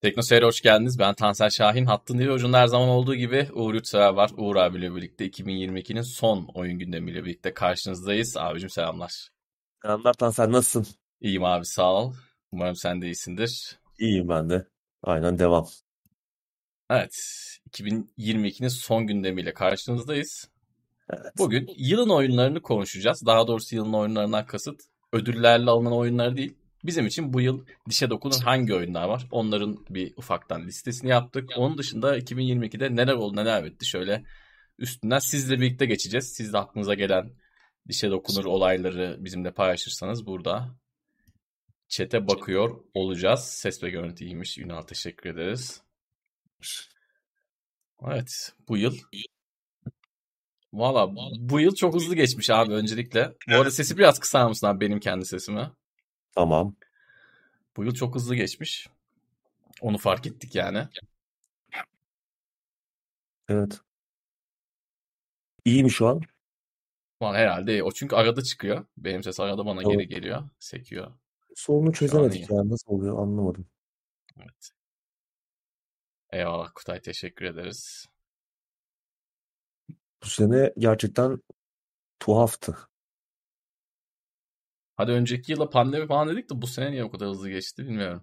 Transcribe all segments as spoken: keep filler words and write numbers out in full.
Tekno Seyir'e hoş geldiniz. Ben Tansel Şahin. Hattın diğer ucunda her zaman olduğu gibi Uğur Yurtsever var. Uğur abiyle birlikte iki bin yirmi ikinin son oyun gündemiyle birlikte karşınızdayız. Abicim selamlar. Selamlar Tansel, nasılsın? İyiyim abi, sağ ol. Umarım sen de iyisindir. İyiyim ben de. Aynen devam. Evet, iki bin yirmi ikinin son gündemiyle karşınızdayız. Evet. Bugün yılın oyunlarını konuşacağız. Daha doğrusu yılın oyunlarından kasıt ödüllerle alınan oyunlar değil. Bizim için bu yıl dişe dokunur hangi oyunlar var? Onların bir ufaktan listesini yaptık. Onun dışında iki bin yirmi ikide neler oldu neler bitti şöyle üstünden sizle birlikte geçeceğiz. Siz de aklınıza gelen dişe dokunur olayları bizimle paylaşırsanız burada chat'e bakıyor olacağız. Ses ve görüntü iyiymiş. Ünal teşekkür ederiz. Evet, bu yıl valla bu yıl çok hızlı geçmiş abi öncelikle. Bu arada sesi biraz kısar mısın abi benim kendi sesimi? Tamam. Bu yıl çok hızlı geçmiş. Onu fark ettik yani. Evet. İyi mi şu an? Ama herhalde o çünkü arada çıkıyor. Benim ses arada bana Tamam. geri geliyor. Sekiyor. Sorunu Şu an iyi. çözemedik ya. Nasıl oluyor anlamadım. Evet. Eyvallah Kutay teşekkür ederiz. Bu sene gerçekten tuhaftı. Hadi önceki yıla pandemi falan dedik de bu sene niye o kadar hızlı geçti bilmiyorum.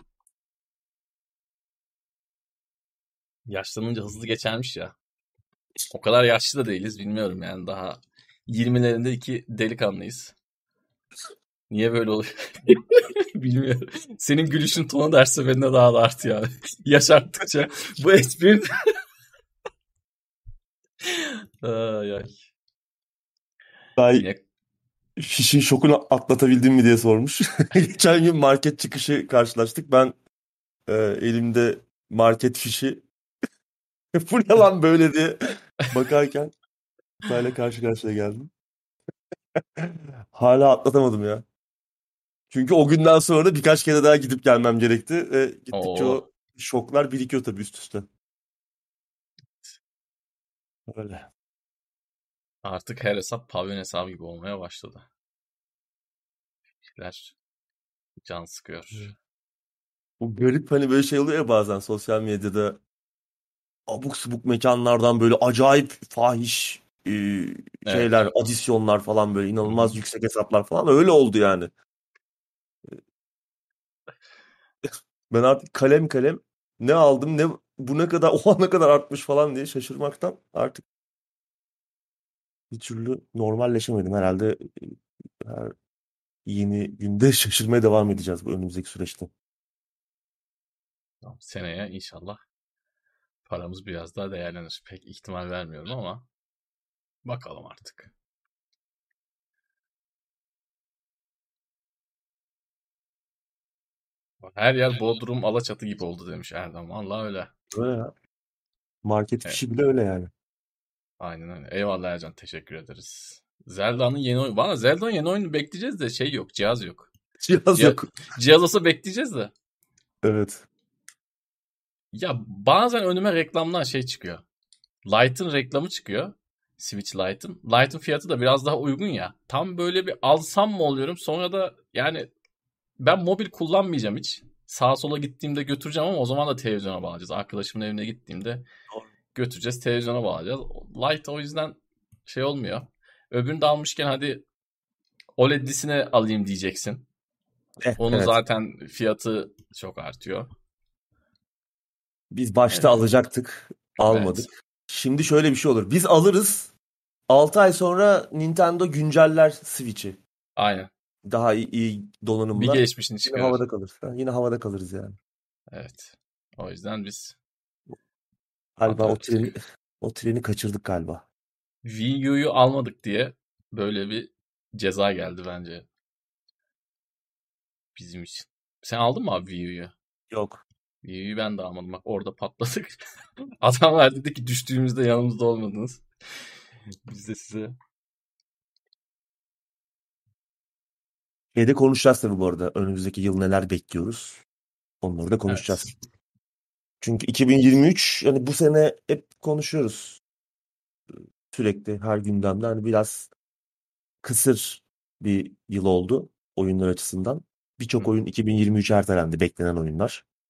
Yaşlanınca hızlı geçermiş ya. O kadar yaşlı da değiliz bilmiyorum yani daha yirmilerinde iki delikanlıyız. Niye böyle oluyor? Bilmiyorum. Senin gülüşün tonu da her seferinde daha da artıyor abi. Yaş arttıkça bu espri... ay, ay. Ben Yine fişin şokunu atlatabildim mi diye sormuş. Geçen gün market çıkışı karşılaştık. Ben e, elimde market fişi bu ne lan böyle diye bakarken Kutay'la karşı karşıya geldim. Hala atlatamadım ya. Çünkü o günden sonra birkaç kere daha gidip gelmem gerekti. Ve gittikçe o o şoklar birikiyor tabii üst üste. Öyle. artık her hesap pavyon hesabı gibi olmaya başladı. Şeyler can sıkıyor. Bu garip hani böyle şey oluyor ya bazen sosyal medyada abuk subuk mekanlardan böyle acayip fahiş e, Evet. şeyler, adisyonlar falan böyle Hı hı. inanılmaz yüksek hesaplar falan öyle oldu yani. Ben artık kalem kalem ne aldım ne bu ne kadar oha ne kadar artmış falan diye şaşırmaktan artık bir türlü normalleşemedim. Herhalde e, her yeni günde şaşırmaya devam edeceğiz bu önümüzdeki süreçte. Tamam, seneye inşallah paramız biraz daha değerlenir. Pek ihtimal vermiyorum ama bakalım artık. Her yer Bodrum Alaçatı gibi oldu demiş Erdem. Vallahi öyle. Öyle ya. Market Evet, fişi bile öyle yani. aynen öyle. Eyvallah Ercan teşekkür ederiz. Zelda'nın yeni oyunu. Bana Zelda'nın yeni oyunu bekleyeceğiz de şey yok. Cihaz yok. Cihaz Cihaz, yok. cihaz olsa bekleyeceğiz de. Evet. Ya bazen önüme reklamdan şey çıkıyor. Lite'ın reklamı çıkıyor. Switch Lite'ın. Lite'ın fiyatı da biraz daha uygun ya. Tam böyle bir alsam mı oluyorum. Sonra da yani ben mobil kullanmayacağım hiç. Sağa sola gittiğimde götüreceğim ama o zaman da televizyona bağlayacağız. Arkadaşımın evine gittiğimde Doğru. götüreceğiz televizyona bağlayacağız. Lite o yüzden şey olmuyor. Öbürünü de almışken hadi O L E D'sine alayım diyeceksin. Eh, Onun evet. zaten fiyatı çok artıyor. Biz başta Evet. alacaktık, Evet. almadık. Şimdi şöyle bir şey olur. Biz alırız. altı ay sonra Nintendo günceller Switch'i. Aynen. Daha iyi, iyi Bir donanımla. gelişmişini Yine çıkarır. havada kalır. Ha, yine havada kalırız yani. Evet. O yüzden biz Galiba o treni, atlattık. o treni kaçırdık galiba. Wii U'yu almadık diye böyle bir ceza geldi bence bizim için. Sen aldın mı abi Wii U'yu? Yok. Wii U'yu ben de almadım. Bak orada patladık. Adamlar dedi ki düştüğümüzde yanımızda olmadınız. Biz de size... Şeyde konuşacağız tabii bu arada. Önümüzdeki yıl neler bekliyoruz. Onları da Evet. konuşacağız. Çünkü iki bin yirmi üç yani bu sene hep konuşuyoruz. Sürekli her gündemde. Hani biraz kısır bir yıl oldu oyunlar açısından. Hı Birçok hı. oyun iki bin yirmi üçe ertelendi. Beklenen oyunlar.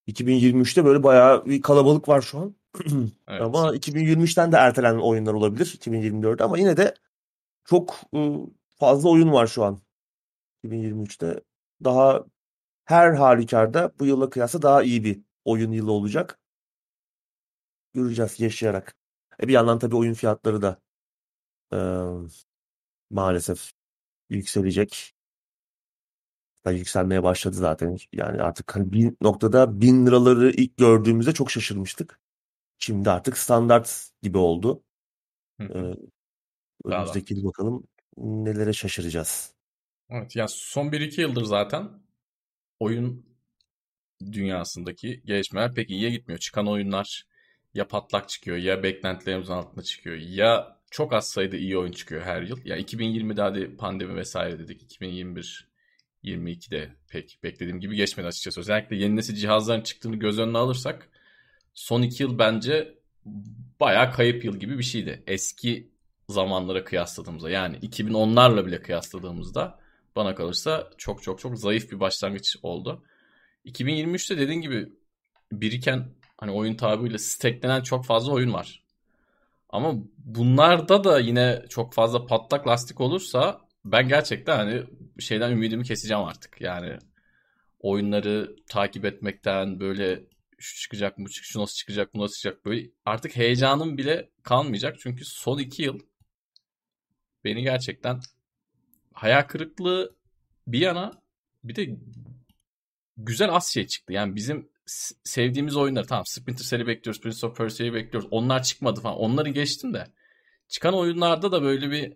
iki bin yirmi üçte böyle bayağı bir kalabalık var şu an. Evet. Ama iki bin yirmi üçten de ertelenen oyunlar olabilir iki bin yirmi dörde, ama yine de çok ıı, fazla oyun var şu an iki bin yirmi üçte. Daha her halükarda bu yıla kıyasla daha iyi bir oyun yılı olacak. Göreceğiz yaşayarak. E bir yandan tabii oyun fiyatları da ıı, maalesef yükselecek. Da yükselmeye başladı zaten. Yani artık hani bir noktada bin liraları ilk gördüğümüzde çok şaşırmıştık. Şimdi artık standart gibi oldu. Hı hı. Ee, Daha da. önümüzdeki yıl bakalım nelere şaşıracağız. Evet. Ya son bir iki yıldır zaten oyun dünyasındaki gelişmeler pek iyiye gitmiyor. Çıkan oyunlar ya patlak çıkıyor ya beklentilerimizin altında çıkıyor ya çok az sayıda iyi oyun çıkıyor her yıl. Ya iki bin yirmide hadi pandemi vesaire dedik. iki bin yirmi bir yirmi ikide pek beklediğim gibi geçmedi açıkçası. Özellikle yeni nesil cihazların çıktığını göz önüne alırsak son iki yıl bence bayağı kayıp yıl gibi bir şeydi. Eski zamanlara kıyasladığımızda yani iki bin onlarla bile kıyasladığımızda bana kalırsa çok çok çok zayıf bir başlangıç oldu. iki bin yirmi üçte dediğin gibi biriken hani oyun tabiriyle stacklenen çok fazla oyun var. Ama bunlarda da yine çok fazla patlak lastik olursa ben gerçekten hani şeyden ümidimi keseceğim artık. Yani oyunları takip etmekten böyle şu çıkacak mı, şu nasıl çıkacak, bu nasıl çıkacak böyle artık heyecanım bile kalmayacak. Çünkü son iki yıl beni gerçekten hayal kırıklığı bir yana bir de güzel az şey çıktı. Yani bizim sevdiğimiz oyunlar tamam Splinter Cell'i bekliyoruz, Prince of Persia'yı bekliyoruz. Onlar çıkmadı falan. Onları geçtim de çıkan oyunlarda da böyle bir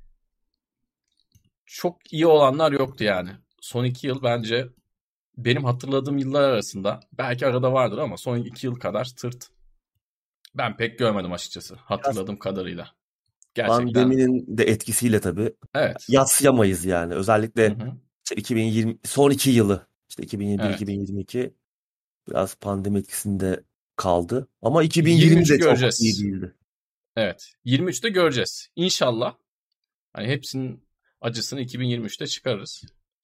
çok iyi olanlar yoktu yani. Son iki yıl bence benim hatırladığım yıllar arasında belki arada vardır ama son iki yıl kadar tırt ben pek görmedim açıkçası Biraz hatırladığım kadarıyla. Gerçekten pandeminin de etkisiyle tabii evet. yadsıyamayız yani. Hı Özellikle hı. işte iki bin yirmi son iki yılı işte Evet. iki bin yirmi bir iki bin yirmi iki biraz pandemi etkisinde kaldı. Ama iki bin yirmi yirmi üçü de çok iyi göreceğiz. değildi. Evet. yirmi üçte göreceğiz. İnşallah. Hani hepsinin acısını iki bin yirmi üçte çıkarırız.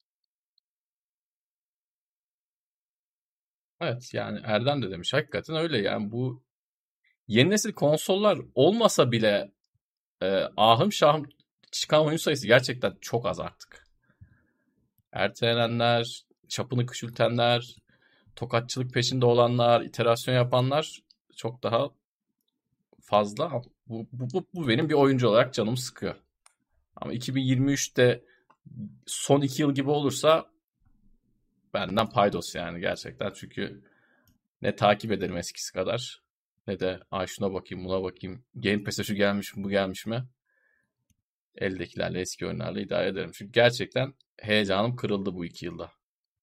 Evet yani Erdem de demiş. Hakikaten öyle yani bu yeni nesil konsollar olmasa bile e, ahım şahım çıkan oyun sayısı gerçekten çok az artık. Ertelenenler, çapını küçültenler, tokatçılık peşinde olanlar, iterasyon yapanlar çok daha fazla. Bu, bu, bu, bu benim bir oyuncu olarak canımı sıkıyor. Ama iki bin yirmi üçte son iki yıl gibi olursa benden paydos yani gerçekten. Çünkü ne takip ederim eskisi kadar ne de ay şuna bakayım buna bakayım. Game Pass'e şu gelmiş mi bu gelmiş mi? Eldekilerle eski oyunlarla idare ederim. Çünkü gerçekten heyecanım kırıldı bu iki yılda.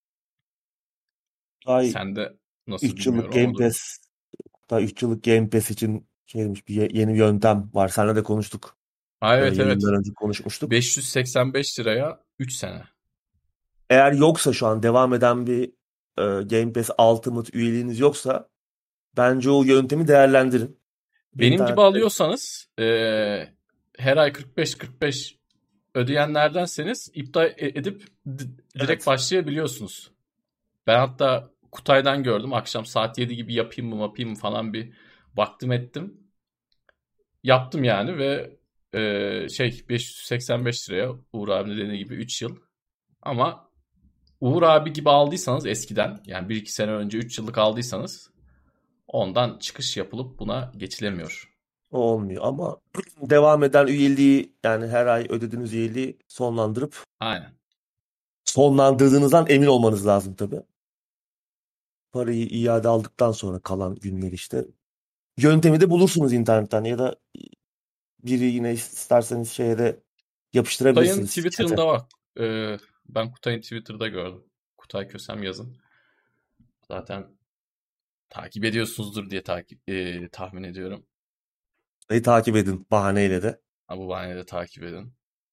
Ay Sende nasıl üç yıllık bilmiyorum ama Game o durum. Pass da üç yıllık Game Pass için şeymiş bir ye- yeni bir yöntem var. Seninle de konuştuk. Ha, Ee, evet evet. yayından önce konuşmuştuk. beş yüz seksen beş liraya üç sene. Eğer yoksa şu an devam eden bir e, Game Pass Ultimate üyeliğiniz yoksa bence o yöntemi değerlendirin. Benim gibi İnternette alıyorsanız eee, her ay kırk beş kırk beş ödeyenlerdenseniz iptal e- edip d- direkt evet. başlayabiliyorsunuz. Ben hatta Kutay'dan gördüm. Akşam saat yedi gibi yapayım mı yapayım mı falan bir baktım ettim. Yaptım yani ve eee, şey beş yüz seksen beş liraya Uğur abi dediği gibi üç yıl. Ama Uğur abi gibi aldıysanız eskiden yani bir iki sene önce üç yıllık aldıysanız ondan çıkış yapılıp buna geçilemiyor. O olmuyor ama devam eden üyeliği, yani her ay ödediğiniz üyeliği sonlandırıp Aynen. sonlandırdığınızdan emin olmanız lazım tabii. Parayı iade aldıktan sonra kalan günler işte. Yöntemi de bulursunuz internetten ya da biri yine isterseniz şeye de Kutay'ın yapıştırabilirsiniz chat'e. Twitter'ında var. Ee, ben Kutay'ın Twitter'da gördüm. Kutay Kösem yazın. Zaten takip ediyorsunuzdur diye takip e, tahmin ediyorum. Kutayı takip edin bahaneyle de. Ha, bu bahaneyi de takip edin.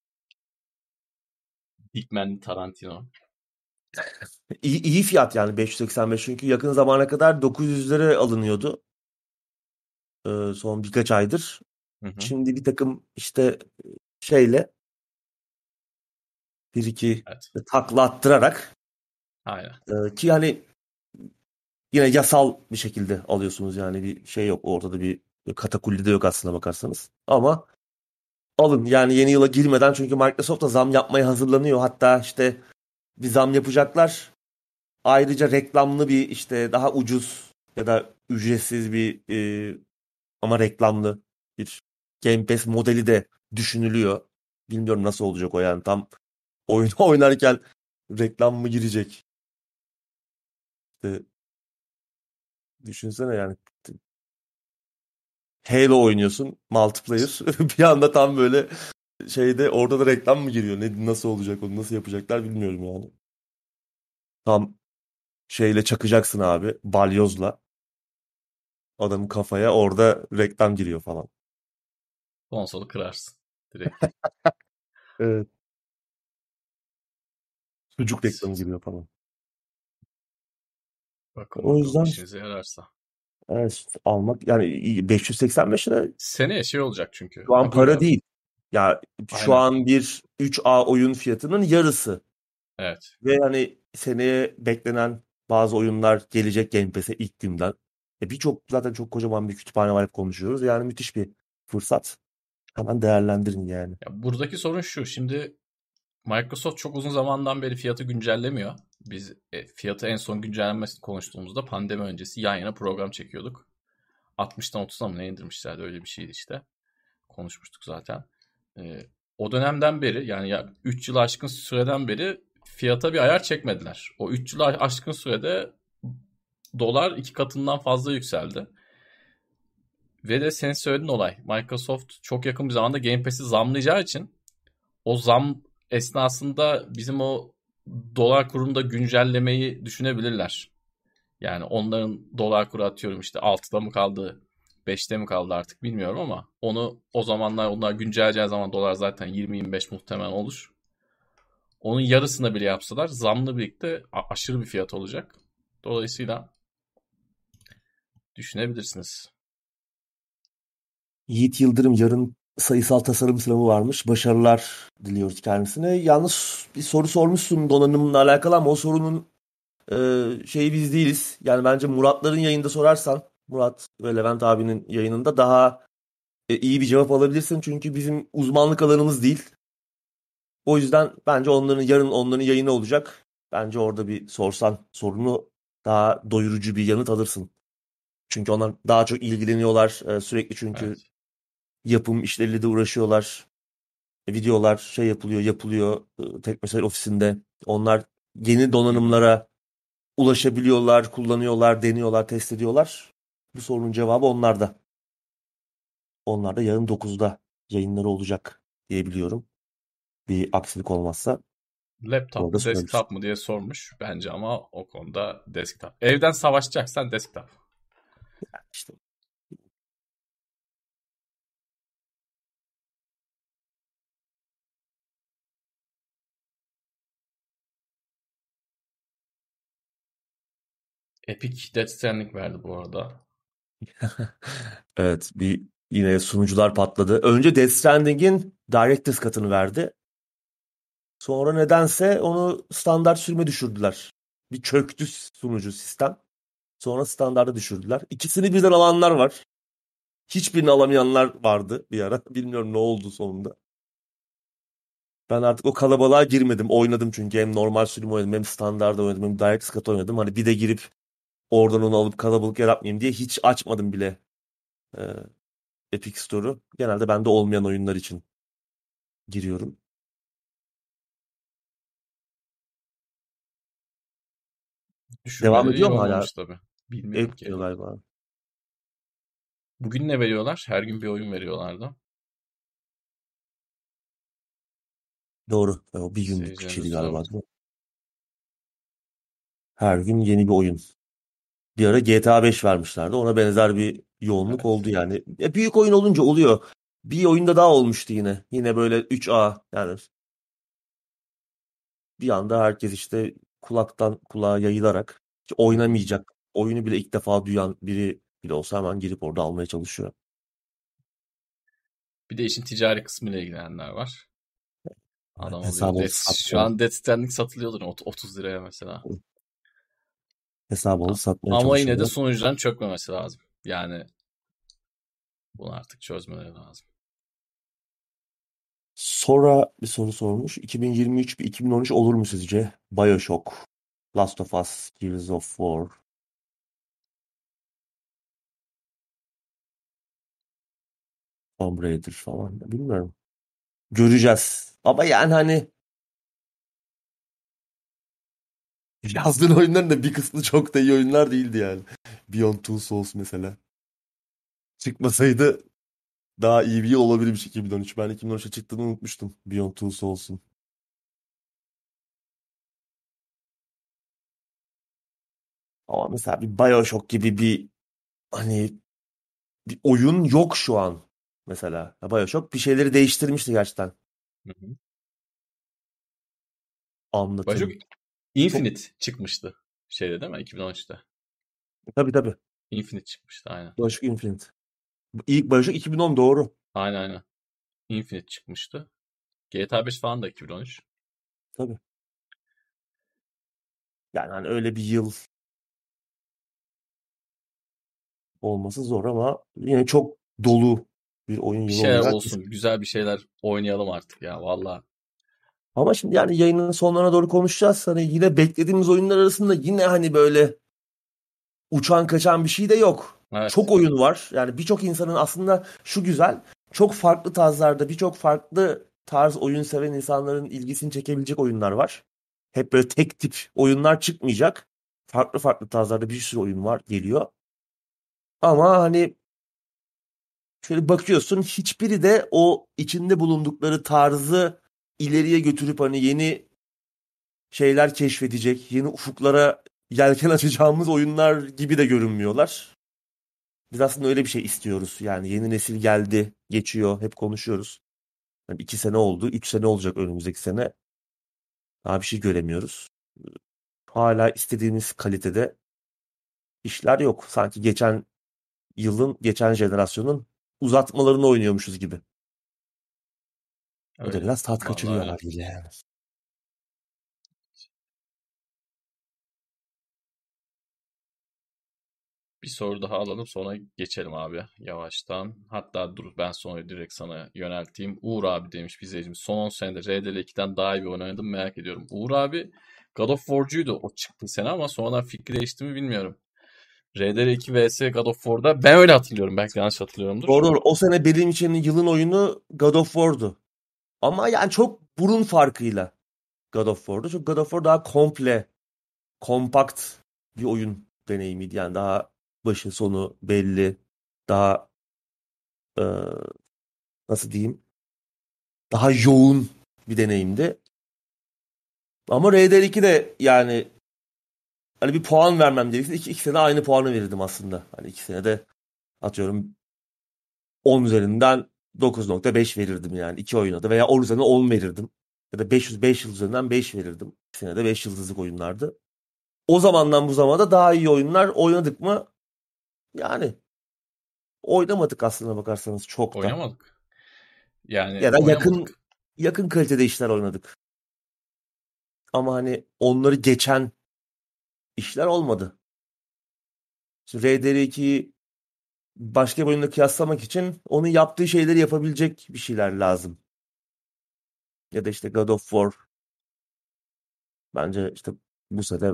Hickman Tarantino. İyi, iyi fiyat yani beş yüz seksen beş, çünkü yakın zamana kadar dokuz yüzlere alınıyordu e, son birkaç aydır. Hı hı. Şimdi bir takım işte şeyle bir iki Evet. takla attırarak Aynen. e, ki hani yine yasal bir şekilde alıyorsunuz yani bir şey yok. Ortada bir katakulli de yok aslına bakarsanız. Ama alın yani yeni yıla girmeden çünkü Microsoft da zam yapmaya hazırlanıyor. Hatta işte bir zam yapacaklar. Ayrıca reklamlı bir işte daha ucuz ya da ücretsiz bir e, ama reklamlı bir Game Pass modeli de düşünülüyor. Bilmiyorum nasıl olacak o yani tam oyunu oynarken reklam mı girecek? İşte düşünsene yani Halo oynuyorsun multiplayer bir anda tam böyle şeyde orada da reklam mı giriyor? Ne nasıl olacak onu nasıl yapacaklar bilmiyorum yani. Tam şeyle çakacaksın abi balyozla adamın kafaya orada reklam giriyor falan. Konsolu kırarsın direkt. Evet. Sucuk reklamı giriyor falan. Bakın O bakalım yüzden işinize yararsa. evet, almak yani beş yüz seksen beş lira Seneye şey olacak çünkü. şu an Ha, buyur para abi. değil. Ya şu Aynen. an bir üç A oyun fiyatının yarısı. Evet. Ve hani seneye beklenen bazı oyunlar gelecek Game Pass'e ilk günden. E birçok zaten çok kocaman bir kütüphane var hep konuşuyoruz. Yani müthiş bir fırsat. Hemen değerlendirin yani. Ya buradaki sorun şu. Şimdi Microsoft çok uzun zamandan beri fiyatı güncellemiyor. Biz e, fiyatı en son güncellenmesini konuştuğumuzda pandemi öncesi yan yana program çekiyorduk. altmıştan otuza mı ne indirmişlerdi öyle bir şeydi işte. Konuşmuştuk zaten. E, O dönemden beri yani ya üç yılı aşkın süreden beri fiyata bir ayar çekmediler. O üç yılı aşkın sürede dolar iki katından fazla yükseldi. Ve de senin söylediğin olay. Microsoft çok yakın bir zamanda Game Pass'i zamlayacağı için o zam esnasında bizim o dolar kurunda güncellemeyi düşünebilirler. Yani onların dolar kuru atıyorum işte altıda mı kaldı, beşte mi kaldı artık bilmiyorum ama onu o zamanlar onlar güncelleyeceği zaman dolar zaten yirmi yirmi beş muhtemelen olur. Onun yarısını bile yapsalar zamla birlikte aşırı bir fiyat olacak. Dolayısıyla düşünebilirsiniz. Yiğit Yıldırım yarın sayısal tasarım sınavı varmış. Başarılar diliyoruz kendisine. Yalnız bir soru sormuşsun donanımla alakalı ama o sorunun e, şeyi biz değiliz. Yani bence Muratların yayında sorarsan Murat ve Levent abinin yayınında daha e, iyi bir cevap alabilirsin. Çünkü bizim uzmanlık alanımız değil. O yüzden bence onların yarın onların yayını olacak. Bence orada bir sorsan sorunu daha doyurucu bir yanıt alırsın. Çünkü onlar daha çok ilgileniyorlar e, sürekli çünkü Evet. yapım işleriyle de uğraşıyorlar. E, videolar şey yapılıyor, yapılıyor e, Teknoseyir ofisinde. Onlar yeni Hı hı. donanımlara ulaşabiliyorlar, kullanıyorlar, deniyorlar, test ediyorlar. Bu sorunun cevabı onlarda. Onlar da yarın dokuzda yayınları olacak diye biliyorum. Bir aksilik olmazsa Laptop orada mu sorarız. desktop mu diye sormuş bence ama o konuda desktop. Evden savaşacaksan desktop. İşte Epic Death Stranding verdi bu arada. evet bir yine sunucular patladı. Önce Death Stranding'in Director's Cut'ını verdi. Sonra nedense onu standart sürüme düşürdüler. Bir çöktü sunucu sistem. Sonra standarda düşürdüler. İkisini birden alanlar var. Hiçbirini alamayanlar vardı bir ara. Bilmiyorum ne oldu sonunda. Ben artık o kalabalığa girmedim. Oynadım çünkü hem normal sürüm oynadım hem standart oynadım hem Director's Cut oynadım. Hani bir de girip oradan onu alıp kalabalık yaratmayayım diye hiç açmadım bile e, Epic Store'u. Genelde bende olmayan oyunlar için giriyorum. Devam Düşürmeleri iyi ediyor mu hala? olmamış tabii. Bilmiyorum ki. Etmiyor galiba. Bugün ne veriyorlar? Her gün bir oyun veriyorlardı. Doğru. E, O bir günlük bir şeydi Seyircilerimize galiba sordum. değil mi? Her gün yeni bir oyun. Bir ara G T A beş vermişlerdi. Ona benzer bir yoğunluk oldu Evet. yani. E, büyük oyun olunca oluyor. Bir oyunda daha olmuştu yine. Yine böyle üç A yani bir anda herkes işte kulaktan kulağa yayılarak hiç Hı hı. oynamayacak oyunu bile ilk defa duyan biri bile olsa hemen girip orada almaya çalışıyor. Bir de işin ticari kısmıyla ilgilenenler var. Adam alıyor. Hesabı Death, şu satmıyor. an Death Stranding satılıyordur ot- otuz liraya mesela. hesabı alıp A- satmaya Ama yine de çalışıyorlar. sunucuların çökmemesi lazım. Yani bunu artık çözmeleri lazım. Sonra bir soru sormuş. iki bin yirmi üç bir iki bin on üç olur mu sizce? BioShock, Last of Us, Gears of War, Tomb Raider falan. Bilmiyorum. Göreceğiz. Ama yani hani yazdığın oyunların da bir kısmı çok da iyi oyunlar değildi yani. Beyond Two Souls mesela. Çıkmasaydı daha iyi bir yıl olabilirmiş iki bin on üç. Ben iki bin on üçe çıktığını unutmuştum Beyond Two Souls'un. Ama mesela bir BioShock gibi bir hani bir oyun yok şu an mesela. Ya BioShock bir şeyleri değiştirmişti gerçekten. Hı hı. Bioshock Anlatım. Çok Infinite çıkmıştı. Şeyde değil mi? iki bin on üçte. tabii tabii. Infinite çıkmıştı aynen. BioShock Infinite. İlk BioShock iki bin on doğru. Aynen aynen. Infinite çıkmıştı. G T A beş falan da iki bin on üç. Tabii. Yani hani öyle bir yıl olması zor ama yine çok dolu bir oyun Bir yılı şeyler olarak. olsun. Güzel bir şeyler oynayalım artık ya. Valla. Ama şimdi yani yayının sonlarına doğru konuşacağız. Hani yine beklediğimiz oyunlar arasında yine hani böyle uçan kaçan bir şey de yok. Çok Evet. oyun var. Yani birçok insanın aslında şu güzel. Çok farklı tarzlarda, birçok farklı tarz oyun seven insanların ilgisini çekebilecek oyunlar var. Hep böyle tek tip oyunlar çıkmayacak. Farklı farklı tarzlarda bir sürü oyun var, geliyor. Ama hani şöyle bakıyorsun hiçbiri de o içinde bulundukları tarzı ileriye götürüp hani yeni şeyler keşfedecek, yeni ufuklara yelken açacağımız oyunlar gibi de görünmüyorlar. Biz aslında öyle bir şey istiyoruz. Yani yeni nesil geldi, geçiyor, hep konuşuyoruz. Yani iki sene oldu, üç sene olacak önümüzdeki sene. Daha bir şey göremiyoruz. Hala istediğimiz kalitede işler yok. Sanki geçen yılın, geçen jenerasyonun uzatmalarını oynuyormuşuz gibi. O da Öyle. biraz tat Vallahi kaçırıyor öyle. haliyle yani. Bir soru daha alalım sonra geçelim abi yavaştan. Hatta dur ben sonra direkt sana yönelteyim. Uğur abi demiş bir izleyicimiz. Son on senede R D R ikiden daha iyi bir oyun oynadım merak ediyorum. Uğur abi God of War'cuydu o çıktı sene ama sonradan fikri değişti mi bilmiyorum. R D R iki vs God of War'da ben öyle hatırlıyorum. Belki yanlış hatırlıyorumdur. Doğru doğru. O sene benim için yılın oyunu God of War'du. Ama yani çok burun farkıyla God of War'du. Çünkü God of War daha komple, kompakt bir oyun deneyimiydi. Yani daha başı sonu belli. Daha e, nasıl diyeyim? Daha yoğun bir deneyimdi. Ama R D R iki de yani hani bir puan vermem gerekirse iki, iki sene aynı puanı verirdim aslında. Hani iki sene de atıyorum on üzerinden dokuz nokta beş verirdim yani iki oyuna da veya on üzerinden on verirdim. Ya da beş yüz beş yıl üzerinden beş verirdim. İkisine de beş yıldızlık oyunlardı. O zamandan bu zamana da daha iyi oyunlar oynadık mı? Yani oynamadık aslına bakarsanız çok da. Oynamadık. Yani Ya da yakın oynamadık. yakın kalitede işler oynadık. Ama hani onları geçen işler olmadı. Şimdi R D R ikiyi başka bir oyunla kıyaslamak için onun yaptığı şeyleri yapabilecek bir şeyler lazım. Ya da işte God of War bence işte bu sene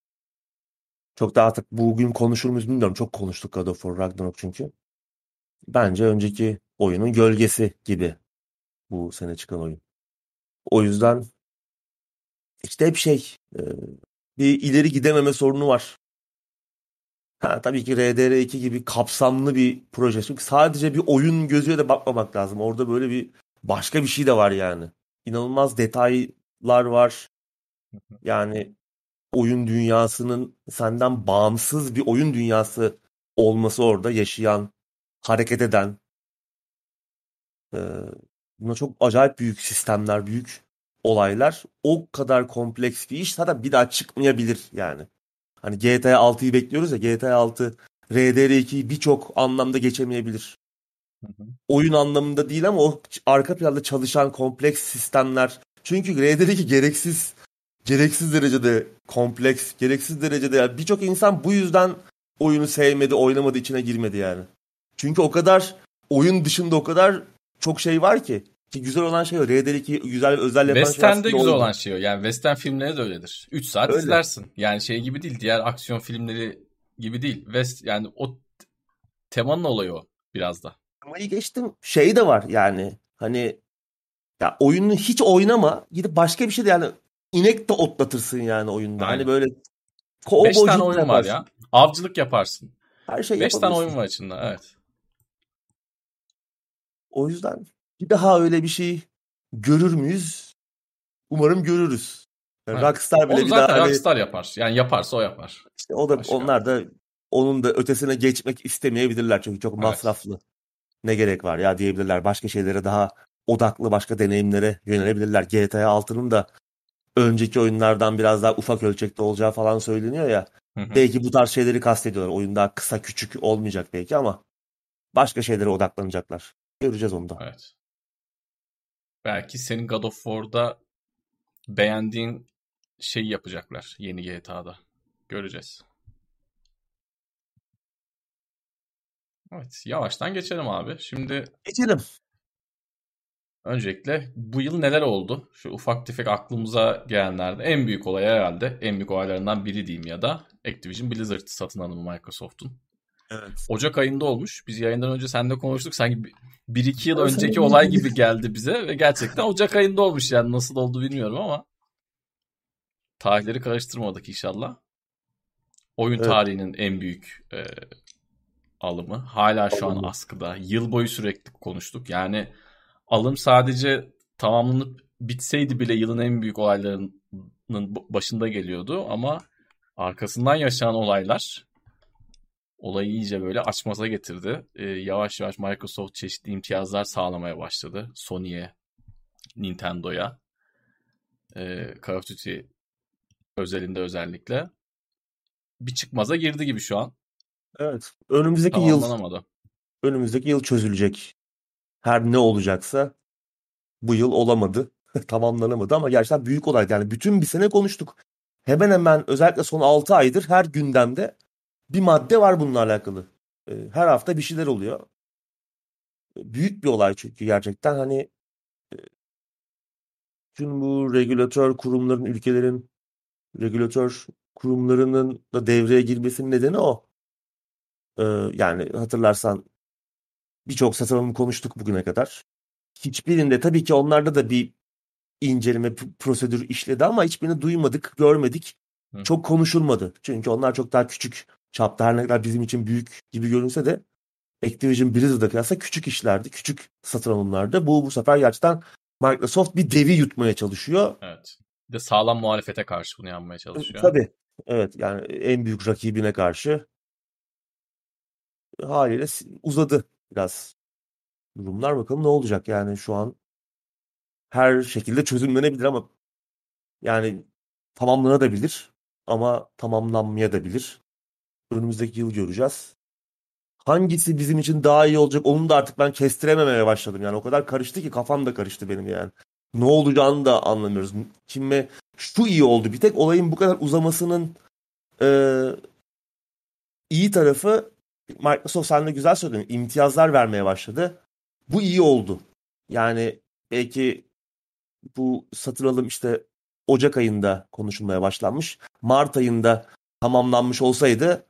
çok daha artık bugün konuşur muyuz bilmiyorum. Çok konuştuk God of War Ragnarok çünkü. Bence önceki oyunun gölgesi gibi bu sene çıkan oyun. O yüzden işte hep şey e, bir ileri gidememe sorunu var. Ha, tabii ki R D R iki gibi kapsamlı bir proje. Çünkü sadece bir oyun gözüyle de bakmamak lazım. Orada böyle bir başka bir şey de var yani. İnanılmaz detaylar var. Yani oyun dünyasının senden bağımsız bir oyun dünyası olması orada yaşayan, hareket eden. E, Buna çok acayip büyük sistemler, büyük olaylar. O kadar kompleks bir iş zaten bir daha çıkmayabilir yani. Hani G T A altıyı bekliyoruz ya G T A altı R D R ikiyi birçok anlamda geçemeyebilir. Hı hı. Oyun anlamında değil ama o arka planda çalışan kompleks sistemler. Çünkü R D R iki gereksiz gereksiz derecede kompleks, gereksiz derecede yani birçok insan bu yüzden oyunu sevmedi, oynamadı, içine girmedi yani. Çünkü o kadar oyun dışında o kadar çok şey var ki. Ki güzel olan şey o. R D R ikiyi güzel ve özel yapan şey Western'de aslında güzel olan oydu. şey o. Yani Western filmleri de öyledir. üç saat Öyle. izlersin. Yani şey gibi değil. Diğer aksiyon filmleri gibi değil. West yani o temanın olayı o biraz da. Ama iyi geçtim. Şey de var yani. Hani ya oyunu hiç oynama. Gidip başka bir şey de yani inek de otlatırsın yani oyunda. Hani Aynen. böyle Beş tane kovboyculuk da oyun var yaparsın. ya. Avcılık yaparsın. Her şey Beş tane oyun yapabilirsin. var içinde. Evet. O yüzden bir daha öyle bir şey görür müyüz? Umarım görürüz. Yani Evet. Rockstar bile Onu bir daha zaten hani Rockstar yapar. Yani yaparsa o yapar. işte o da Başka. onlar da onun da ötesine geçmek istemeyebilirler çünkü çok Evet. masraflı. Ne gerek var ya diyebilirler. Başka şeylere daha odaklı başka deneyimlere yönelebilirler. G T A altının da önceki oyunlardan biraz daha ufak ölçekte olacağı falan söyleniyor ya. Hı hı. Belki bu tarz şeyleri kastediyorlar. Oyun daha kısa küçük olmayacak belki ama başka şeylere odaklanacaklar. Göreceğiz onu da. Evet. Belki senin God of War'da beğendiğin şeyi yapacaklar yeni G T A'da. Göreceğiz. Evet, yavaştan geçelim abi. Şimdi Geçelim. öncelikle bu yıl neler oldu? Şu ufak tefek aklımıza gelenlerde en büyük olay herhalde, en büyük olaylarından biri diyeyim ya da Activision Blizzard satın alımı Microsoft'un. Evet. Ocak ayında olmuş. Biz yayından önce seninle konuştuk. Sanki bir iki yıl önceki olay gibi geldi bize ve gerçekten Ocak ayında olmuş yani nasıl oldu bilmiyorum ama tarihleri karıştırmadık inşallah. Oyun Evet. tarihinin en büyük e, alımı. Hala şu an Alındı. askıda. Yıl boyu sürekli konuştuk. Yani alım sadece tamamlanıp bitseydi bile yılın en büyük olaylarının başında geliyordu. Ama arkasından yaşanan olaylar olayı iyice böyle açmaza getirdi. Ee, yavaş yavaş Microsoft çeşitli imtiyazlar sağlamaya başladı. Sony'ye, Nintendo'ya, e, Call of Duty özelinde özellikle. Bir çıkmaza girdi gibi şu an. Evet. Önümüzdeki yıl Tamamlanamadı. önümüzdeki yıl çözülecek. Her ne olacaksa bu yıl olamadı. Tamamlanamadı ama gerçekten büyük olay. Yani bütün bir sene konuştuk. Hemen hemen özellikle son altı aydır her gündemde bir madde var bununla alakalı. Ee, Her hafta bir şeyler oluyor. Büyük bir olay çünkü gerçekten hani tüm bu regülatör kurumların, ülkelerin regülatör kurumlarının da devreye girmesinin nedeni o. Ee, Yani hatırlarsan birçok satın alımı konuştuk bugüne kadar. Hiçbirinde tabii ki onlarda da bir inceleme p- prosedür işledi ama hiçbirini duymadık, görmedik. Hı hı. Çok konuşulmadı. Çünkü onlar çok daha küçük çapta her ne kadar bizim için büyük gibi görünse de Activision Blizzard'a kıyasla küçük işlerdi, küçük satın alımlardı. Bu bu sefer gerçekten Microsoft bir devi yutmaya çalışıyor. Evet. Bir de sağlam muhalefete karşı bunu yapmaya E, çalışıyor. Tabii. Evet yani en büyük rakibine karşı haliyle s- uzadı biraz durumlar. Bakalım ne olacak yani şu an her şekilde çözümlenebilir ama yani tamamlanabilir ama tamamlanmayabilir. Önümüzdeki yıl göreceğiz. Hangisi bizim için daha iyi olacak onu da artık ben kestirememeye başladım. Yani o kadar karıştı ki kafam da karıştı benim yani. Ne olacağını da anlamıyoruz. Kime şu iyi oldu. Bir tek olayın bu kadar uzamasının e, iyi tarafı Microsoft sen de güzel söyledin. İmtiyazlar vermeye başladı. Bu iyi oldu. Yani belki bu satın alım işte Ocak ayında konuşulmaya başlanmış. Mart ayında tamamlanmış olsaydı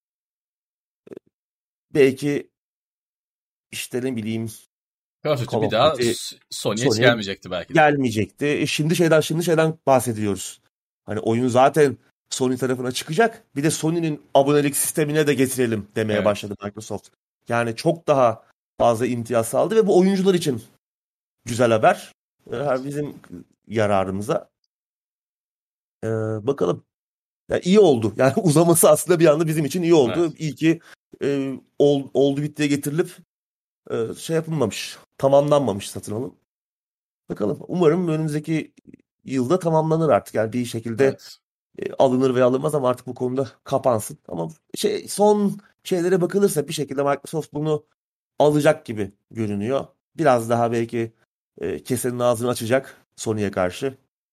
belki işte ne bileyim Call of Duty Call bir of daha Duty S- Sony'ye hiç Sony'ye gelmeyecekti belki de. gelmeyecekti. E şimdi şeyden şimdi şeyden bahsediyoruz. Hani oyun zaten Sony tarafına çıkacak. Bir de Sony'nin abonelik sistemine de getirelim demeye Evet. başladı Microsoft. Yani çok daha fazla imtiyaz sağladı ve bu oyuncular için güzel haber. E, Evet. Bizim yararımıza. E, Bakalım. Ya iyi oldu. Yani uzaması aslında bir anda bizim için iyi oldu. Evet. İyi ki e, ol- oldu bittiye getirilip e, şey yapılmamış. Tamamlanmamış satın alım. Bakalım. Umarım önümüzdeki yılda tamamlanır artık. Yani bir şekilde Evet. e, alınır veya alınmaz ama artık bu konuda kapansın. Ama şey son şeylere bakılırsa bir şekilde Microsoft bunu alacak gibi görünüyor. Biraz daha belki e, kesenin ağzını açacak Sony'ye karşı.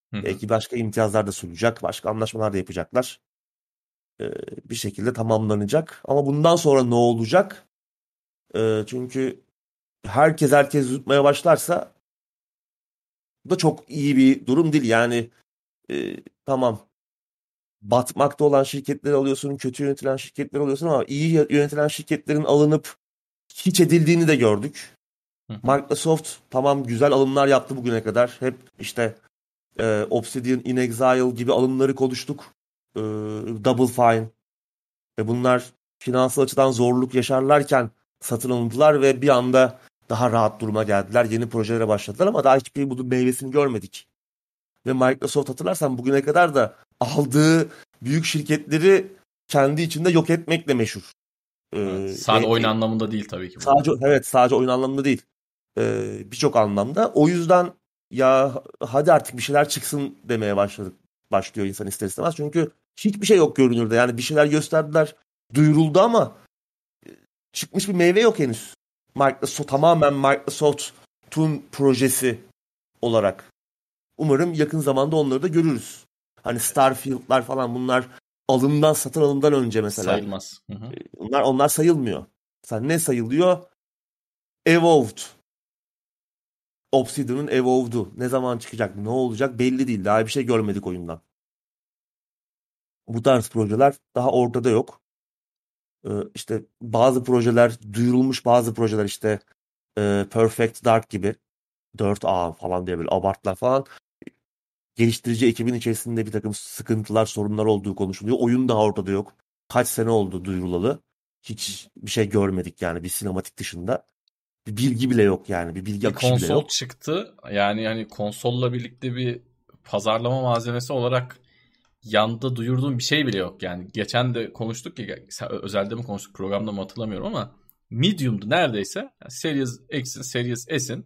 Hı hı. Belki başka imtiyazlar da sunacak. Başka anlaşmalar da yapacaklar. Ee, bir şekilde tamamlanacak. Ama bundan sonra ne olacak? Ee, çünkü herkes herkes tutmaya başlarsa bu da çok iyi bir durum değil. Yani e, tamam, batmakta olan şirketleri alıyorsun, kötü yönetilen şirketleri alıyorsun ama iyi yönetilen şirketlerin alınıp hiç edildiğini de gördük. Hı hı. Microsoft tamam güzel alımlar yaptı bugüne kadar. Hep işte e, Obsidian, In Exile gibi alımları konuştuk. E, Double Fine. Ve bunlar finansal açıdan zorluk yaşarlarken satın alındılar ve bir anda daha rahat duruma geldiler. Yeni projelere başladılar ama daha hiçbir bunun meyvesini görmedik. Ve Microsoft hatırlarsan bugüne kadar da aldığı büyük şirketleri kendi içinde yok etmekle meşhur. Ee, Evet. Sadece ve oyun anlamında değil tabii ki bu. sadece evet sadece oyun anlamında değil. Ee, birçok anlamda. O yüzden ya hadi artık bir şeyler çıksın demeye başladık. Başlıyor insan ister istemez. Çünkü hiçbir şey yok görünürde. Yani bir şeyler gösterdiler, duyuruldu ama çıkmış bir meyve yok henüz. Microsoft tamamen Microsoft'un projesi olarak. Umarım yakın zamanda onları da görürüz. Hani Starfield'lar falan bunlar alımdan satın alımdan önce mesela. Sayılmaz. Hı hı. Onlar onlar sayılmıyor. Mesela ne sayılıyor? Evolved. Obsidian'ın Evolved'u. Ne zaman çıkacak, ne olacak belli değil. Daha bir şey görmedik oyundan. Bu tarz projeler daha ortada yok. Ee, işte bazı projeler duyurulmuş, bazı projeler işte e, Perfect Dark gibi dört A falan diye böyle abartlar falan. Geliştirici ekibin içerisinde bir takım sıkıntılar, sorunlar olduğu konuşuluyor. Oyun daha ortada yok. Kaç sene oldu duyurulalı. Hiç bir şey görmedik yani bir sinematik dışında. Bir bilgi bile yok yani. Bir bilgi Bir akışı bile konsol yok. çıktı. Yani hani konsolla birlikte bir pazarlama malzemesi olarak yanda duyurduğum bir şey bile yok. Yani geçen de konuştuk ya, sen özelde mi konuştuk programda mı hatırlamıyorum ama Medium'du neredeyse. Yani Series X'in, Series S'in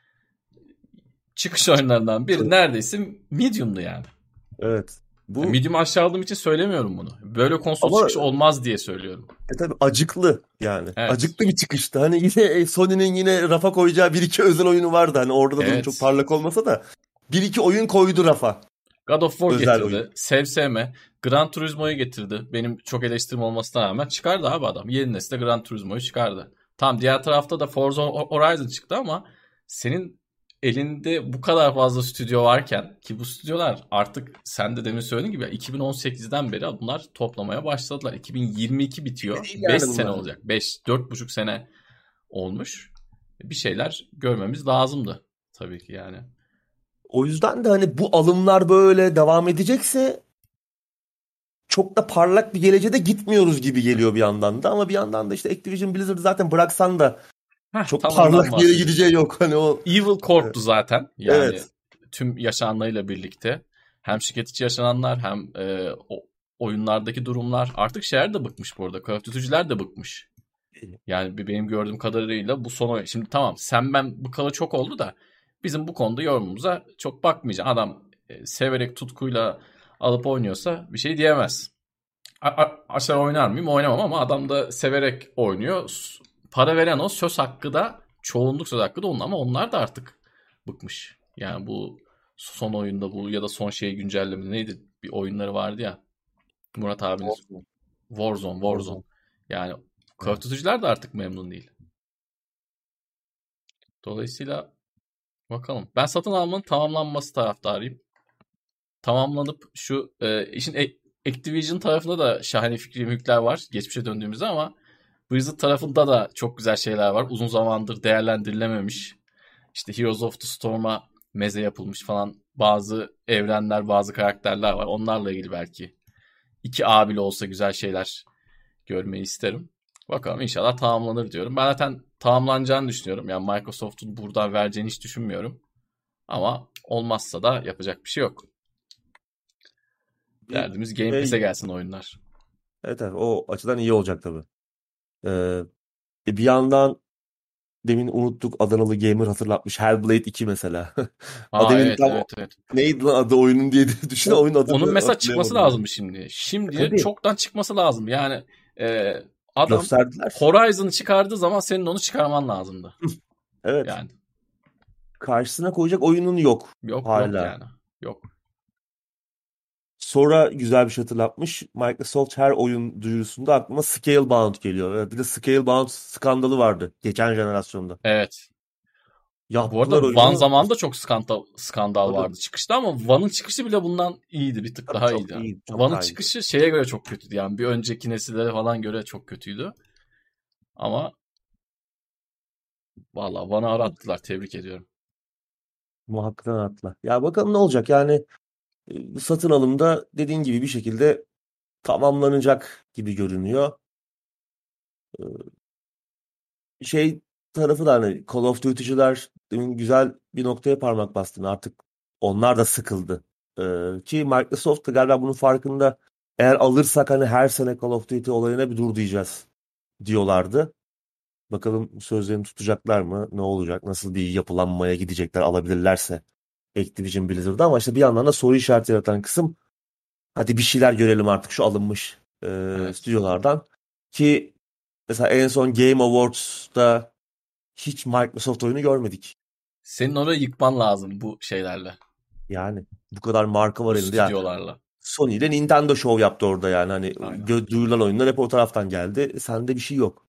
çıkış oyunlarından biri neredeyse Medium'du yani. Evet. Yani Bu Medium aşağı aldığım için söylemiyorum bunu. Böyle konsol ama çıkışı olmaz diye söylüyorum. e tabii acıklı yani. Evet. Acıklı bir çıkıştı. Hani yine e, Sony'nin yine rafa koyacağı bir iki özel oyunu vardı. Hani orada da durum çok Evet. parlak olmasa da bir iki oyun koydu rafa. God of War Özel oyun. getirdi. Sev sevme. Gran Turismo'yu getirdi. Benim çok eleştirim olmasına rağmen çıkardı abi adam. Yeni nesilde Gran Turismo'yu çıkardı. Tamam, diğer tarafta da Forza Horizon çıktı ama senin elinde bu kadar fazla stüdyo varken, ki bu stüdyolar artık sen de demin söylediğin gibi iki bin on sekizden beri bunlar toplamaya başladılar. iki bin yirmi iki bitiyor. Değil beş yani sene bunlar. olacak. beş dört buçuk sene olmuş. Bir şeyler görmemiz lazımdı tabii ki yani. O yüzden de hani bu alımlar böyle devam edecekse çok da parlak bir geleceğe de gitmiyoruz gibi geliyor bir yandan da. Ama bir yandan da işte Activision Blizzard'ı zaten bıraksan da Heh, çok tam ondan parlak bir yere bahsedecektim. gideceği yok. Hani o Evil Corp'tu zaten. Yani evet. tüm yaşananlarıyla birlikte. Hem şirket içi yaşananlar hem e, o, oyunlardaki durumlar. Artık şeyler de bıkmış bu arada. Call of Duty'ciler de bıkmış. Yani bir benim gördüğüm kadarıyla bu son oyun. Şimdi tamam, sen ben bıkalı çok oldu da bizim bu konuda yorumumuza çok bakmayacağım. Adam e, severek tutkuyla alıp oynuyorsa bir şey diyemez. A- a- aşağı oynar mıyım? Oynamam ama adam da severek oynuyor. S- Para veren o, söz hakkı da, çoğunluk söz hakkı da onun, ama onlar da artık bıkmış. Yani bu son oyunda bu ya da son şey güncelleme neydi? Bir oyunları vardı ya. Murat abiniz. Warzone. Warzone, Warzone. Warzone. Yani Call of Evet. Duty'ciler de artık memnun değil. Dolayısıyla bakalım. Ben satın almanın tamamlanması taraftarıyım. Tamamlanıp şu e, işin e- Activision tarafında da şahane fikri mülkler var. Geçmişe döndüğümüzde ama Blizzard tarafında da çok güzel şeyler var. Uzun zamandır değerlendirilememiş. İşte Heroes of the Storm'a meze yapılmış falan bazı evrenler, bazı karakterler var. Onlarla ilgili belki iki A bile olsa güzel şeyler görmeyi isterim. Bakalım, inşallah tamamlanır diyorum. Ben zaten tamamlanacağını düşünüyorum. Yani Microsoft'un buradan vereceğini hiç düşünmüyorum. Ama olmazsa da yapacak bir şey yok. Bir Derdimiz Game Pass'e şey, gelsin oyunlar. evet, evet o açıdan iyi olacak tabii. Ee, e, bir yandan demin unuttuk Adanalı Gamer hatırlatmış. Hellblade iki mesela. Aa, Adem'in evet tam evet evet. neydi lan adı oyunun diye düşün O, oyun onun adını mesela çıkması hatırlayamadım yani. lazım şimdi. Şimdi Tabii çoktan çıkması lazım. Yani e, adam gösterdiler. Horizon'ı çıkardığı zaman senin onu çıkarman lazımdı. Evet. Yani Karşısına koyacak oyunun yok yok yok hala. yani. Yok. Sonra güzel bir şey hatırlatmış. Microsoft her oyun duyurusunda aklıma Scalebound geliyor. Evet, bir de Scalebound skandalı vardı geçen jenerasyonda. Evet. Bu arada Yaptılar Van oyunu. zamanında çok skandal, skandal Tabii vardı çıkışta ama Van'ın çıkışı bile bundan iyiydi. Bir tık tabii daha çok iyiydi. iyi, çok Van'ın daha iyiydi. çıkışı şeye göre çok kötüydü. Yani bir önceki nesillere falan göre çok kötüydü. Ama valla Van'ı arattılar. Tebrik ediyorum. Muhakkak atla. Ya bakalım ne olacak yani, e, bu satın alımda dediğin gibi bir şekilde tamamlanacak gibi görünüyor. Şey tarafı da hani Call of Duty'ciler demin güzel bir noktaya parmak bastın. Artık onlar da sıkıldı. Ee, ki Microsoft da galiba bunun farkında. Eğer alırsak hani her sene Call of Duty olayına bir dur diyeceğiz diyorlardı. Bakalım sözlerini tutacaklar mı? Ne olacak? Nasıl bir yapılanmaya gidecekler alabilirlerse Activision Blizzard'da, ama işte bir yandan da soru işareti yaratan kısım, hadi bir şeyler görelim artık şu alınmış e, Evet. stüdyolardan. Ki mesela en son Game Awards'da hiç Microsoft oyunu görmedik. Senin orayı yıkman lazım bu şeylerle. Yani bu kadar marka var Bu elinde. Ya stüdyolarla. Sony ile Nintendo Show yaptı orada yani. Hani Aynen. gö- duyurulan oyunlar hep o taraftan geldi. Sende bir şey yok.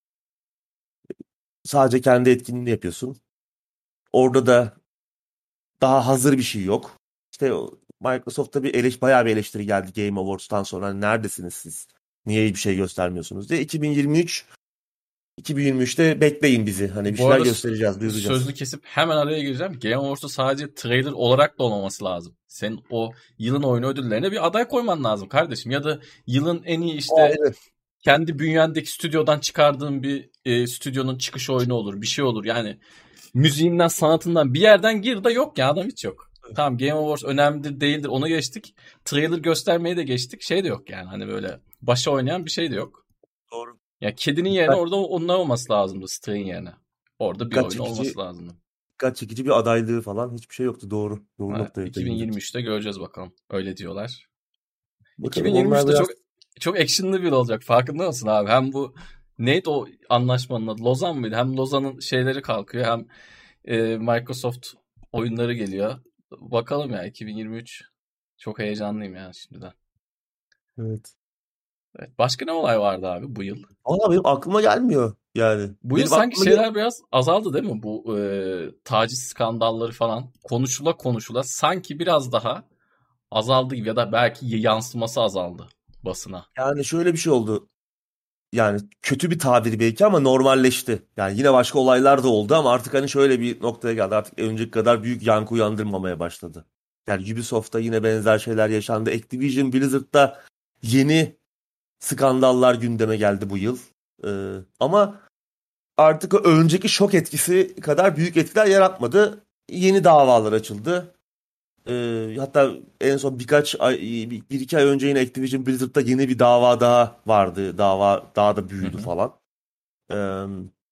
Sadece kendi etkinliğini yapıyorsun. Orada da daha hazır bir şey yok. İşte o- Microsoft'ta bir eleş bayağı bir eleştiri geldi Game Awards'tan sonra. Hani neredesiniz siz? Niye bir şey göstermiyorsunuz diye. iki bin yirmi üç iki bin yirmi üçte bekleyin bizi. Hani bir Bu şeyler arada s- göstereceğiz, duyuracağız. sözlü kesip hemen araya gireceğim. Game Awards'ta sadece trailer olarak da olmaması lazım. Senin o yılın oyunu ödüllerine bir aday koyman lazım kardeşim. Ya da yılın en iyi O işte ayrı. kendi bünyendeki stüdyodan çıkardığın bir e, stüdyonun çıkış oyunu olur. Bir şey olur. Yani müziğinden, sanatından bir yerden gir de yok ya, adam hiç yok. Tamam, Game Awards önemlidir değildir onu geçtik. Trailer göstermeyi de geçtik. Şey de yok yani, hani böyle başa oynayan bir şey de yok. Doğru. Ya kedinin yerine Dikkat, orada onun olması lazımdı, Stay'in yerine. Orada bir dikkat oyun çekici olması lazımdı. dikkat çekici bir adaylığı falan hiçbir şey yoktu. Doğru. Doğru Evet, noktaya değindin. iki bin yirmi üçte göreceğiz bakalım. Öyle diyorlar. Bakalım onlar iki bin yirmi üçte çok biraz çok actionlı bir yıl olacak. Farkında mısın abi? Hem bu neydi o anlaşmanın adı? Lozan mıydı? Hem Lozan'ın şeyleri kalkıyor hem e, Microsoft oyunları geliyor. Bakalım ya, iki bin yirmi üç çok heyecanlıyım yani şimdiden. evet. Evet, başka ne olay vardı abi bu yıl? Valla benim aklıma gelmiyor yani. Bu yıl Benim sanki aklıma gel şeyler biraz azaldı değil mi? Bu e, taciz skandalları falan konuşula konuşula sanki biraz daha azaldı gibi, ya da belki yansıması azaldı basına. yani şöyle bir şey oldu. Yani kötü bir tabir belki ama normalleşti. Yani yine başka olaylar da oldu ama artık hani şöyle bir noktaya geldi. Artık önceki kadar büyük yankı uyandırmamaya başladı. Yani Ubisoft'ta yine benzer şeyler yaşandı. Activision Blizzard'da yeni skandallar gündeme geldi bu yıl. Ee, ama artık o önceki şok etkisi kadar büyük etkiler yaratmadı. Yeni davalar açıldı. Ee, hatta en son birkaç ay, bir, bir iki ay önce yine Activision Blizzard'da yeni bir dava daha vardı. Dava daha da Hı büyüdü hı. falan. Ee,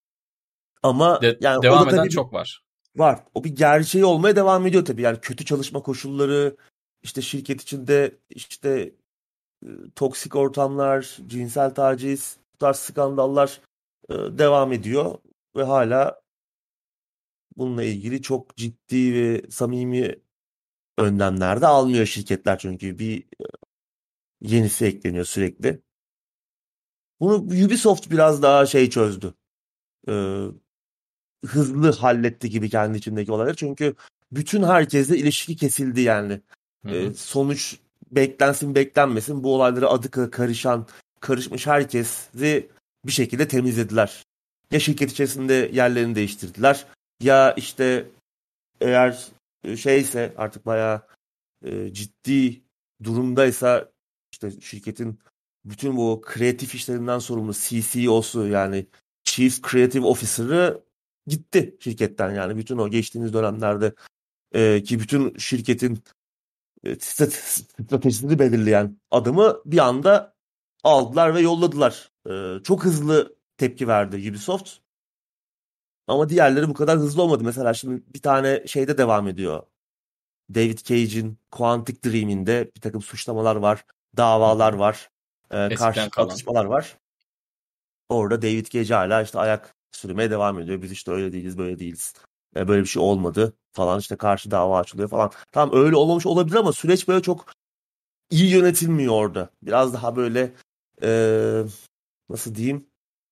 ama De- yani o da devam eden tabii bir, çok var. var. O bir gerçeği olmaya devam ediyor tabii. Yani kötü çalışma koşulları, işte şirket içinde işte e, toksik ortamlar, cinsel taciz, bu tarz skandallar e, devam ediyor ve hala bununla ilgili çok ciddi ve samimi önlemler de almıyor şirketler, çünkü bir yenisi ekleniyor sürekli. Bunu Ubisoft biraz daha şey çözdü. Ee, hızlı halletti gibi kendi içindeki olayları. Çünkü bütün herkesle ilişki kesildi yani. Hı Ee, hı. sonuç beklensin beklenmesin bu olaylara adı ka- karışan, karışmış herkesi bir şekilde temizlediler. Ya şirket içerisinde yerlerini değiştirdiler, ya işte eğer e, şeyse artık bayağı e, ciddi durumdaysa işte şirketin bütün bu kreatif işlerinden sorumlu C C O'su, yani Chief Creative Officer'ı gitti şirketten. Yani bütün o geçtiğimiz dönemlerde e, ki bütün şirketin e, stra- stratejisini belirleyen adamı bir anda aldılar ve yolladılar. E, çok hızlı tepki verdi Ubisoft. Ama diğerleri bu kadar hızlı olmadı. Mesela şimdi bir tane şeyde devam ediyor. David Cage'in Quantic Dream'inde bir takım suçlamalar var, Hı davalar hı. var, e, Eskiden karşılıklı kalan. atışmalar var. Orada David Cage hala işte ayak sürmeye devam ediyor. Biz işte öyle değiliz, böyle değiliz. E, böyle bir şey olmadı falan, işte karşı dava açılıyor falan. Tamam, öyle olmamış olabilir ama süreç böyle çok iyi yönetilmiyor orada. Biraz daha böyle ee, nasıl diyeyim?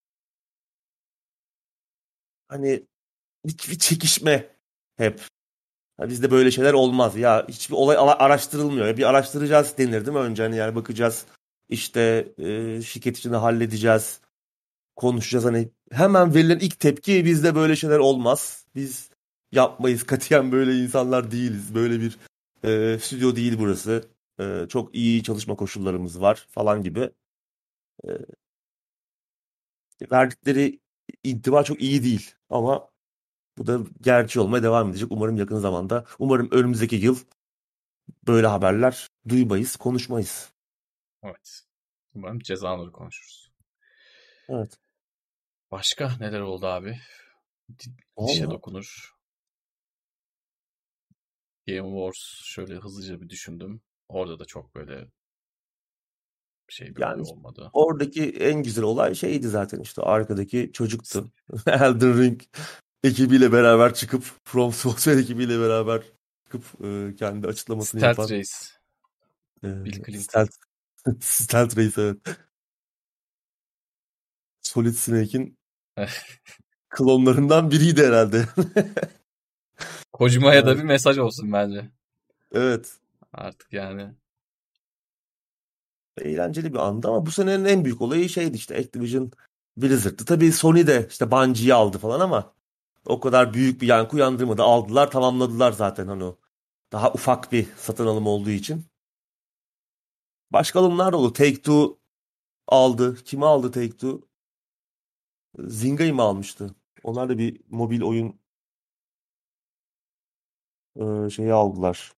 Hani bir, bir çekişme hep. Ha, bizde böyle şeyler olmaz. Ya hiçbir olay ala- araştırılmıyor. Ya bir araştıracağız denir değil mi önce? Hani yani bakacağız işte e, şirket içinde halledeceğiz. Konuşacağız hani hemen verilen ilk tepki bizde böyle şeyler olmaz. Biz yapmayız. Katiyen böyle insanlar değiliz. Böyle bir e, stüdyo değil burası. E, çok iyi çalışma koşullarımız var falan gibi. E, verdikleri intiba çok iyi değil. Ama bu da gerçi olmaya devam edecek. Umarım yakın zamanda. Umarım önümüzdeki yıl böyle haberler duymayız, konuşmayız. Evet. Umarım cezaları konuşuruz. Evet. Başka neler oldu abi? Di- Dişe Vallahi dokunur. Game Wars şöyle hızlıca bir düşündüm. Orada da çok böyle şey bir olay yani olmadı. oradaki en güzel olay şeydi zaten işte arkadaki çocuktu. Elden Ring ekibiyle beraber çıkıp From Software ekibiyle beraber çıkıp e, kendi açıklamasını Stealth yapan Race. e, Bill Clinton. Stealth, Stealth Race evet. Solid Snake'in klonlarından biriydi herhalde. Kojima'ya da Evet. bir mesaj olsun bence. Evet. Artık yani. Eğlenceli bir andı ama bu senenin en büyük olayı şeydi işte Activision Blizzard'dı. Tabii Sony de işte Bungie'yi aldı falan ama o kadar büyük bir yankı uyandırmadı. Aldılar, tamamladılar zaten hani o. Daha ufak bir satın alım olduğu için. Başka alımlar da oldu. Take-Two aldı. Kimi aldı Take-Two? Zynga'yı mı almıştı? Onlar da bir mobil oyun e, şeyi aldılar.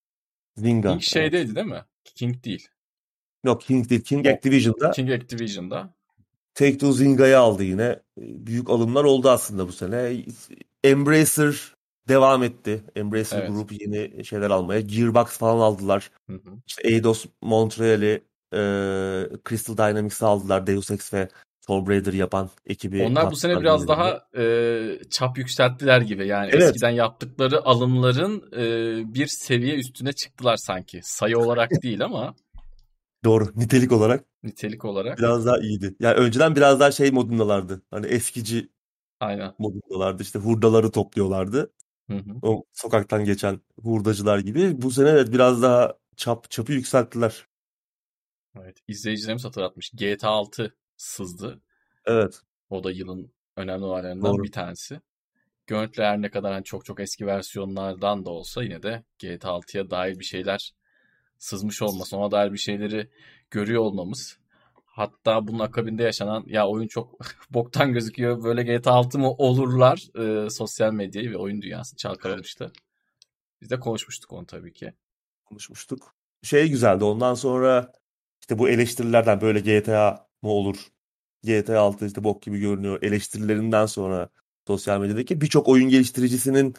King Zynga, evet. şeydeydi değil mi? King değil. Yok King değil. King O Activision'da. King Activision'da. Take-Two Zinga'yı aldı yine. E, Büyük alımlar oldu aslında bu sene. Embracer devam etti. Embracer Evet. Group yeni şeyler almaya. Gearbox falan aldılar. Hı hı. İşte Eidos Montreal'i, e, Crystal Dynamics'i aldılar. Deus Ex ve Tomb Raider yapan ekibi Onlar bu sene kattılar biraz yenilerine. daha e, çap yükselttiler gibi. Yani Evet, eskiden yaptıkları alımların e, bir seviye üstüne çıktılar sanki. Sayı olarak değil ama doğru. Nitelik olarak nitelik olarak. biraz daha iyiydi. Yani önceden biraz daha şey modundalardı. Hani eskici Aynen. modundalardı. İşte hurdaları topluyorlardı. Hı hı. O sokaktan geçen hurdacılar gibi. Bu sene evet biraz daha çap çapı yükselttiler. Evet. İzleyicilerimiz hatırlatmış. G T A altı sızdı. Evet, O da yılın önemli olaylarından doğru. bir tanesi. Görüntüler her ne kadar hani çok çok eski versiyonlardan da olsa yine de G T A altıya dair bir şeyler sızmış olması, ona dair bir şeyleri görüyor olmamız. Hatta bunun akabinde yaşanan ya oyun çok boktan gözüküyor böyle G T A altı mı olurlar e, sosyal medyayı ve oyun dünyasını çalkalamıştı. Biz de konuşmuştuk onu tabii ki. Konuşmuştuk. Şey güzeldi. Ondan sonra işte bu eleştirilerden böyle G T A mı olur? G T A altı işte bok gibi görünüyor. Eleştirilerinden sonra sosyal medyadaki birçok oyun geliştiricisinin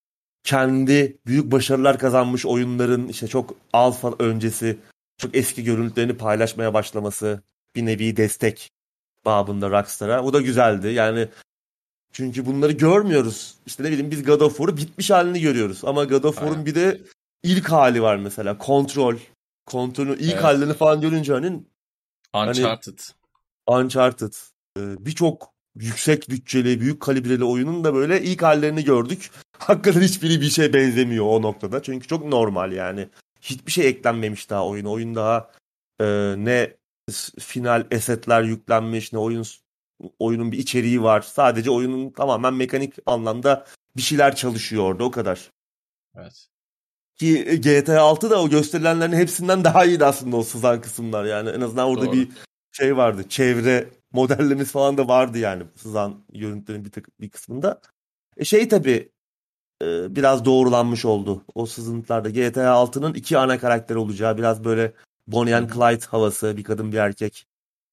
kendi büyük başarılar kazanmış oyunların işte çok alfa öncesi çok eski görüntülerini paylaşmaya başlaması bir nevi destek babında Rockstar'a. Bu da güzeldi. Yani çünkü bunları görmüyoruz. İşte ne bileyim biz God of War'u bitmiş halini görüyoruz. Ama God of Aynen. War'un bir de ilk hali var mesela. Kontrol. Kontrolün ilk Evet. hallerini falan görünce hani hani Uncharted. Uncharted e, birçok yüksek bütçeli, büyük kalibreli oyunun da böyle ilk hallerini gördük. Hakikaten hiçbiri bir şeye benzemiyor o noktada. Çünkü çok normal yani. Hiçbir şey eklenmemiş daha oyuna. Oyun daha e, ne s- final esetler yüklenmiş, ne oyun oyunun bir içeriği var. Sadece oyunun tamamen mekanik anlamda bir şeyler çalışıyor orada o kadar. Evet. Ki G T A altı da o gösterilenlerin hepsinden daha iyiydi aslında o sızan kısımlar yani. En azından orada Doğru. bir şey vardı. Çevre modellemesi falan da vardı yani sızan görüntülerin bir, tık, bir kısmında. E şey tabii e, biraz doğrulanmış oldu. O sızıntılarda G T A altının iki ana karakter olacağı biraz böyle Bonnie Hı and hı. Clyde havası bir kadın bir erkek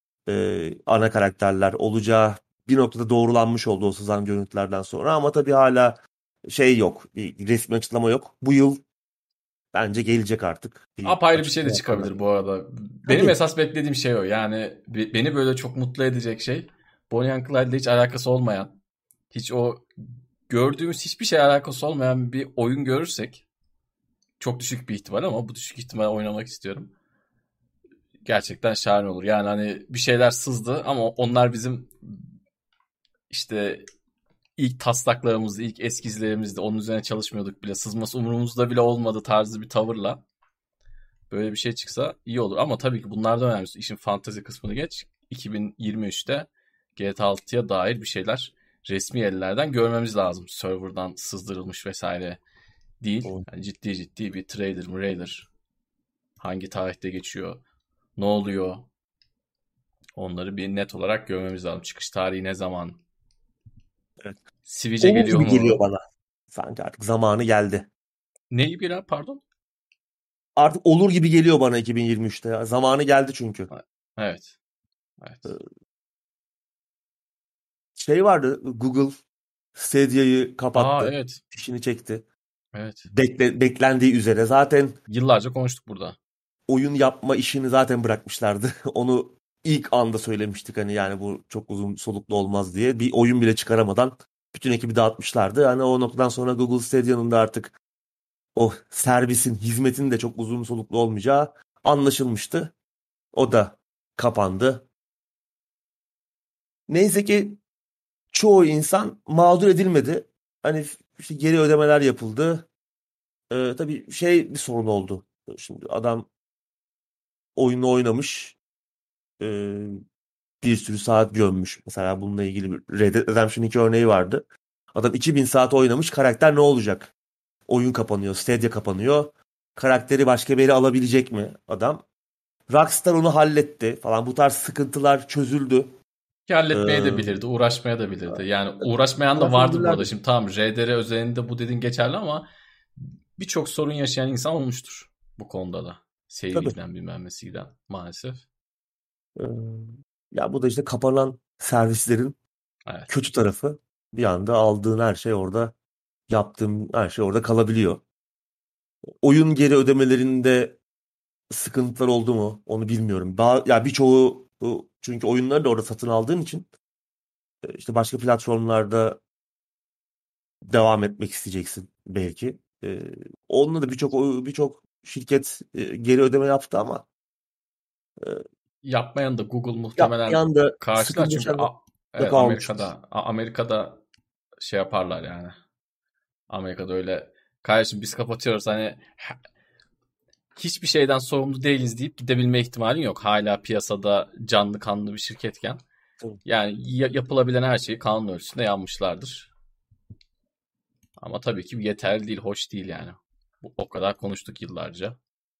e, ana karakterler olacağı bir noktada doğrulanmış oldu o sızan görüntülerden sonra ama tabii hala şey yok. Bir resmi açıklama yok. Bu yıl bence gelecek artık. Bir Apayrı bir şey de açıklama yaparlar. çıkabilir bu arada. Benim Tabii. esas beklediğim şey o. Yani be- beni böyle çok mutlu edecek şey. Bonnie and Clyde'le hiç alakası olmayan, hiç o gördüğümüz hiçbir şey alakası olmayan bir oyun görürsek çok düşük bir ihtimal ama bu düşük ihtimal oynamak istiyorum. gerçekten şahane olur. Yani hani bir şeyler sızdı ama onlar bizim işte ilk taslaklarımızdı, ilk eskizlerimizdi. Onun üzerine çalışmıyorduk bile. Sızması umurumuzda bile olmadı tarzı bir tavırla böyle bir şey çıksa iyi olur. Ama tabii ki bunlardan önemlisi. İşin fantezi kısmını geç. iki bin yirmi üçte G T A altıya dair bir şeyler resmi ellerden görmemiz lazım. Server'dan sızdırılmış vesaire değil. O- Yani ciddi ciddi bir trailer, trailer. Hangi tarihte geçiyor? Ne oluyor? Onları bir net olarak görmemiz lazım. Çıkış tarihi ne zaman? Evet. Sivice Olur geliyor gibi geliyor mu? bana. Sanki artık zamanı geldi. Neyi bir ha, pardon? Artık olur gibi geliyor bana iki bin yirmi üçte. ya. Zamanı geldi çünkü. Evet. Evet. Ee, Şey vardı, Google Stadia'yı Aa, kapattı. evet. Fişini çekti. Evet. Bekle, beklendiği üzere. Zaten Yıllarca konuştuk burada. oyun yapma işini zaten bırakmışlardı. Onu ilk anda söylemiştik, hani yani bu çok uzun soluklu olmaz diye. Bir oyun bile çıkaramadan bütün ekibi dağıtmışlardı. Hani o noktadan sonra Google Stadia'nın da artık o servisin, hizmetin de çok uzun soluklu olmayacağı anlaşılmıştı. O da kapandı. Neyse ki çoğu insan mağdur edilmedi. Hani işte geri ödemeler yapıldı. Ee, tabii şey bir sorun oldu. Şimdi adam oyunu oynamış. Ee, Bir sürü saat gömmüş. Mesela bununla ilgili bir Red Dead Redemption iki örneği vardı. Adam iki bin saat oynamış. Karakter ne olacak? Oyun kapanıyor. Stadia kapanıyor. Karakteri başka biri alabilecek mi adam? Rockstar onu halletti falan. Bu tarz sıkıntılar çözüldü. Ki Ee, halletmeye de bilirdi, uğraşmaya da bilirdi. Yani uğraşmayan da vardır burada. Uğraşabilirlerdi. Şimdi tamam, R D R özelinde bu dediğin geçerli ama birçok sorun yaşayan insan olmuştur bu konuda da. Save'i Tabii. giden bilmem nesi giden maalesef. Ee, Ya bu da işte kapanan servislerin Evet. kötü tarafı. Bir anda aldığın her şey orada, yaptığın her şey orada kalabiliyor. Oyun geri ödemelerinde sıkıntılar oldu mu onu bilmiyorum. Ba- ya birçoğu bu- çünkü oyunları da orada satın aldığın için e, işte başka platformlarda devam etmek isteyeceksin belki. E, onunla da birçok birçok şirket e, geri ödeme yaptı ama e, Yapmayan da Google muhtemelen yapmayan da karşılar. sıkıntı Çünkü yaşayan A- da evet, kalmıştır. Amerika'da A- Amerika'da şey yaparlar yani. Amerika'da öyle kardeşim biz kapatıyoruz hani hiçbir şeyden sorumlu değiliz deyip gidebilme ihtimalin yok. Hala piyasada canlı kanlı bir şirketken. Tabii. Yani ya- yapılabilen her şeyi kanun ölçüsünde yapmışlardır. Ama tabii ki yeterli değil, hoş değil yani. Bu, o kadar konuştuk yıllarca.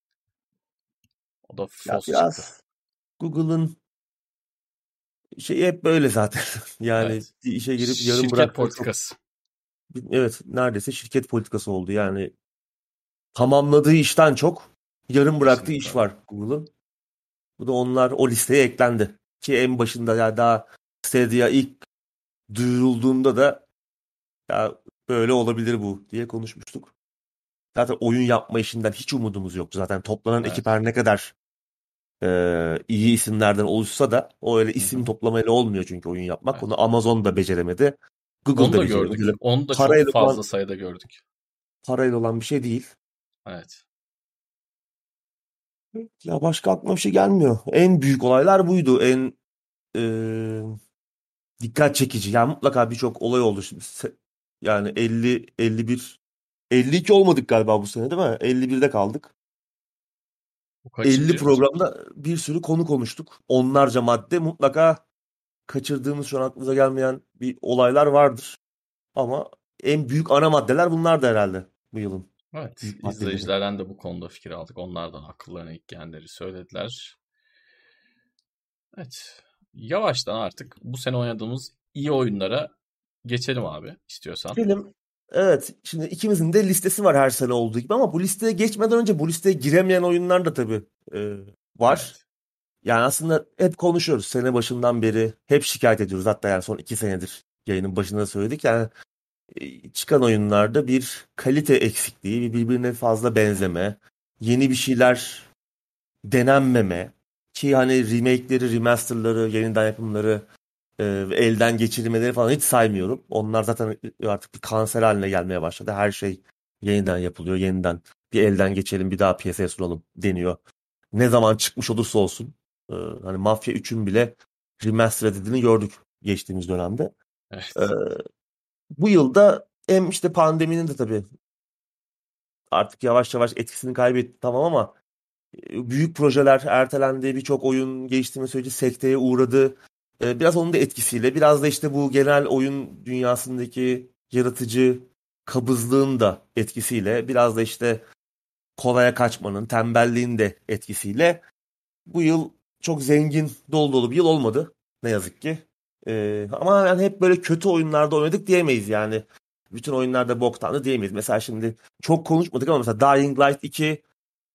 O da Ya fos çıktı. biraz Google'ın şeyi hep böyle zaten. Yani Evet. bir işe girip yarım Şirket bıraktığı çok, politikası. evet, neredeyse şirket politikası oldu. Yani tamamladığı işten çok yarım bıraktığı Kesinlikle iş öyle. var Google'ın. Bu da onlar o listeye eklendi. Ki en başında ya daha Stadia ilk duyurulduğunda da ya böyle olabilir bu diye konuşmuştuk. Zaten oyun yapma işinden hiç umudumuz yok. Zaten toplanan ekip Evet. her ne kadar e, iyi isimlerden oluşsa da o öyle Hı isim hı. toplamayla olmuyor çünkü oyun yapmak. Evet. Onu Amazon da beceremedi. Google Onu da da beceremedi. gördük. Öyle Onu da çok parayla fazla olan, sayıda gördük. parayla olan bir şey değil. Evet. Ya başka aklıma bir şey gelmiyor. En büyük olaylar buydu. En e, dikkat çekici. Yani mutlaka birçok olay oldu. Şimdi se- yani elli, elli bir, elli iki olmadık galiba bu sene, değil mi? elli birde kaldık. Bu elli kaçıncı? programda bir sürü konu konuştuk. Onlarca madde. Mutlaka kaçırdığımız, şu an aklımıza gelmeyen bir olaylar vardır. Ama en büyük ana maddeler bunlar da herhalde bu yılın Evet. büyük maddeleri. İzleyicilerden de bu konuda fikir aldık. Onlardan akıllarına ilk gelenleri söylediler. Evet. Yavaştan artık bu sene oynadığımız iyi oyunlara geçelim abi istiyorsan. Film, evet, şimdi ikimizin de listesi var her sene olduğu gibi ama bu listeye geçmeden önce bu listeye giremeyen oyunlar da tabii e, var. Evet. Yani aslında hep konuşuyoruz. Sene başından beri hep şikayet ediyoruz. Hatta yani son iki senedir yayının başında da söyledik. Yani e, çıkan oyunlarda bir kalite eksikliği, bir birbirine fazla benzeme, yeni bir şeyler denenmeme, ki hani remake'leri, remaster'ları, yeniden yapımları e, ve elden geçirmeleri falan hiç saymıyorum. Onlar zaten artık bir kanser haline gelmeye başladı. Her şey yeniden yapılıyor, yeniden bir elden geçelim, bir daha piyasaya sunalım deniyor. ne zaman çıkmış olursa olsun. Ee, hani Mafya üçün bile remaster edildiğini gördük geçtiğimiz dönemde. Evet. Ee, bu yılda hem işte pandeminin de tabii artık yavaş yavaş etkisini kaybetti tamam ama e, büyük projeler ertelendi, birçok oyun geliştirme süreci sekteye uğradı. Ee, biraz onun da etkisiyle, biraz da işte bu genel oyun dünyasındaki yaratıcı kabızlığın da etkisiyle, biraz da işte kolaya kaçmanın, tembelliğin de etkisiyle bu yıl çok zengin, dolu dolu bir yıl olmadı. Ne yazık ki. Ee, ama yani hep böyle kötü oyunlarda oynadık diyemeyiz yani. Bütün oyunlarda boktandı diyemeyiz. Mesela şimdi çok konuşmadık ama mesela Dying Light iki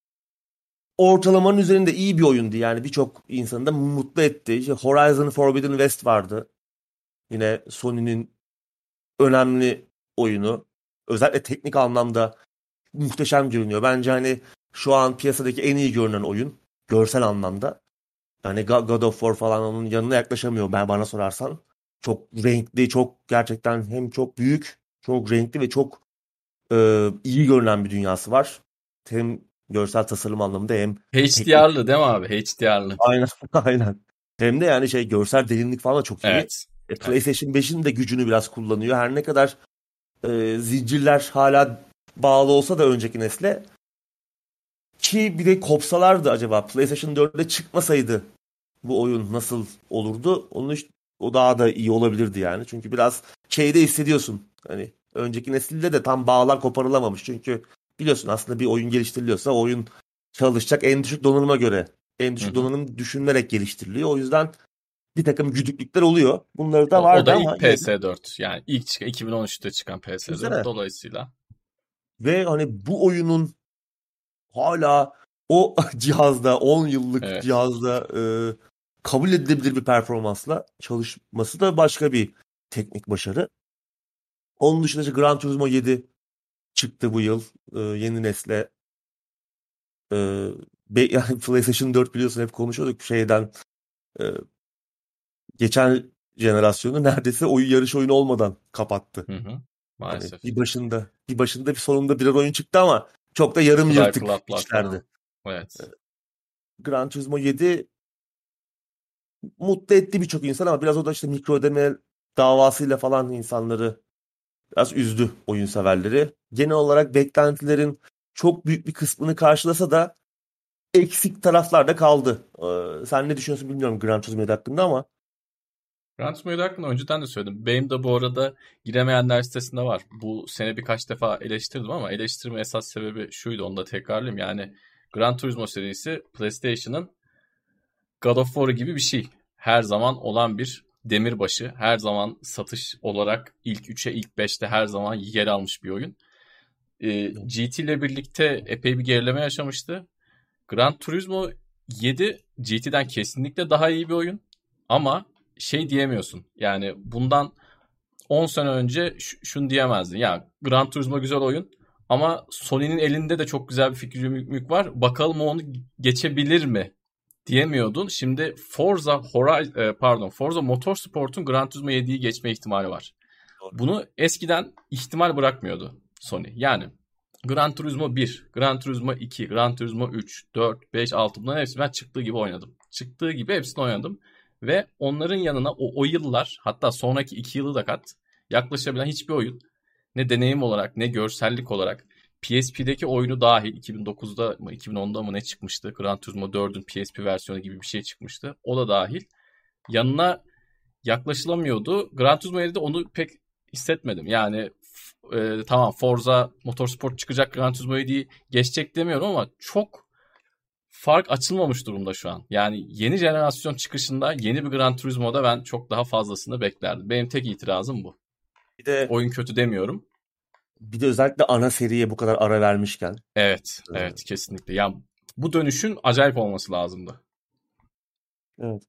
ortalamanın üzerinde iyi bir oyundu. Yani birçok insanı da mutlu etti. İşte Horizon Forbidden West vardı. Yine Sony'nin önemli oyunu. Özellikle teknik anlamda muhteşem görünüyor. Bence hani şu an piyasadaki en iyi görünen oyun. Görsel anlamda. Yani Ga- God of War falan onun yanına yaklaşamıyor ben bana sorarsan. Çok renkli, çok gerçekten hem çok büyük, çok renkli ve çok e, iyi görünen bir dünyası var. Hem görsel tasarım anlamında hem teknik. H D R'lı değil mi abi? H D R'lı. Aynen, aynen. Hem de yani şey görsel derinlik falan da çok iyi. Evet. E, Evet. PlayStation beşin de gücünü biraz kullanıyor. Her ne kadar e, zincirler hala bağlı olsa da önceki nesle ki bir de kopsalardı acaba PlayStation dörtte çıkmasaydı bu oyun nasıl olurdu? Onun iş- o daha da iyi olabilirdi yani. Çünkü biraz şeyde hissediyorsun. Hani önceki nesilde de tam bağlar koparılamamış. Çünkü biliyorsun aslında bir oyun geliştiriliyorsa o oyun çalışacak en düşük donanıma göre. En Hı düşük hı. donanım düşünülerek geliştiriliyor. O yüzden bir takım güdüklükler oluyor. Bunları da O, o vardı da ama ilk yine de P S dört. Yani ilk çıkan iki bin on üçte çıkan P S dört düşünsene. dolayısıyla. Ve hani bu oyunun hala o cihazda on yıllık Evet. cihazda e, kabul edilebilir bir performansla çalışması da başka bir teknik başarı. Onun dışında işte Gran Turismo yedi çıktı bu yıl. E, yeni nesle. E, be- yani PlayStation dört biliyorsun hep konuşuyorduk şeyden. E, geçen jenerasyonu neredeyse oyun yarış oyunu olmadan kapattı. Hı hı. Hani Maalesef. bir başında bir başında bir sonunda birer oyun çıktı ama çok da yarım Cry yırtık Club'lar işlerdi. falan. Evet. Gran Turismo yedi mutlu etti birçok insan ama biraz o da işte mikro ödeme davasıyla falan insanları biraz üzdü oyun severleri. Genel olarak beklentilerin çok büyük bir kısmını karşılasa da eksik taraflar da kaldı. Ee, sen ne düşünüyorsun bilmiyorum Gran Turismo hakkında ama. Gran Turismo'yu da hakkında önceden de söyledim. Benim de bu arada giremeyenler sitesinde var. Bu sene birkaç defa eleştirdim ama eleştirme esas sebebi şuydu, onu da tekrarlayayım. Yani Gran Turismo serisi PlayStation'ın God of War gibi bir şey. Her zaman olan bir demirbaşı. Her zaman satış olarak ilk üçe, ilk beşte her zaman yer almış bir oyun. Ee, G T ile birlikte epey bir gerileme yaşamıştı. Gran Turismo yedi G T'den kesinlikle daha iyi bir oyun. Ama şey diyemiyorsun. Yani bundan on sene önce ş- şunu diyemezdin. Ya Gran Turismo güzel oyun ama Sony'nin elinde de çok güzel bir fikri mülk var. Bakalım o onu geçebilir mi diyemiyordun. Şimdi Forza Horizon, e, pardon Forza Motorsport'un Gran Turismo yediyi geçme ihtimali var. Doğru. Bunu eskiden ihtimal bırakmıyordu Sony. Yani Gran Turismo bir, Gran Turismo iki, Gran Turismo üç, dört, beş, altı bunların hepsini ben çıktığı gibi oynadım. Çıktığı gibi hepsini oynadım. Ve onların yanına o, o yıllar, hatta sonraki iki yılı da kat, yaklaşabilen hiçbir oyun ne deneyim olarak ne görsellik olarak P S P'deki oyunu dahil iki bin dokuzda mı iki bin onda mı ne çıkmıştı? Gran Turismo dördün P S P versiyonu gibi bir şey çıkmıştı. O da dahil. Yanına yaklaşılamıyordu. Gran Turismo yedide onu pek hissetmedim. Yani e, tamam Forza Motorsport çıkacak, Gran Turismo yediyi geçecek demiyorum ama çok fark açılmamış durumda şu an. Yani yeni jenerasyon çıkışında yeni bir Gran Turismo'da ben çok daha fazlasını beklerdim. Benim tek itirazım bu. Bir de Oyun kötü demiyorum. bir de özellikle ana seriye bu kadar ara vermişken. Evet, e, evet kesinlikle. Yani bu dönüşün acayip olması lazımdı. evet.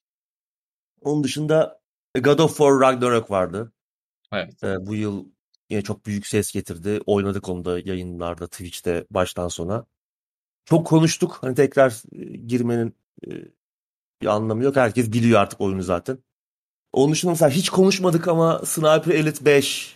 Onun dışında God of War Ragnarok vardı. Evet. E, bu yıl yine çok büyük ses getirdi. Oynadık onu da yayınlarda, Twitch'te baştan sona. Çok konuştuk. Hani tekrar e, girmenin e, bir anlamı yok. Herkes biliyor artık oyunu zaten. Onun dışında mesela hiç konuşmadık ama Sniper Elite beş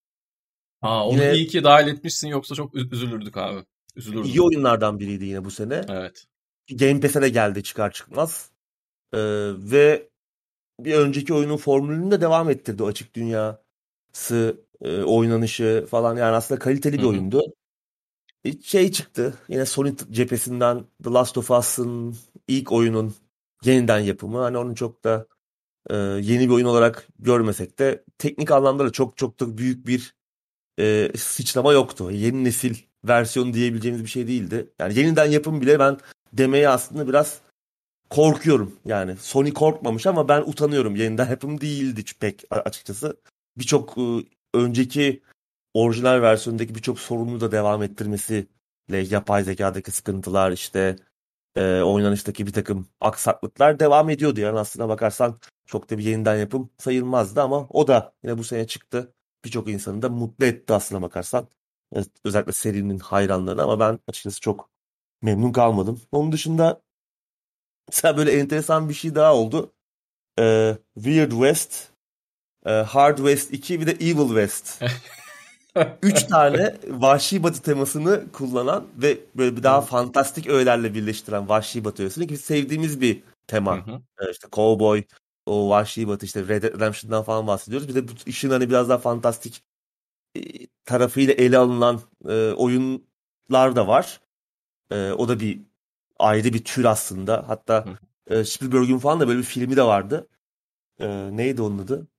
Aa, onu yine iyi ki dahil etmişsin yoksa çok ü- üzülürdük abi. iyi Üzülürdüm. oyunlardan biriydi yine bu sene. Evet. Game Pass'e de geldi çıkar çıkmaz. Ee, ve bir önceki oyunun formülünü de devam ettirdi. O açık dünyası, e, oynanışı falan. Yani aslında kaliteli Hı bir hı. oyundu. Bir şey çıktı. Yine Sony cephesinden The Last of Us'ın ilk oyunun yeniden yapımı. Hani onu çok da e, yeni bir oyun olarak görmesek de teknik anlamda da çok çok da büyük bir e, sıçrama yoktu. Yeni nesil versiyonu diyebileceğimiz bir şey değildi. Yani yeniden yapım bile ben demeye aslında biraz korkuyorum. Yani Sony korkmamış ama ben utanıyorum. Yeniden yapım değildi pek a- açıkçası. Birçok e, önceki orijinal versiyondaki birçok sorunu da devam ettirmesiyle yapay zekadaki sıkıntılar işte e, oynanıştaki bir takım aksaklıklar devam ediyordu. Yani aslına bakarsan çok da bir yeniden yapım sayılmazdı ama o da yine bu sene çıktı. Birçok insanı da mutlu etti aslına bakarsan. Evet, özellikle serinin hayranlarını ama ben açıkçası çok memnun kalmadım. Onun dışında mesela böyle enteresan bir şey daha oldu. Ee, Weird West, e, Hard West iki bir de Evil West. Üç tane Vahşi Batı temasını kullanan ve böyle bir daha Evet. fantastik öğelerle birleştiren Vahşi Batı öğesini ki sevdiğimiz bir Hı tema. hı. Ee, işte Cowboy, o Vahşi Batı işte Red Dead Redemption'dan falan bahsediyoruz. Bir de bu işin hani biraz daha fantastik e, tarafıyla ele alınan e, oyunlar da var. E, o da bir ayrı bir tür aslında. Hatta Hı. e, Spielberg'ün falan da böyle bir filmi de vardı. E, neydi onun adı?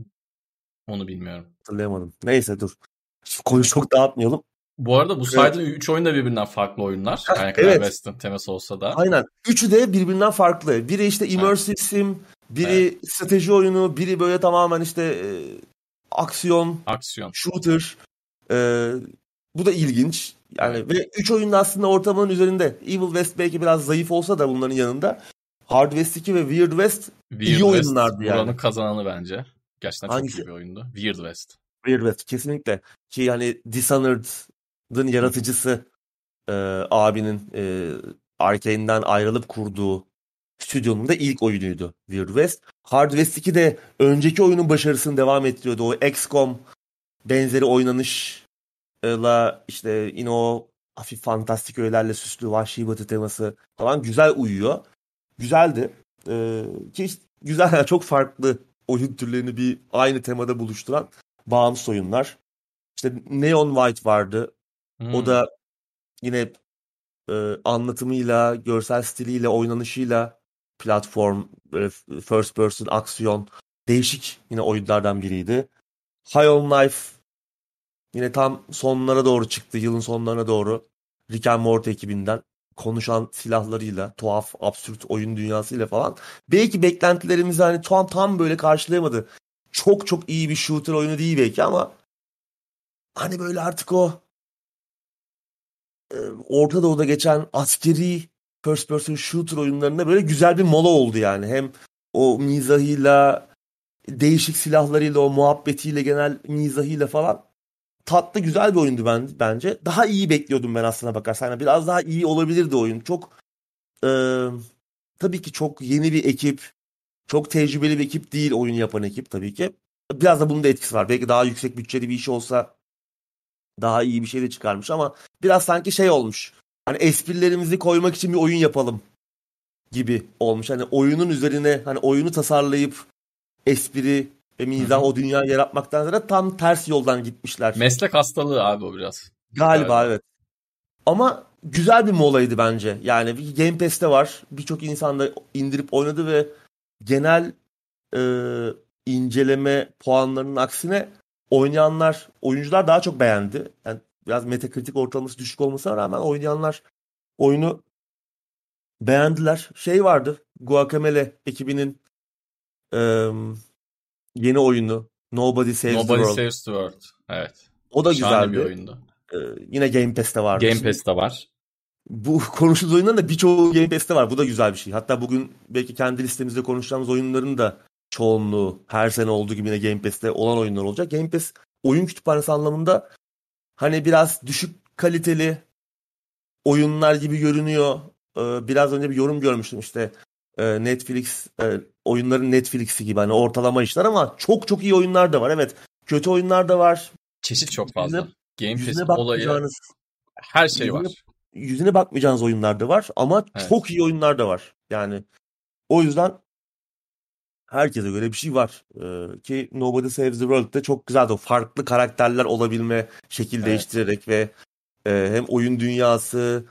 Onu bilmiyorum. Hatırlayamadım. Neyse dur. Şimdi konuyu çok dağıtmayalım. Bu arada bu E, saydığın üç oyun da birbirinden farklı oyunlar. Her ne kadar evet. Western teması olsa da. Aynen. Üçü de birbirinden farklı. Biri işte Evet. immersive sim, Evet. biri strateji oyunu, biri böyle tamamen işte e, aksiyon, Aksiyon. shooter. E, bu da ilginç. Evet. Yani ve üç oyun da aslında ortamının üzerinde. Evil West belki biraz zayıf olsa da bunların yanında. Hard West iki ve Weird West iyi Weird West oyunlardı yani. buranın kazananı bence. Gerçekten çok Hangisi? iyi bir oyundu. Weird West. Weird West kesinlikle. Ki hani Dishonored'ın Hı hı. yaratıcısı e, abinin e, Arkane'den ayrılıp kurduğu stüdyonun da ilk oyunuydu Weird West. Hard West iki de önceki oyunun başarısını devam ettiriyordu. O X COM benzeri oynanışla işte yine o hafif fantastik öğelerle süslü Vahşi Batı teması falan güzel uyuyor. Güzeldi. Ee, ki işte güzel yani çok farklı oyun türlerini bir aynı temada buluşturan bağımsız oyunlar. İşte Neon White vardı. O Hmm. da yine e, anlatımıyla, görsel stiliyle, oynanışıyla platform, böyle first person aksiyon değişik yine oyunlardan biriydi. High on Life yine tam sonlara doğru çıktı, yılın sonlarına doğru. Rick and Morty ekibinden konuşan silahlarıyla, tuhaf, absürt oyun dünyasıyla falan. Belki beklentilerimizi hani tam tam böyle karşılayamadı. Çok çok iyi bir shooter oyunu değil belki ama hani böyle artık o e, Orta Doğu'da geçen askeri first person shooter oyunlarında böyle güzel bir mola oldu yani. Hem o mizahıyla, değişik silahlarıyla, o muhabbetiyle, genel mizahıyla falan tatlı güzel bir oyundu ben bence. Daha iyi bekliyordum ben aslına bakarsan. Yani biraz daha iyi olabilirdi oyun. Çok e, tabii ki çok yeni bir ekip, çok tecrübeli bir ekip değil oyun yapan ekip tabii ki. Biraz da bunun da etkisi var. Belki daha yüksek bütçeli bir iş olsa daha iyi bir şey de çıkarmış ama biraz sanki şey olmuş. Hani esprilerimizi koymak için bir oyun yapalım gibi olmuş. Hani oyunun üzerine hani oyunu tasarlayıp espri ve Hı mizah hı. o dünyayı yaratmaktan sonra tam ters yoldan gitmişler. Meslek hastalığı abi o biraz. Galiba Galiba. evet. Ama güzel bir molaydı bence. Yani bir Game Pass'te var. Birçok insan da indirip oynadı ve genel e, inceleme puanlarının aksine oynayanlar, oyuncular daha çok beğendi. Yani biraz Metacritic ortalaması düşük olmasına rağmen oynayanlar oyunu beğendiler. Şey vardı. Guacamelee ekibinin e, yeni oyunu Nobody Saves the Nobody World. Saves the World. Evet. O da Şahane bir güzeldi. oyundu. E, yine Game Pass'te vardı. Game Şimdi Pass'te var. bu konuştuğumuz oyunların da birçoğu Game Pass'te var. Bu da güzel bir şey. Hatta bugün belki kendi listemizde konuşacağımız oyunların da çoğunluğu her sene olduğu gibi yine Game Pass'te olan oyunlar olacak. Game Pass oyun kütüphanesi anlamında hani biraz düşük kaliteli oyunlar gibi görünüyor. Ee, biraz önce bir yorum görmüştüm işte e, Netflix e, oyunların Netflix'i gibi hani ortalama işler ama çok çok iyi oyunlar da var. Evet, kötü oyunlar da var. Çeşit çok Yüzüne fazla. Game Pass yüzüne olayı bakmayacağınız her şey yüzüne var. yüzüne bakmayacağınız oyunlar da var ama Evet. çok iyi oyunlar da var. Yani o yüzden herkese göre bir şey var. Ee, ki Nobody Saves the World'de çok güzel de o farklı karakterler olabilme, şekil Evet. değiştirerek ve e, hem oyun dünyası,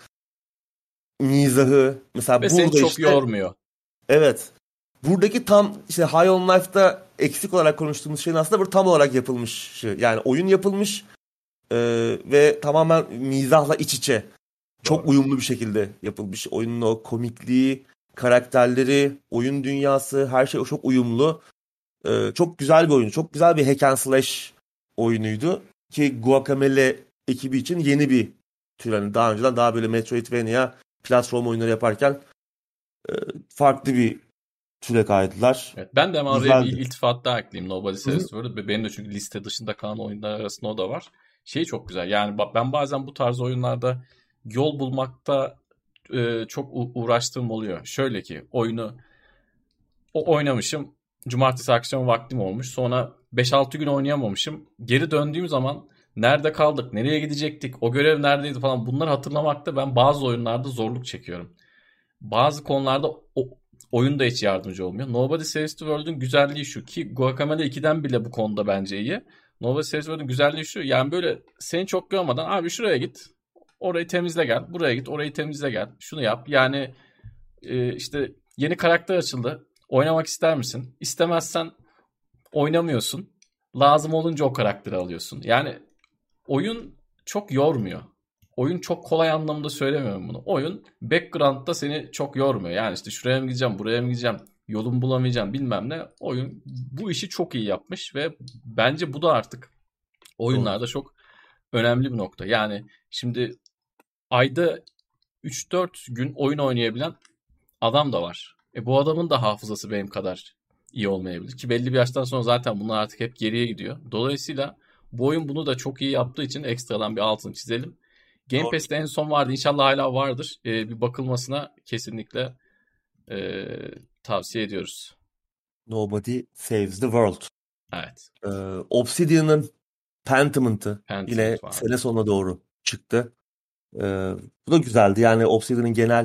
mizahı. Ve Mesela seni burada çok işte yormuyor. evet. Buradaki tam işte High on Life'da eksik olarak konuştuğumuz şeyin aslında burada tam olarak yapılmış şey. Yani oyun yapılmış e, ve tamamen mizahla iç içe. Çok Doğru. uyumlu bir şekilde yapılmış. Oyunun o komikliği, karakterleri, oyun dünyası her şey o çok uyumlu. Ee, çok güzel bir oyun. Çok güzel bir hack and slash oyunuydu. Ki Guacamelee ekibi için yeni bir tür. Hani daha önceden daha böyle Metroidvania platform oyunları yaparken e, farklı bir türe kaydılar. Evet, ben de hemen araya bir Güzeldi. iltifat daha ekleyeyim. Nobody Hı Saves hı. the World. Benim de çünkü liste dışında kalan oyunlar arasında o da var. Şey çok güzel. Yani ba- ben bazen bu tarz oyunlarda yol bulmakta e, çok u- uğraştığım oluyor. Şöyle ki oyunu o oynamışım. Cumartesi akşamı vaktim olmuş. Sonra beş altı gün oynayamamışım. Geri döndüğüm zaman nerede kaldık, nereye gidecektik, o görev neredeydi falan bunları hatırlamakta ben bazı oyunlarda zorluk çekiyorum. Bazı konularda o, oyun da hiç yardımcı olmuyor. Nobody Saves the World'ün güzelliği şu ki Guacamelee ikiden bile bu konuda bence iyi. Nobody Saves the World'ün güzelliği şu yani böyle seni çok görmeden abi şuraya git. Orayı temizle gel. Buraya git. Orayı temizle gel. Şunu yap. Yani e, işte yeni karakter açıldı. Oynamak ister misin? İstemezsen oynamıyorsun. Lazım olunca o karakteri alıyorsun. Yani oyun çok yormuyor. Oyun çok kolay anlamda söylemiyorum bunu. Oyun background'da seni çok yormuyor. Yani işte şuraya mı gideceğim, buraya mı gideceğim, yolumu bulamayacağım bilmem ne. Oyun bu işi çok iyi yapmış ve bence bu da artık Doğru. oyunlarda çok önemli bir nokta. Yani şimdi ayda üç dört gün oyun oynayabilen adam da var. E bu adamın da hafızası benim kadar iyi olmayabilir. Ki belli bir yaştan sonra zaten bunlar artık hep geriye gidiyor. Dolayısıyla bu oyun bunu da çok iyi yaptığı için ekstradan bir altını çizelim. Game Doğru. Pass'te en son vardı. İnşallah hala vardır. E, bir bakılmasına kesinlikle e, tavsiye ediyoruz. Nobody Saves the World. Evet. Ee, Obsidian'ın Pentiment yine Pentiment vardı. sene sonuna doğru çıktı. Ee, bu da güzeldi. Yani Obsidian'ın genel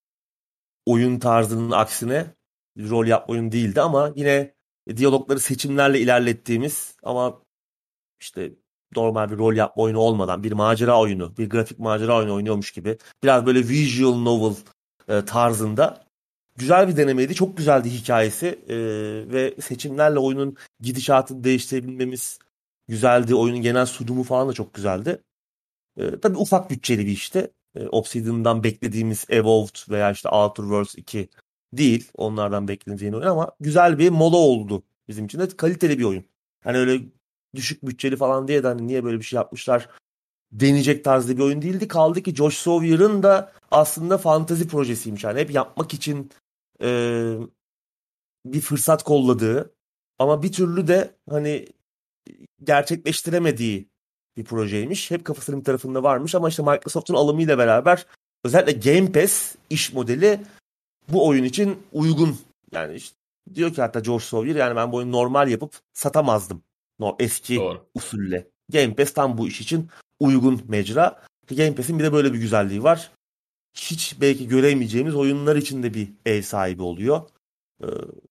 oyun tarzının aksine rol yapma oyun değildi ama yine diyalogları seçimlerle ilerlettiğimiz ama işte normal bir rol yapma oyunu olmadan bir macera oyunu, bir grafik macera oyunu oynuyormuş gibi biraz böyle visual novel e, tarzında güzel bir denemeydi. Çok güzeldi hikayesi e, ve seçimlerle oyunun gidişatını değiştirebilmemiz güzeldi. Oyunun genel sunumu falan da çok güzeldi. E, tabii ufak bütçeli bir işte. E, Obsidian'dan beklediğimiz Evolved veya işte Outer Worlds iki değil. Onlardan beklediğim oyun ama güzel bir mola oldu bizim için de. Kaliteli bir oyun. Hani öyle düşük bütçeli falan diye de hani niye böyle bir şey yapmışlar deneyecek tarzda bir oyun değildi. Kaldı ki Josh Sawyer'ın da aslında fantezi projesiymiş. Yani hep yapmak için e, bir fırsat kolladığı ama bir türlü de hani gerçekleştiremediği bir projeymiş. Hep kafasının bir tarafında varmış ama işte Microsoft'un alımıyla beraber özellikle Game Pass iş modeli bu oyun için uygun. Yani işte diyor ki hatta George Sawyer yani ben bu oyunu normal yapıp satamazdım. No, eski Doğru. usulle. Game Pass tam bu iş için uygun mecra. Game Pass'in bir de böyle bir güzelliği var. Hiç belki göremeyeceğimiz oyunlar için de bir ev sahibi oluyor. Ee,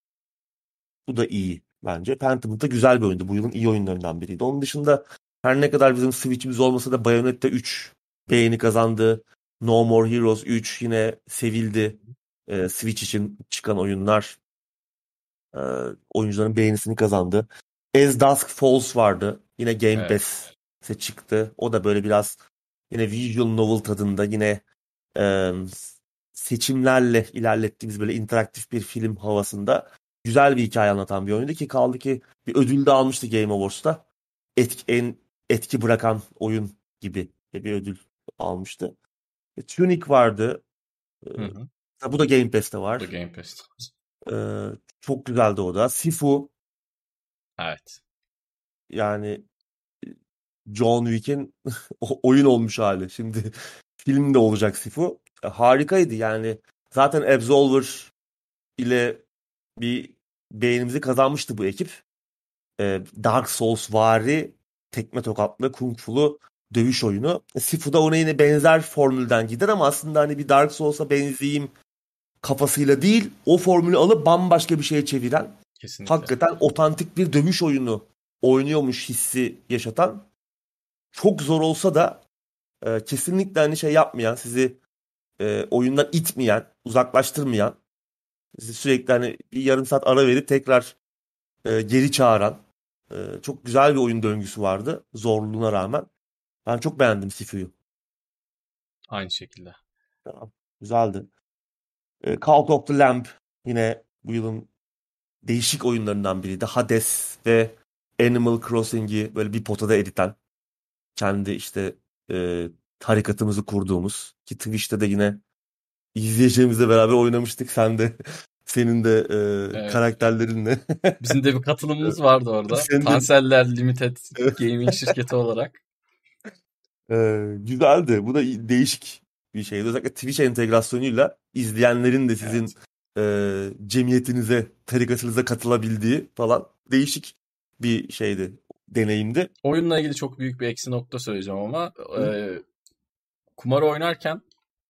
bu da iyi bence. Pentiment da güzel bir oyundu. Bu yılın iyi oyunlarından biriydi. Onun dışında her ne kadar bizim Switch'imiz olmasa da Bayonetta üç beğeni kazandı. No More Heroes üç yine sevildi. Ee, Switch için çıkan oyunlar e, oyuncuların beğenisini kazandı. As Dusk Falls vardı. Yine Game Evet. Pass'e çıktı. O da böyle biraz yine visual novel tadında yine e, seçimlerle ilerlettiğimiz böyle interaktif bir film havasında güzel bir hikaye anlatan bir oyundu ki kaldı ki bir ödül de almıştı Game Awards'ta. Etki, en etki bırakan oyun gibi bir ödül almıştı. E, Tunic vardı. Hı hı. E, bu da Game Pass'te Bu da var. Game Pass'te. E, çok güzeldi o da. Sifu Evet. yani John Wick'in o- oyun olmuş hali. Şimdi film de olacak Sifu. E, harikaydı yani. Zaten Absolver ile bir beğenimizi kazanmıştı bu ekip. Ee, Dark Souls vari tekme tokatlı kung fu'lu dövüş oyunu. Sifu da ona yine benzer formülden gider ama aslında hani bir Dark Souls'a benzeyeyim kafasıyla değil, o formülü alıp bambaşka bir şeye çeviren, Kesinlikle. hakikaten otantik bir dövüş oyunu oynuyormuş hissi yaşatan, çok zor olsa da e, kesinlikle hani şey yapmayan, sizi e, oyundan itmeyen, uzaklaştırmayan, sizi sürekli hani bir yarım saat ara verip tekrar e, geri çağıran e, çok güzel bir oyun döngüsü vardı zorluğuna rağmen. Ben çok beğendim Sifu'yu. Aynı şekilde. Tamam, güzeldi. E, Cult of the Lamb yine bu yılın değişik oyunlarından biriydi. Hades ve Animal Crossing'i böyle bir potada editen, kendi işte e, tarikatımızı kurduğumuz, ki Twitch'te de yine izleyeceğimizle beraber oynamıştık. Sen de senin de e, Evet. karakterlerinle. Bizim de bir katılımımız vardı orada. Senin de Tanseller Limited Gaming şirketi olarak. e, güzeldi. Bu da değişik bir şeydi. Özellikle Twitch entegrasyonuyla izleyenlerin de sizin Evet. e, cemiyetinize, tarikatınıza katılabildiği falan değişik bir şeydi, deneyimdi. Oyunla ilgili çok büyük bir eksi nokta söyleyeceğim ama Hı? e, kumar oynarken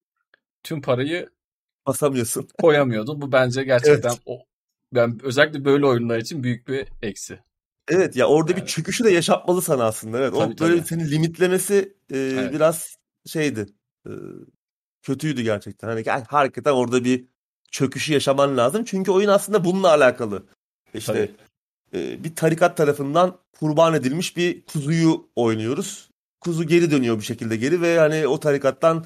tüm parayı Basamıyorsun. koyamıyordun. Bu bence gerçekten Evet. o ben özellikle böyle oyunlar için büyük bir eksi. Evet ya, orada bir Yani çöküşü de yaşatmalı sana aslında. Evet. tabii O böyle tabii. seni limitlemesi e, Evet. biraz şeydi. E, kötüydü gerçekten. Hani gel- hakikaten orada bir çöküşü yaşaman lazım. Çünkü oyun aslında bununla alakalı. İşte Tabii. e, bir tarikat tarafından kurban edilmiş bir kuzuyu oynuyoruz. Kuzu geri dönüyor bir şekilde geri ve hani o tarikattan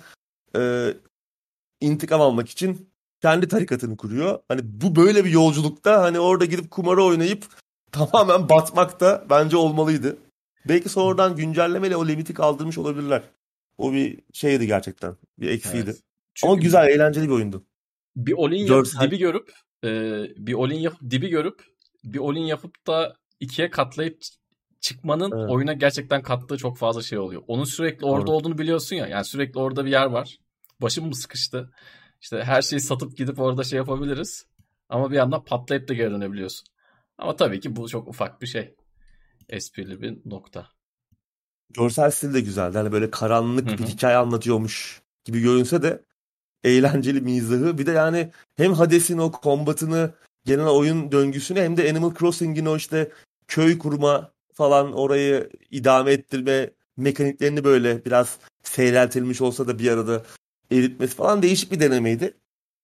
e, intikam almak için kendi tarikatını kuruyor. Hani bu böyle bir yolculukta hani orada gidip kumarı oynayıp tamamen batmak da bence olmalıydı. Belki sonradan güncellemeyle o limiti kaldırmış olabilirler. O bir şeydi gerçekten. Bir eksiydi. Evet. Ama Çünkü güzel, eğlenceli bir oyundu. bir all-in yapıp Görsel. dibi görüp e, bir all-in yapıp dibi görüp bir all-in yapıp da ikiye katlayıp ç- çıkmanın Evet, oyuna gerçekten kattığı çok fazla şey oluyor. Onun sürekli orada doğru. olduğunu biliyorsun ya. Yani sürekli orada bir yer var. Başım mı sıkıştı? İşte her şeyi satıp gidip orada şey yapabiliriz. Ama bir yandan patlayıp da geri dönebiliyorsun. Ama tabii ki bu çok ufak bir şey. Esprili bir nokta. Görsel stil de güzeldi. Hani böyle Hı karanlık bir hı. hikaye anlatıyormuş gibi görünse de eğlenceli mizahı. Bir de yani hem Hades'in o kombatını, genel oyun döngüsünü, hem de Animal Crossing'in o işte köy kurma falan, orayı idame ettirme mekaniklerini böyle biraz seyreltilmiş olsa da bir arada eritmesi falan değişik bir denemeydi.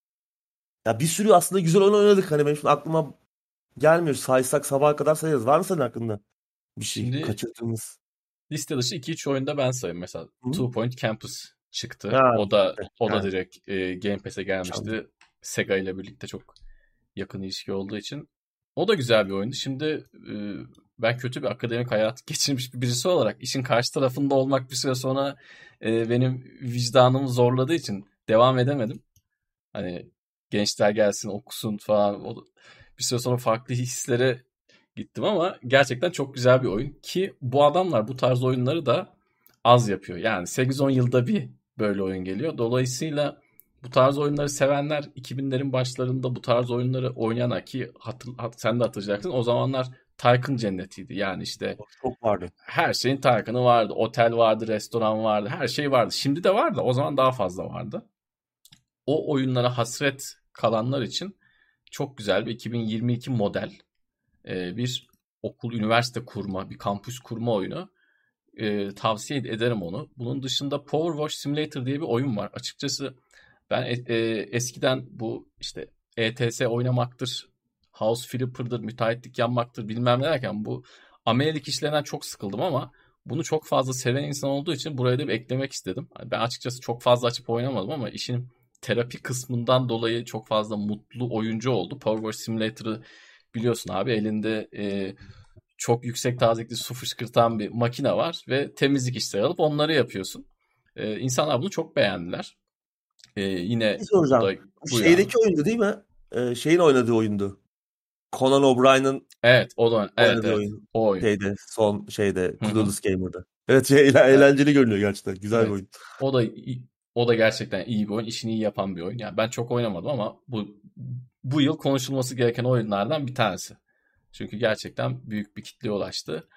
Ya bir sürü aslında güzel oyun oynadık. Hani benim şimdi aklıma gelmiyor. Saysak sabaha kadar sayarız. Var mı senin hakkında bir şey Şimdi kaçırdığımız? liste dışı iki üç oyunda ben sayayım. Mesela Hı? Two Point Campus çıktı. Ha, O da işte, o da yani, direkt e, Game Pass'e çaldım. gelmişti. Sega ile birlikte çok yakın ilişki olduğu için. O da güzel bir oyundu. Şimdi e, ben kötü bir akademik hayat geçirmiş bir birisi olarak işin karşı tarafında olmak bir süre sonra e, benim vicdanımı zorladığı için devam edemedim. Hani gençler gelsin okusun falan. O, bir süre sonra farklı hislere gittim ama gerçekten çok güzel bir oyun. Ki bu adamlar bu tarz oyunları da az yapıyor. Yani sekiz on yılda bir böyle oyun geliyor. Dolayısıyla bu tarz oyunları sevenler iki binlerin başlarında bu tarz oyunları oynayan ki hatır, hat- sen de hatırlayacaksın. O zamanlar Tycoon cennetiydi. Yani işte Çok vardı. her şeyin Tycoon'ı vardı. Otel vardı, restoran vardı, her şey vardı. Şimdi de var da o zaman daha fazla vardı. O oyunlara hasret kalanlar için çok güzel bir iki bin yirmi iki model e, bir okul, üniversite kurma, bir kampüs kurma oyunu. E, tavsiye ederim onu. Bunun dışında Power Wash Simulator diye bir oyun var. Açıkçası ben e, e, eskiden bu işte E T S oynamaktır, House Flipper'dır, müteahhitlik yapmaktır bilmem ne derken bu amelelik işlerinden çok sıkıldım ama bunu çok fazla seven insan olduğu için buraya da bir eklemek istedim. Ben açıkçası çok fazla açıp oynamadım ama işin terapi kısmından dolayı çok fazla mutlu oyuncu oldu. Power Wash Simulator'ı biliyorsun abi elinde e, çok yüksek tazelikli su fışkırtan bir makine var ve temizlik işleri alıp onları yapıyorsun. E, insanlar bunu çok beğendiler. E, Bir yine şey bu da soracağım. Bu buyur abi. şeydeki oyundu değil mi? Ee, şeyin oynadığı oyundu. Conan O'Brien'ın Evet o da evet oynadığı evet oyun. o oyun. Şeyde, son şeyde, Hı hı. Clueless Gamer'da. Evet, şey, eğlen- Evet, eğlenceli görünüyor gerçekten. Güzel bir evet. oyun. O da o da gerçekten iyi bir oyun. İşini iyi yapan bir oyun. Yani ben çok oynamadım ama bu bu yıl konuşulması gereken oyunlardan bir tanesi. Çünkü gerçekten büyük bir kitleye ulaştı.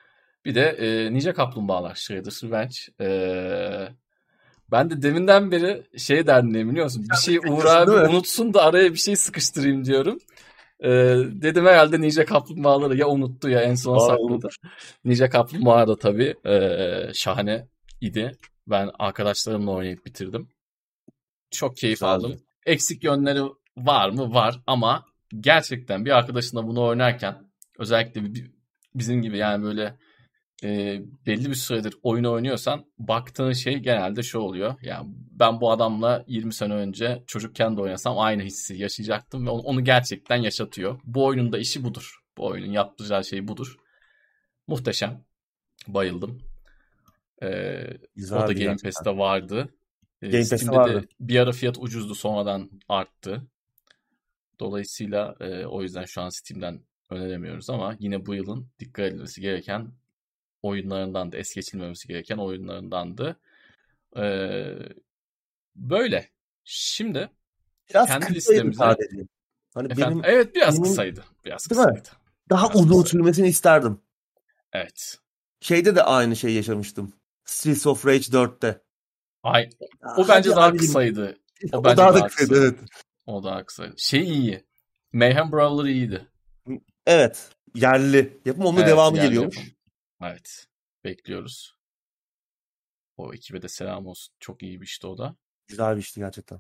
Bir de e, Ninja Kaplumbağalar, Shredder's Revenge. E, ben de deminden beri şey derdim, ne biliyor musun? Bir şey Uğur abi unutsun da araya bir şey sıkıştırayım diyorum. E, dedim herhalde Ninja Kaplumbağaları ya unuttu ya en son sakladı. Ninja Kaplumbağa da tabii e, şahane idi. Ben arkadaşlarımla oynayıp bitirdim. Çok keyif Güzeldi. aldım. Eksik yönleri var mı? Var ama gerçekten bir arkadaşınla bunu oynarken, özellikle bir- bizim gibi yani böyle e, belli bir süredir oyun oynuyorsan baktığın şey genelde şu oluyor. Yani ben bu adamla yirmi sene önce çocukken de oynasam aynı hissi yaşayacaktım ve onu, onu gerçekten yaşatıyor. Bu oyunun da işi budur. Bu oyunun yaptıracağı şey budur. Muhteşem. Bayıldım. Ee, o da Game Pass'te vardı. Ee, Game Pass'te Steam'de vardı. de bir ara fiyat ucuzdu, sonradan arttı. Dolayısıyla e, o yüzden şu an Steam'den öneremiyoruz ama yine bu yılın dikkat edilmesi gereken oyunlarından da, es geçilmemesi gereken oyunlarındandı. Ee, böyle. Şimdi biraz kendi listemize... Hani Efendim, benim, evet biraz benim, kısaydı. Biraz değil kısaydı. Mi? Daha biraz uzun kısaydı. sürmesini isterdim. Evet. Şeyde de aynı şeyi yaşamıştım. Streets of Rage dörtte. Ay, o bence daha abicim. kısaydı. O, o bence daha, daha da kısaydı, kısaydı, evet. O daha kısaydı. Şey iyi. Mayhem Brawler iyiydi. Evet. Yerli. Yapım onun evet, devamı geliyormuş. Yapım. Evet. Bekliyoruz. O ekibe de selam olsun. Çok iyi bir işti o da. Güzel bir işti gerçekten.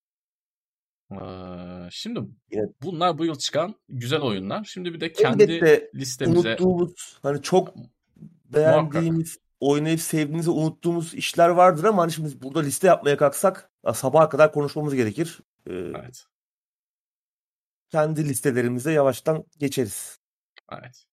Ee, şimdi evet. Bunlar bu yıl çıkan güzel oyunlar. Şimdi bir de kendi Elbette listemize... unuttuğumuz, hani çok beğendiğimiz, muhakkak. Oynayıp sevdiğimizi unuttuğumuz işler vardır ama hani şimdi burada liste yapmaya kalksak sabaha kadar konuşmamız gerekir. Ee, evet. Kendi listelerimize yavaştan geçeriz. Evet.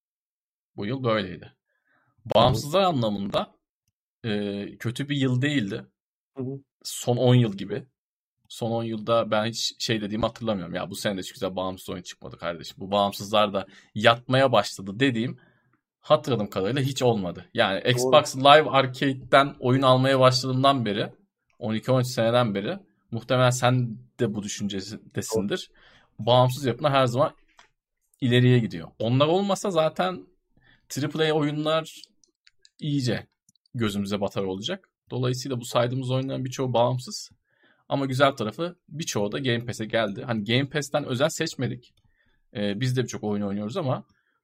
Bu yıl böyleydi. Bağımsızlar Hı-hı. anlamında e, kötü bir yıl değildi. Hı-hı. Son on yıl gibi. Son on yılda ben hiç şey dediğimi hatırlamıyorum. Ya bu sene de hiç güzel bağımsız oyun çıkmadı kardeşim. Bu bağımsızlar da yatmaya başladı dediğim, hatırladığım kadarıyla hiç olmadı. Yani Doğru. Xbox Live Arcade'den oyun almaya başladığımdan beri, on iki on üç seneden beri, muhtemelen sen de bu düşüncedesindir. Doğru. Bağımsız yapımlar her zaman ileriye gidiyor. Onlar olmasa zaten triple A oyunlar iyice gözümüze batar olacak. Dolayısıyla bu saydığımız oyunların birçoğu bağımsız. Ama güzel tarafı birçoğu da Game Pass'e geldi. Hani Game Pass'ten özel seçmedik. Ee, biz de birçok oyun oynuyoruz ama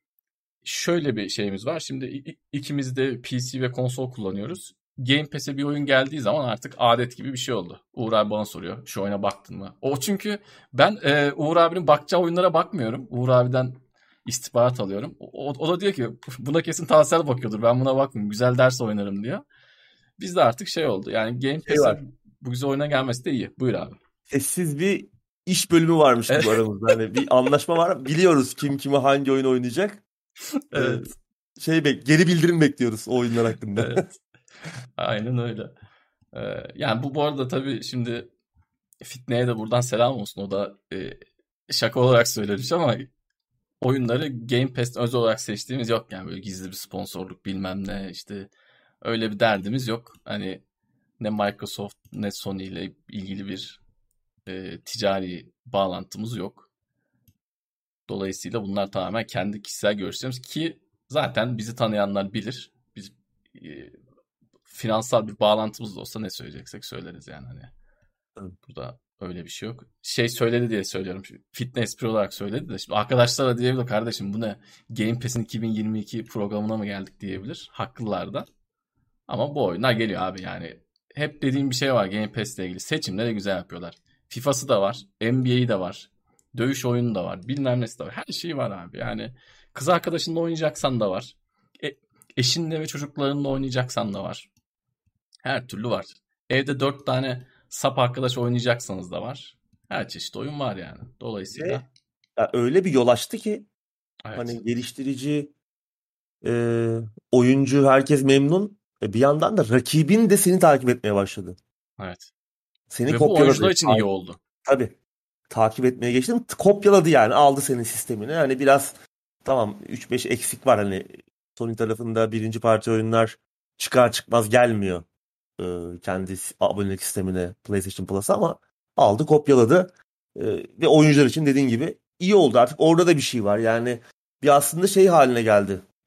şöyle bir şeyimiz var. Şimdi ikimiz de P C ve konsol kullanıyoruz. Game Pass'e bir oyun geldiği zaman artık adet gibi bir şey oldu. Uğur abi bana soruyor, şu oyuna baktın mı? O çünkü ben e, Uğur abinin bakacağı oyunlara bakmıyorum. Uğur abiden istihbarat alıyorum. O, o da diyor ki buna kesin Tansel bakıyordur, ben buna bakmıyorum, güzel ders oynarım diyor. Biz de artık şey oldu yani, Game Pass'e şey bu güzel oyuna gelmesi de iyi. Buyur abi. Sessiz bir iş bölümü varmış gibi aramızda. Hani bir anlaşma var. Biliyoruz kim kime hangi oyun oynayacak. Evet. Ee, şey bek geri bildirim bekliyoruz o oyunlar hakkında. Evet. Aynen öyle. Ee, yani bu bu arada tabii şimdi Fitne'ye de buradan selam olsun. O da e, şaka olarak söylemiş ama oyunları Game Pass'ten özel olarak seçtiğimiz yok. Yani böyle gizli bir sponsorluk bilmem ne, işte öyle bir derdimiz yok. Hani ne Microsoft ne Sony ile ilgili bir e, ticari bağlantımız yok. Dolayısıyla bunlar tamamen kendi kişisel görüşlerimiz ki zaten bizi tanıyanlar bilir. Biz e, finansal bir bağlantımız da olsa ne söyleyeceksek söyleriz yani, hani. Evet. Burada öyle bir şey yok. Şey söyledi diye söylüyorum. Fitness Pro olarak söyledi de şimdi arkadaşlara diyebilir, kardeşim bu ne? Game Pass'in iki bin yirmi iki programına mı geldik diyebilir. Haklılar da. Ama bu oyunlar geliyor abi yani. Hep dediğim bir şey var Game Pass'le ilgili. Seçimleri güzel yapıyorlar. FIFA'sı da var. N B A'yi de var. Dövüş oyunu da var. Bilmem nesi de var. Her şey var abi. Yani kız arkadaşınla oynayacaksan da var. E, eşinle ve çocuklarınla oynayacaksan da var. Her türlü var. Evde dört tane sap arkadaş oynayacaksanız da var. Her çeşit oyun var yani. Dolayısıyla. Ve, ya öyle bir yol açtı ki evet. Hani geliştirici, e, oyuncu, herkes memnun. E, bir yandan da rakibin de seni takip etmeye başladı. Evet. Seni ve bu oyuncular için iyi oldu. Tabii. Takip etmeye geçtim. Kopyaladı yani. Aldı senin sistemini. Hani biraz tamam üç beş eksik var. Hani Sony tarafında birinci parti oyunlar çıkar çıkmaz gelmiyor. Ee, kendi abonelik sistemine, PlayStation Plus'a, ama aldı kopyaladı. Ee, ve oyuncular için dediğin gibi iyi oldu. Artık orada da bir şey var. Yani bir aslında şey haline geldi.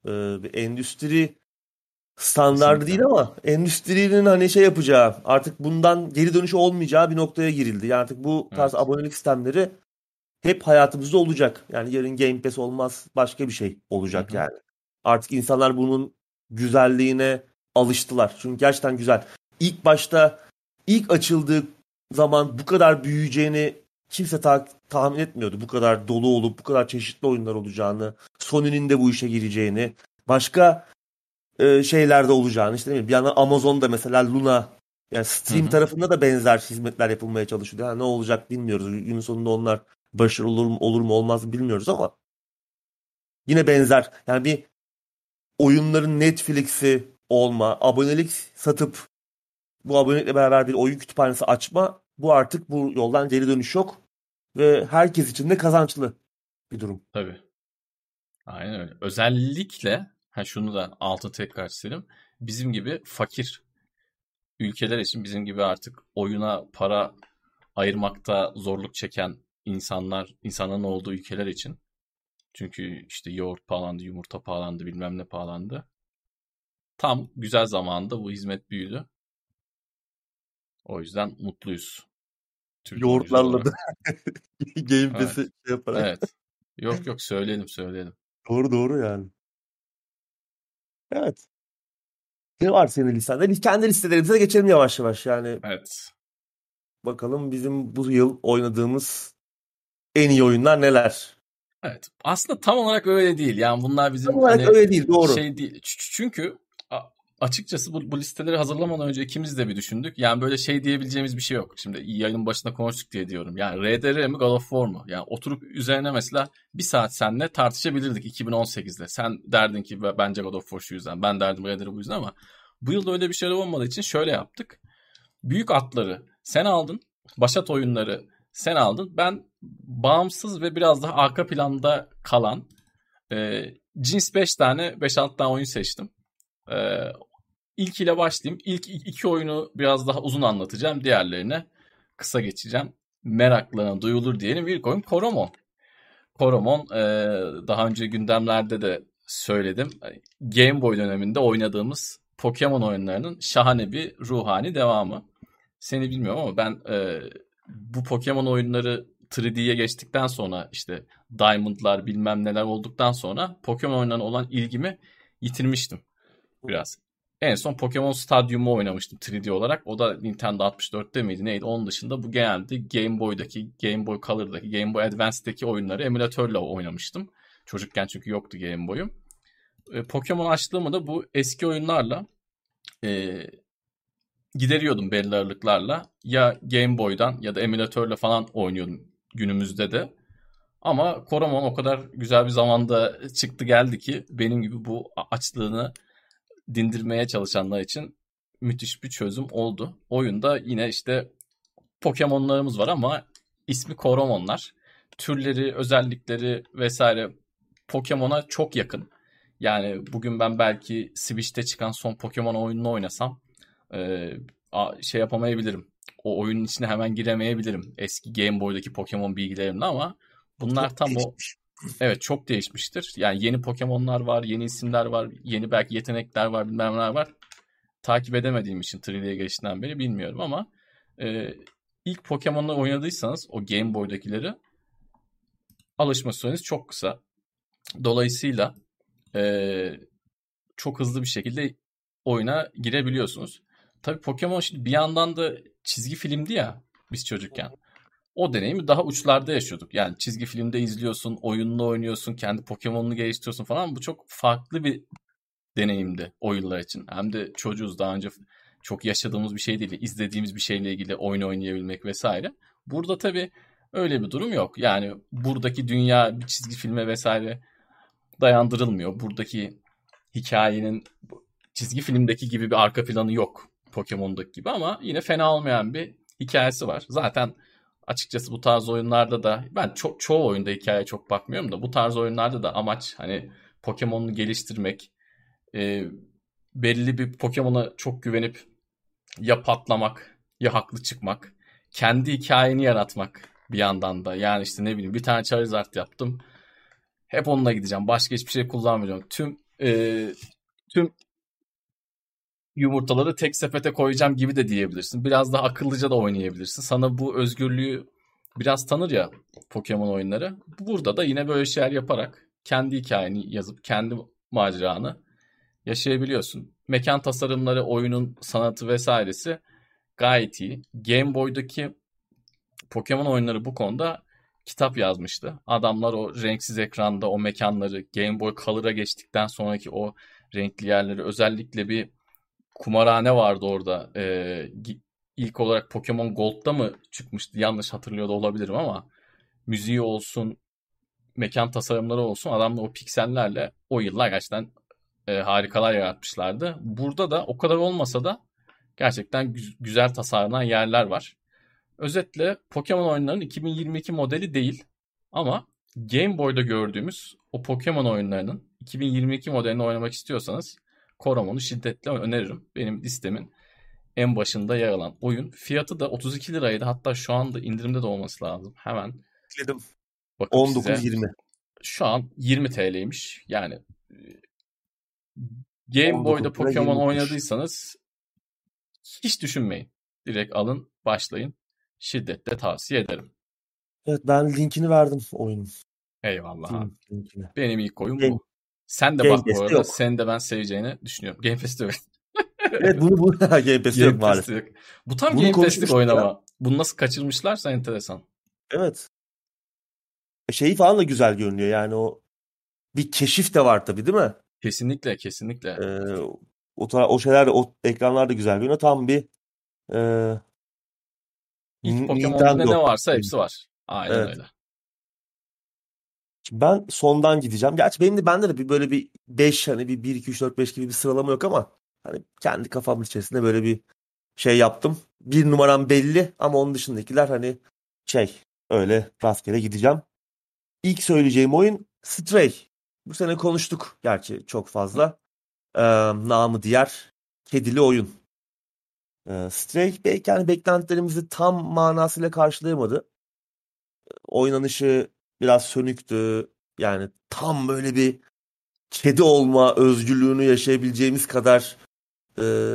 Ee, bir endüstri standardı değil Kesinlikle. ama endüstrinin hani şey yapacağı, artık bundan geri dönüş olmayacağı bir noktaya girildi. Yani artık bu tarz Evet. abonelik sistemleri hep hayatımızda olacak. Yani yarın Game Pass olmaz, başka bir şey Hı olacak hı. yani. Artık insanlar bunun güzelliğine alıştılar. Çünkü gerçekten güzel. İlk başta, ilk açıldığı zaman bu kadar büyüyeceğini kimse ta- tahmin etmiyordu. Bu kadar dolu olup bu kadar çeşitli oyunlar olacağını, Sony'nin de bu işe gireceğini, başka e, şeylerde olacağını. İşte ne bileyim, bir yandan Amazon'da mesela Luna, yani Hı Steam hı. tarafında da benzer hizmetler yapılmaya çalışıyor. Yani ne olacak bilmiyoruz. Günün sonunda onlar başarılı olur mu, olur mu olmaz mı bilmiyoruz ama yine benzer. Yani bir oyunların Netflix'i olma, abonelik satıp bu abonelikle beraber bir oyun kütüphanesi açma, bu artık bu yoldan geri dönüş yok ve herkes için de kazançlı bir durum. Tabii. Aynen öyle. Özellikle ha şunu da altı tekrar çizelim. Bizim gibi fakir ülkeler için, bizim gibi artık oyuna para ayırmakta zorluk çeken insanlar, insanların olduğu ülkeler için. Çünkü işte yoğurt pahalandı, yumurta pahalandı, bilmem ne pahalandı. Tam güzel zamanda bu hizmet büyüdü. O yüzden mutluyuz Türk oyuncular Yoğurtlarla olarak. da Game Pass'i Evet. şey yaparak. Evet. Yok yok, söyleyelim söyleyelim. Doğru doğru yani. Evet. Ne var senin listende? Biz kendi listelerimize geçelim yavaş yavaş. Yani Evet. bakalım bizim bu yıl oynadığımız en iyi oyunlar neler? Evet. Aslında tam olarak öyle değil. Yani bunlar Tam bizim olarak hani öyle değil, doğru. şey değil. Ç- Çünkü a- açıkçası bu, bu listeleri hazırlamadan önce ikimiz de bir düşündük. Yani böyle şey diyebileceğimiz bir şey yok. Şimdi yayının başında konuştuk diye diyorum. Yani R D R mi God of War mu? Yani oturup üzerine mesela bir saat seninle tartışabilirdik iki bin on sekizde. Sen derdin ki bence God of War şu yüzden. Ben derdim R D R bu yüzden ama bu yılda öyle bir şey olmadığı için şöyle yaptık. Büyük atları sen aldın. Başat oyunları sen aldın. Ben bağımsız ve biraz daha arka planda kalan e, cins beş tane beş altı tane oyun seçtim. E, ilk ile başlayayım. İlk iki oyunu biraz daha uzun anlatacağım. Diğerlerine kısa geçeceğim. Meraklarına duyulur diyelim. İlk oyun Koromon. Koromon e, daha önce gündemlerde de söyledim. Game Boy döneminde oynadığımız Pokemon oyunlarının şahane bir ruhani devamı. Seni bilmiyorum ama ben e, bu Pokemon oyunları üç D'ye geçtikten sonra işte Diamond'lar bilmem neler olduktan sonra Pokemon oyunlarına olan ilgimi yitirmiştim biraz. En son Pokemon Stadium'u oynamıştım üç D olarak. O da Nintendo altmış dörtte miydi neydi? Onun dışında bu genelde Game Boy'daki, Game Boy Color'daki, Game Boy Advance'deki oyunları emülatörle oynamıştım. Çocukken çünkü yoktu Game Boy'um. E, Pokemon açlığımı da bu eski oyunlarla e, gideriyordum belli aralıklarla. Ya Game Boy'dan ya da emülatörle falan oynuyordum günümüzde de. Ama Koromon o kadar güzel bir zamanda çıktı geldi ki benim gibi bu açlığını dindirmeye çalışanlar için müthiş bir çözüm oldu. Oyunda yine işte Pokemon'larımız var ama ismi Koromonlar. Türleri, özellikleri vesaire Pokemon'a çok yakın. Yani bugün ben belki Switch'te çıkan son Pokemon oyununu oynasam e, şey yapamayabilirim. O oyunun içine hemen giremeyebilirim. Eski Game Boy'daki Pokemon bilgilerimle ama bunlar Çok tam o. değişmiş. Evet, çok değişmiştir. Yani yeni Pokemon'lar var, yeni isimler var, yeni belki yetenekler var, bilmem neler var. Takip edemediğim için üç D'ye geçtiğinden beri bilmiyorum ama e, ilk Pokemon'la oynadıysanız o Game Boy'dakileri alışma süreniz çok kısa. Dolayısıyla e, çok hızlı bir şekilde oyuna girebiliyorsunuz. Tabii Pokemon şimdi bir yandan da çizgi filmdi ya biz çocukken. O deneyimi daha uçlarda yaşıyorduk. Yani çizgi filmde izliyorsun, oyununu oynuyorsun, kendi Pokemon'unu geliştiriyorsun falan. Bu çok farklı bir deneyimdi o yıllar için. Hem de çocuğuz, daha önce çok yaşadığımız bir şey değil. İzlediğimiz bir şeyle ilgili oyun oynayabilmek vesaire. Burada tabii öyle bir durum yok. Yani buradaki dünya bir çizgi filme vesaire dayandırılmıyor. Buradaki hikayenin çizgi filmdeki gibi bir arka planı yok. Pokemon'daki gibi ama yine fena olmayan bir hikayesi var. Zaten açıkçası bu tarz oyunlarda da ben ço- çoğu oyunda hikayeye çok bakmıyorum da bu tarz oyunlarda da amaç hani Pokemon'u geliştirmek, e, belli bir Pokemon'a çok güvenip ya patlamak ya haklı çıkmak, kendi hikayeni yaratmak bir yandan da. Yani işte ne bileyim bir tane Charizard yaptım. Hep onunla gideceğim. Başka hiçbir şey kullanmayacağım. Tüm Ee, tüm yumurtaları tek sepete koyacağım gibi de diyebilirsin. Biraz daha akıllıca da oynayabilirsin. Sana bu özgürlüğü biraz tanır ya Pokemon oyunları. Burada da yine böyle şeyler yaparak kendi hikayeni yazıp kendi maceranı yaşayabiliyorsun. Mekan tasarımları, oyunun sanatı vesairesi gayet iyi. Game Boy'daki Pokemon oyunları bu konuda kitap yazmıştı. Adamlar o renksiz ekranda o mekanları Game Boy Color'a geçtikten sonraki o renkli yerleri, özellikle bir kumarhane vardı orada. Ee, ilk olarak Pokemon Gold'da mı çıkmıştı? Yanlış hatırlıyor da olabilirim ama müziği olsun, mekan tasarımları olsun, adamlar o piksellerle o yıllar gerçekten e, harikalar yaratmışlardı. Burada da o kadar olmasa da gerçekten gü- güzel tasarlanan yerler var. Özetle Pokemon oyunlarının iki bin yirmi iki modeli değil ama Game Boy'da gördüğümüz o Pokemon oyunlarının iki bin yirmi iki modelini oynamak istiyorsanız Koromon'u şiddetle öneririm. Benim listemin en başında yer alan oyun. Fiyatı da otuz iki liraydı. Hatta şu anda indirimde de olması lazım. Hemen Dedim bakıp size. on dokuz yirmi. Şu an yirmi T L'ymiş. Yani Game Boy'da on dokuz lira Pokemon yirmi kuruş. oynadıysanız hiç düşünmeyin. Direkt alın, başlayın. Şiddetle tavsiye ederim. Evet, ben linkini verdim oyunun. Eyvallah abi. Steam linkini. Benim ilk oyun Game, bu. Sen de Game bak bu Pass'te arada. yok. Seni de ben seveceğini düşünüyorum. Game Pass'te yok. Evet, bunu bu Game Pass'te yok Game Pass'te maalesef. yok. Bu tam Bunu Game Pass'lik oyun konuşmuştuk ya. ama. Bunu nasıl kaçırmışlarsa enteresan. Evet. Şeyi falan da güzel görünüyor. Yani o bir keşif de var tabii, değil mi? Kesinlikle, kesinlikle. Ee, o, tara- o şeyler de, o ekranlar da güzel görünüyor. Tam bir e, İlk N- Pokemon'da ne Nintendo. ne varsa hepsi var. Aynen Evet. öyle. Şimdi ben sondan gideceğim. Gerçi benim de bende de bir böyle bir beş, hani bir bir iki üç dört beş gibi bir sıralama yok ama hani kendi kafamın içerisinde böyle bir şey yaptım. Bir numaram belli ama onun dışındakiler hani şey, öyle rastgele gideceğim. İlk söyleyeceğim oyun Stray. Bu sene konuştuk gerçi çok fazla. Ee, namı diğer kedili oyun. Ee, Stray belki hani beklentilerimizi tam manasıyla karşılayamadı. Oynanışı biraz sönüktü. Yani tam böyle bir kedi olma özgürlüğünü yaşayabileceğimiz kadar e,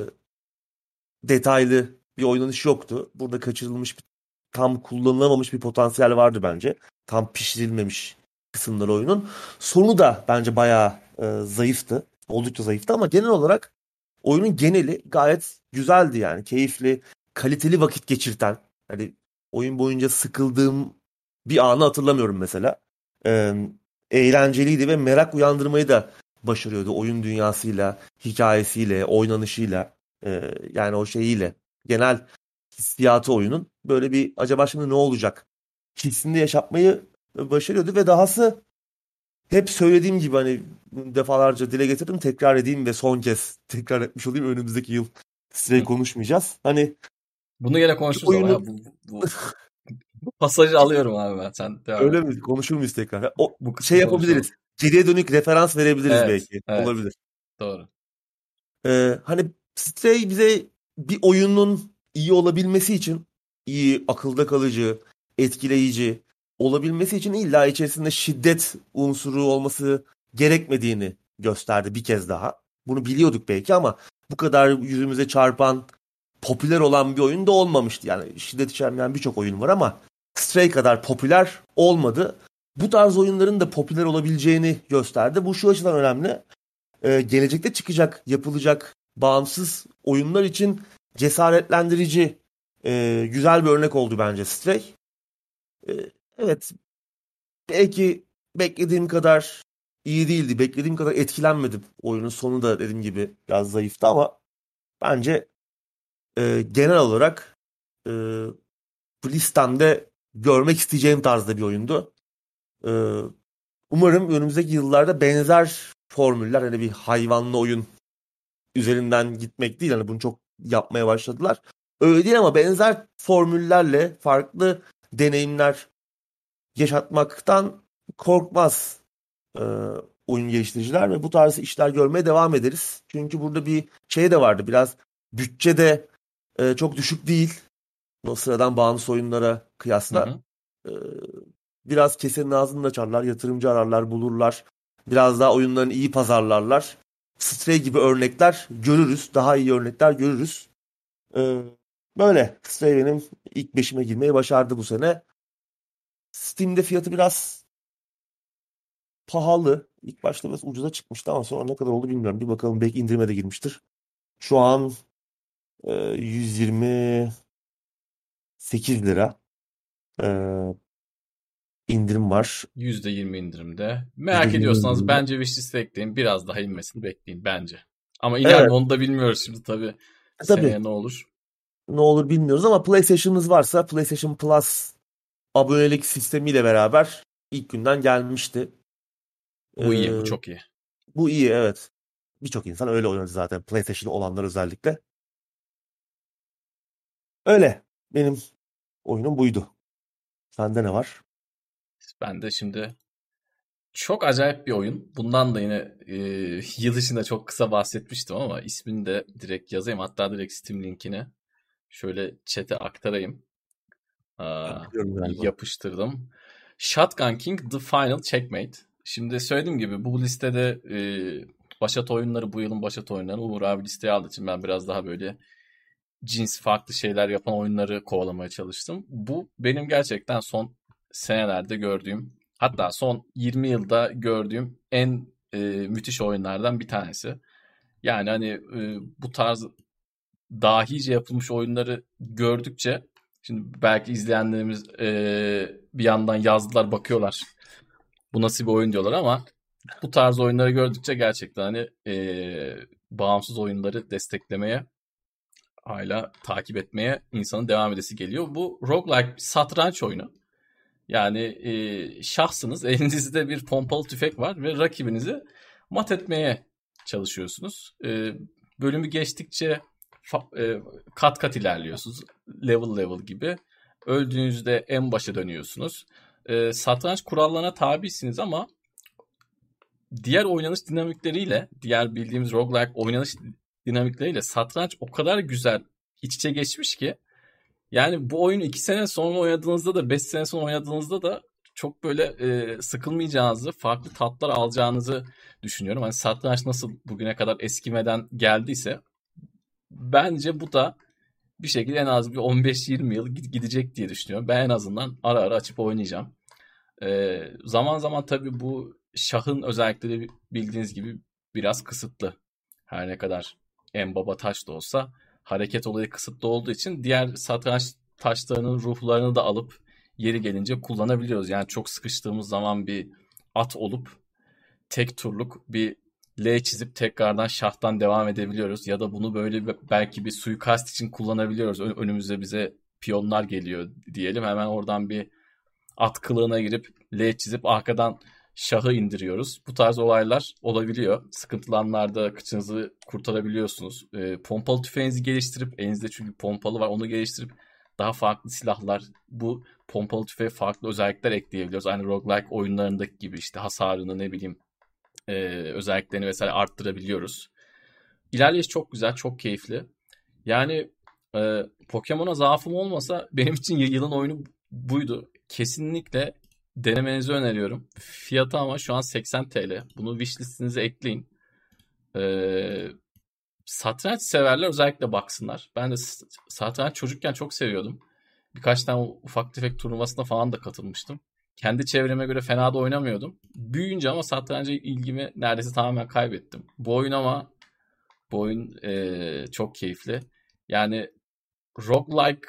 detaylı bir oynanış yoktu. Burada kaçırılmış, bir, tam kullanılamamış bir potansiyel vardı bence. Tam pişirilmemiş kısımları oyunun. Sonu da bence bayağı e, zayıftı. Oldukça zayıftı ama genel olarak oyunun geneli gayet güzeldi yani. Keyifli, kaliteli vakit geçirten. Hani oyun boyunca sıkıldığım bir anı hatırlamıyorum mesela. E, eğlenceliydi ve merak uyandırmayı da başarıyordu oyun dünyasıyla, hikayesiyle, oynanışıyla, e, yani o şeyiyle, genel hissiyatı oyunun böyle bir acaba şimdi ne olacak hissinde yaşatmayı başarıyordu ve dahası hep söylediğim gibi hani defalarca dile getirdim, tekrar edeyim ve son kez tekrar etmiş olayım, önümüzdeki yıl Stray Hı. konuşmayacağız. Hani Bunu yine konuşuruz ama oyunu ya. Bu, bu, bu pasajı alıyorum abi ben. Sen devam et. öyle mi konuşur muyuz tekrar? O Bu şey kısmı yapabiliriz. konuşalım. Geriye dönük referans verebiliriz Evet. belki. Evet. Olabilir. Doğru. Ee, hani Stray bize bir oyunun iyi olabilmesi için, iyi, akılda kalıcı, etkileyici olabilmesi için illa içerisinde şiddet unsuru olması gerekmediğini gösterdi bir kez daha. Bunu biliyorduk belki ama bu kadar yüzümüze çarpan, popüler olan bir oyun da olmamıştı. Yani şiddet içermeyen birçok oyun var ama Stray kadar popüler olmadı. Bu tarz oyunların da popüler olabileceğini gösterdi. Bu şu açıdan önemli. Ee, gelecekte çıkacak, yapılacak bağımsız oyunlar için cesaretlendirici, e, güzel bir örnek oldu bence Stray. Ee, evet, belki beklediğim kadar iyi değildi, beklediğim kadar etkilenmedim. Oyunun sonu da dediğim gibi biraz zayıftı ama bence e, genel olarak e, bu listemde görmek isteyeceğim tarzda bir oyundu. E, umarım önümüzdeki yıllarda benzer formüller, hani bir hayvanlı oyun üzerinden gitmek değil. Hani bunu çok yapmaya başladılar. Öyle değil ama benzer formüllerle farklı deneyimler yaşatmaktan korkmaz e, oyun geliştiriciler ve bu tarz işler görmeye devam ederiz. Çünkü burada bir şey de vardı. Biraz bütçe de e, çok düşük değil. O sıradan bağımsız oyunlara Hı kıyasla. hı. E, biraz kesenin ağzını açarlar, yatırımcı ararlar, bulurlar Biraz daha oyunlarını iyi pazarlarlar. Stray gibi örnekler görürüz. Daha iyi örnekler görürüz. Ee, böyle. Stray benim ilk beşime girmeyi başardı bu sene. Steam'de fiyatı biraz pahalı. İlk başta biraz ucuza çıkmıştı ama sonra ne kadar oldu bilmiyorum. Bir bakalım, belki indirime de girmiştir. Şu an e, yüz yirmi sekiz lira e, indirim var. yüzde yirmi indirimde. Merak yüzde yirmi ediyorsanız indirimde. bence wishlist'e ekleyin. Biraz daha inmesini bekleyin bence. Ama iner mi Evet. onu da bilmiyoruz şimdi tabii. E, tabii Seneye ne olur? ne olur bilmiyoruz ama PlayStation'ınız varsa PlayStation Plus abonelik sistemiyle beraber ilk günden gelmişti. Bu iyi, bu Ee, çok iyi. bu iyi, evet. Birçok insan öyle oynadı zaten. PlayStation olanlar özellikle. Öyle. Benim oyunum buydu. Sende ne var? Ben de şimdi çok acayip bir oyun. Bundan da yine e, yıl içinde çok kısa bahsetmiştim ama ismini de direkt yazayım. Hatta direkt Steam linkini şöyle chat'e aktarayım. Ben Aa, biliyorum galiba. yapıştırdım. Shotgun King The Final Checkmate. Şimdi söylediğim gibi bu listede e, başat oyunları, bu yılın başat oyunlarını Uğur abi listeye aldığı için ben biraz daha böyle cins farklı şeyler yapan oyunları kovalamaya çalıştım. Bu benim gerçekten son senelerde gördüğüm, hatta son yirmi yılda gördüğüm en e, müthiş oyunlardan bir tanesi. Yani hani e, bu tarz dahice yapılmış oyunları gördükçe, şimdi belki izleyenlerimiz e, bir yandan yazdılar, bakıyorlar bu nasıl bir oyun diyorlar ama bu tarz oyunları gördükçe gerçekten hani e, bağımsız oyunları desteklemeye, hala takip etmeye insanın devam edesi geliyor. Bu roguelike bir satranç oyunu. Yani e, şahsınız, elinizde bir pompalı tüfek var ve rakibinizi mat etmeye çalışıyorsunuz. E, bölümü geçtikçe fa- e, kat kat ilerliyorsunuz. Level level gibi. Öldüğünüzde en başa dönüyorsunuz. E, satranç kurallarına tabisiniz ama diğer oynanış dinamikleriyle, diğer bildiğimiz roguelike oynanış dinamikleriyle satranç o kadar güzel iç içe geçmiş ki, yani bu oyunu iki sene sonra oynadığınızda da beş sene sonra oynadığınızda da çok böyle e, sıkılmayacağınızı, farklı tatlar alacağınızı düşünüyorum. Hani satranç nasıl bugüne kadar eskimeden geldiyse, bence bu da bir şekilde en az bir on beş yirmi yıl gidecek diye düşünüyorum. Ben en azından ara ara açıp oynayacağım. E, zaman zaman tabii bu şahın özellikleri bildiğiniz gibi biraz kısıtlı. Her ne kadar en baba taş da olsa hareket olayı kısıtlı olduğu için diğer satranç taşlarının ruhlarını da alıp yeri gelince kullanabiliyoruz. Yani çok sıkıştığımız zaman bir at olup tek turluk bir L çizip tekrardan şahtan devam edebiliyoruz. Ya da bunu böyle belki bir suikast için kullanabiliyoruz. Önümüze bize piyonlar geliyor diyelim. Hemen oradan bir at kılığına girip L çizip arkadan şahı indiriyoruz. Bu tarz olaylar olabiliyor. Sıkıntılı anlarda kıçınızı kurtarabiliyorsunuz. E, pompalı tüfeğinizi geliştirip, elinizde çünkü pompalı var, onu geliştirip daha farklı silahlar, bu pompalı tüfeğe farklı özellikler ekleyebiliyoruz. Aynı roguelike oyunlarındaki gibi işte hasarını, ne bileyim, e, özelliklerini vesaire arttırabiliyoruz. İlerleyiş çok güzel, çok keyifli. Yani e, Pokemon'a zaafım olmasa benim için yılın oyunu buydu. Kesinlikle denemenizi öneriyorum. Fiyatı ama şu an seksen T L. Bunu wishlistinize ekleyin. E, satranç severler özellikle baksınlar. Ben de satranç çocukken çok seviyordum. Birkaç tane ufak tefek turnuvasına falan da katılmıştım. Kendi çevreme göre fena da oynamıyordum. Büyüyünce ama satranca ilgimi neredeyse tamamen kaybettim. Bu oyun ama bu oyun e, çok keyifli. Yani roguelike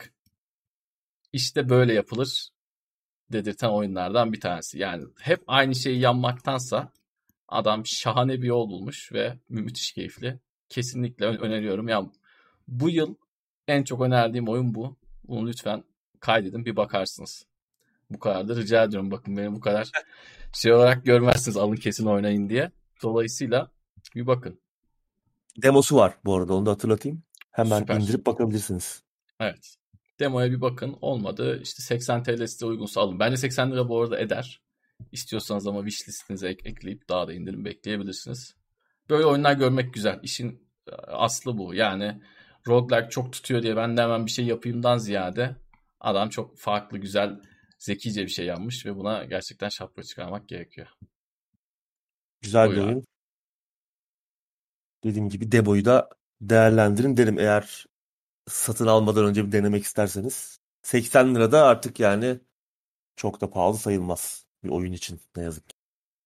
işte böyle yapılır dedirten oyunlardan bir tanesi. Yani hep aynı şeyi yanmaktansa adam şahane bir yol bulmuş ve müthiş keyifli. Kesinlikle öneriyorum. Yani bu yıl en çok önerdiğim oyun bu. Bunu lütfen kaydedin, bir bakarsınız. Bu kadar da rica ediyorum. Bakın beni bu kadar şey olarak görmezsiniz, alın kesin oynayın diye. Dolayısıyla bir bakın. Demosu var bu arada, onu da hatırlatayım. Hemen Süper. indirip bakabilirsiniz. Evet. Demoya bir bakın. Olmadı İşte seksen T L size uygunsa alın. Bence seksen lira bu arada eder. İstiyorsanız ama wish listinize ek- ekleyip daha da indirim bekleyebilirsiniz. Böyle oyunlar görmek güzel. İşin e, aslı bu. Yani roguelike çok tutuyor diye ben de hemen bir şey yapayımdan ziyade, adam çok farklı, güzel, zekice bir şey yapmış ve buna gerçekten şapka çıkarmak gerekiyor. Güzel bir Buyur abi. oyun. Dediğim gibi demoyu da değerlendirin derim eğer satın almadan önce bir denemek isterseniz. seksen lira da artık yani çok da pahalı sayılmaz bir oyun için ne yazık ki.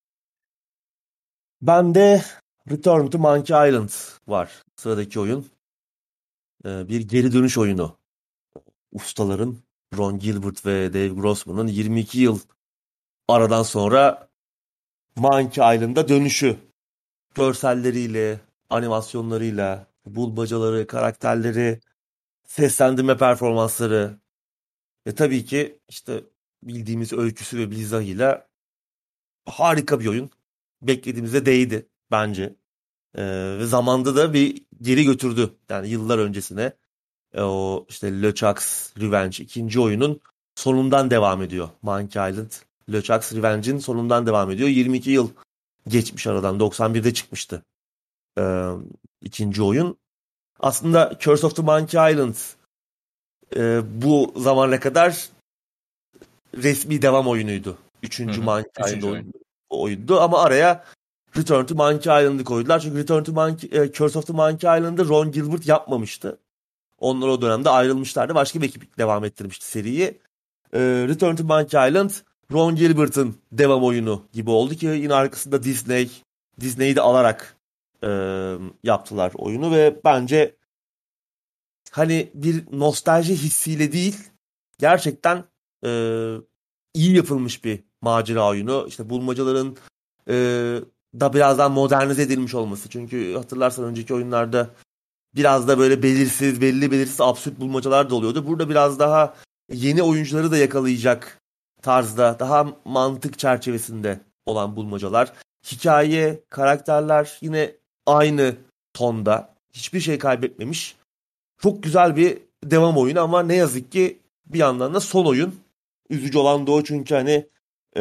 Bende Return to Monkey Island var. Sıradaki oyun. Ee, bir geri dönüş oyunu. Ustaların Ron Gilbert ve Dave Grossman'ın yirmi iki yıl aradan sonra Monkey Island'a dönüşü. Görselleriyle, animasyonlarıyla, bulmacaları, karakterleri, seslendirme performansları ve tabii ki işte bildiğimiz öyküsü ve mizahıyla harika bir oyun. Beklediğimize değdi bence. Ee, ve zamanda da bir geri götürdü. Yani yıllar öncesine. E, o işte LeChuck's Revenge ikinci oyunun sonundan devam ediyor. Monkey Island LeChuck's Revenge'in sonundan devam ediyor. yirmi iki yıl geçmiş aradan. doksan birde çıkmıştı e, ikinci oyun. Aslında Curse of the Monkey Island e, bu zamana kadar resmi devam oyunuydu. Hı Üçüncü hı. Monkey Island Üçüncü oyun. oyun- oyundu ama araya Return to Monkey Island'ı koydular. Çünkü Return to Monkey, e, Curse of the Monkey Island'ı Ron Gilbert yapmamıştı. Onlar o dönemde ayrılmışlardı. Başka bir ekip devam ettirmişti seriyi. Ee, Return to Monkey Island, Ron Gilbert'ın devam oyunu gibi oldu ki yine arkasında Disney, Disney'i de alarak e, yaptılar oyunu ve bence hani bir nostalji hissiyle değil, gerçekten e, iyi yapılmış bir macera oyunu. İşte bulmacaların e, da biraz daha modernize edilmiş olması. Çünkü hatırlarsan önceki oyunlarda biraz da böyle belirsiz, belli belirsiz absürt bulmacalar da oluyordu. Burada biraz daha yeni oyuncuları da yakalayacak tarzda, daha mantık çerçevesinde olan bulmacalar. Hikaye, karakterler yine aynı tonda. Hiçbir şey kaybetmemiş. Çok güzel bir devam oyunu ama ne yazık ki bir yandan da son oyun. Üzücü olan da o çünkü hani e,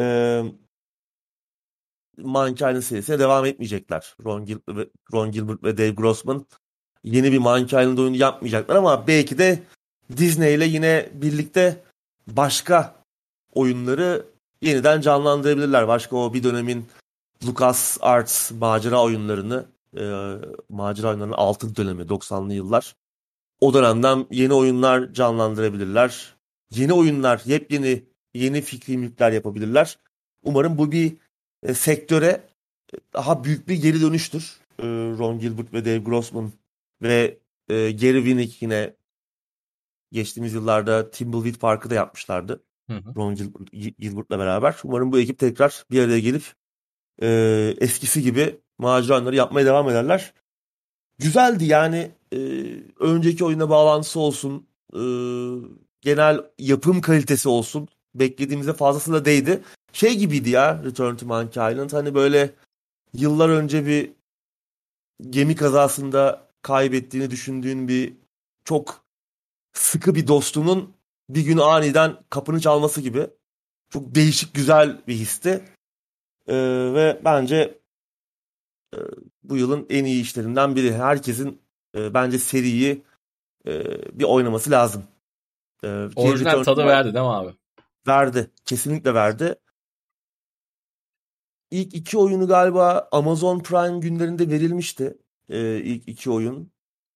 Monkey Island serisine devam etmeyecekler. Ron, Gil ve- Ron Gilbert ve Dave Grossman yeni bir Monkey Island oyunu yapmayacaklar ama belki de Disney ile yine birlikte başka oyunları yeniden canlandırabilirler. Başka o bir dönemin LucasArts macera oyunlarını, e, macera oyunlarının altın dönemi doksanlı yıllar. O dönemden yeni oyunlar canlandırabilirler. Yeni oyunlar, yepyeni yeni fikri mülkler yapabilirler. Umarım bu bir e, sektöre daha büyük bir geri dönüştür. E, Ron Gilbert ve Dave Grossman ve e, Gary Winnick yine geçtiğimiz yıllarda Thimbleweed Park'ı da yapmışlardı. Hı hı. Ron Gilbert, Gilbert'la beraber. Umarım bu ekip tekrar bir araya gelip e, eskisi gibi macera oyunları yapmaya devam ederler. Güzeldi yani e, önceki oyuna bağlantısı olsun, e, genel yapım kalitesi olsun. Beklediğimize fazlasıyla değdi. Şey gibiydi ya Return to Monkey Island. Hani böyle yıllar önce bir gemi kazasında kaybettiğini düşündüğün bir çok sıkı bir dostunun bir gün aniden kapını çalması gibi. Çok değişik güzel bir histi. Ee, ve bence e, bu yılın en iyi işlerinden biri. Herkesin e, bence seriyi e, bir oynaması lazım. E, ki Orijinal Return to tadı Monkey verdi değil mi abi? verdi. Kesinlikle verdi. İlk iki oyunu galiba Amazon Prime günlerinde verilmişti. E, ilk iki oyun.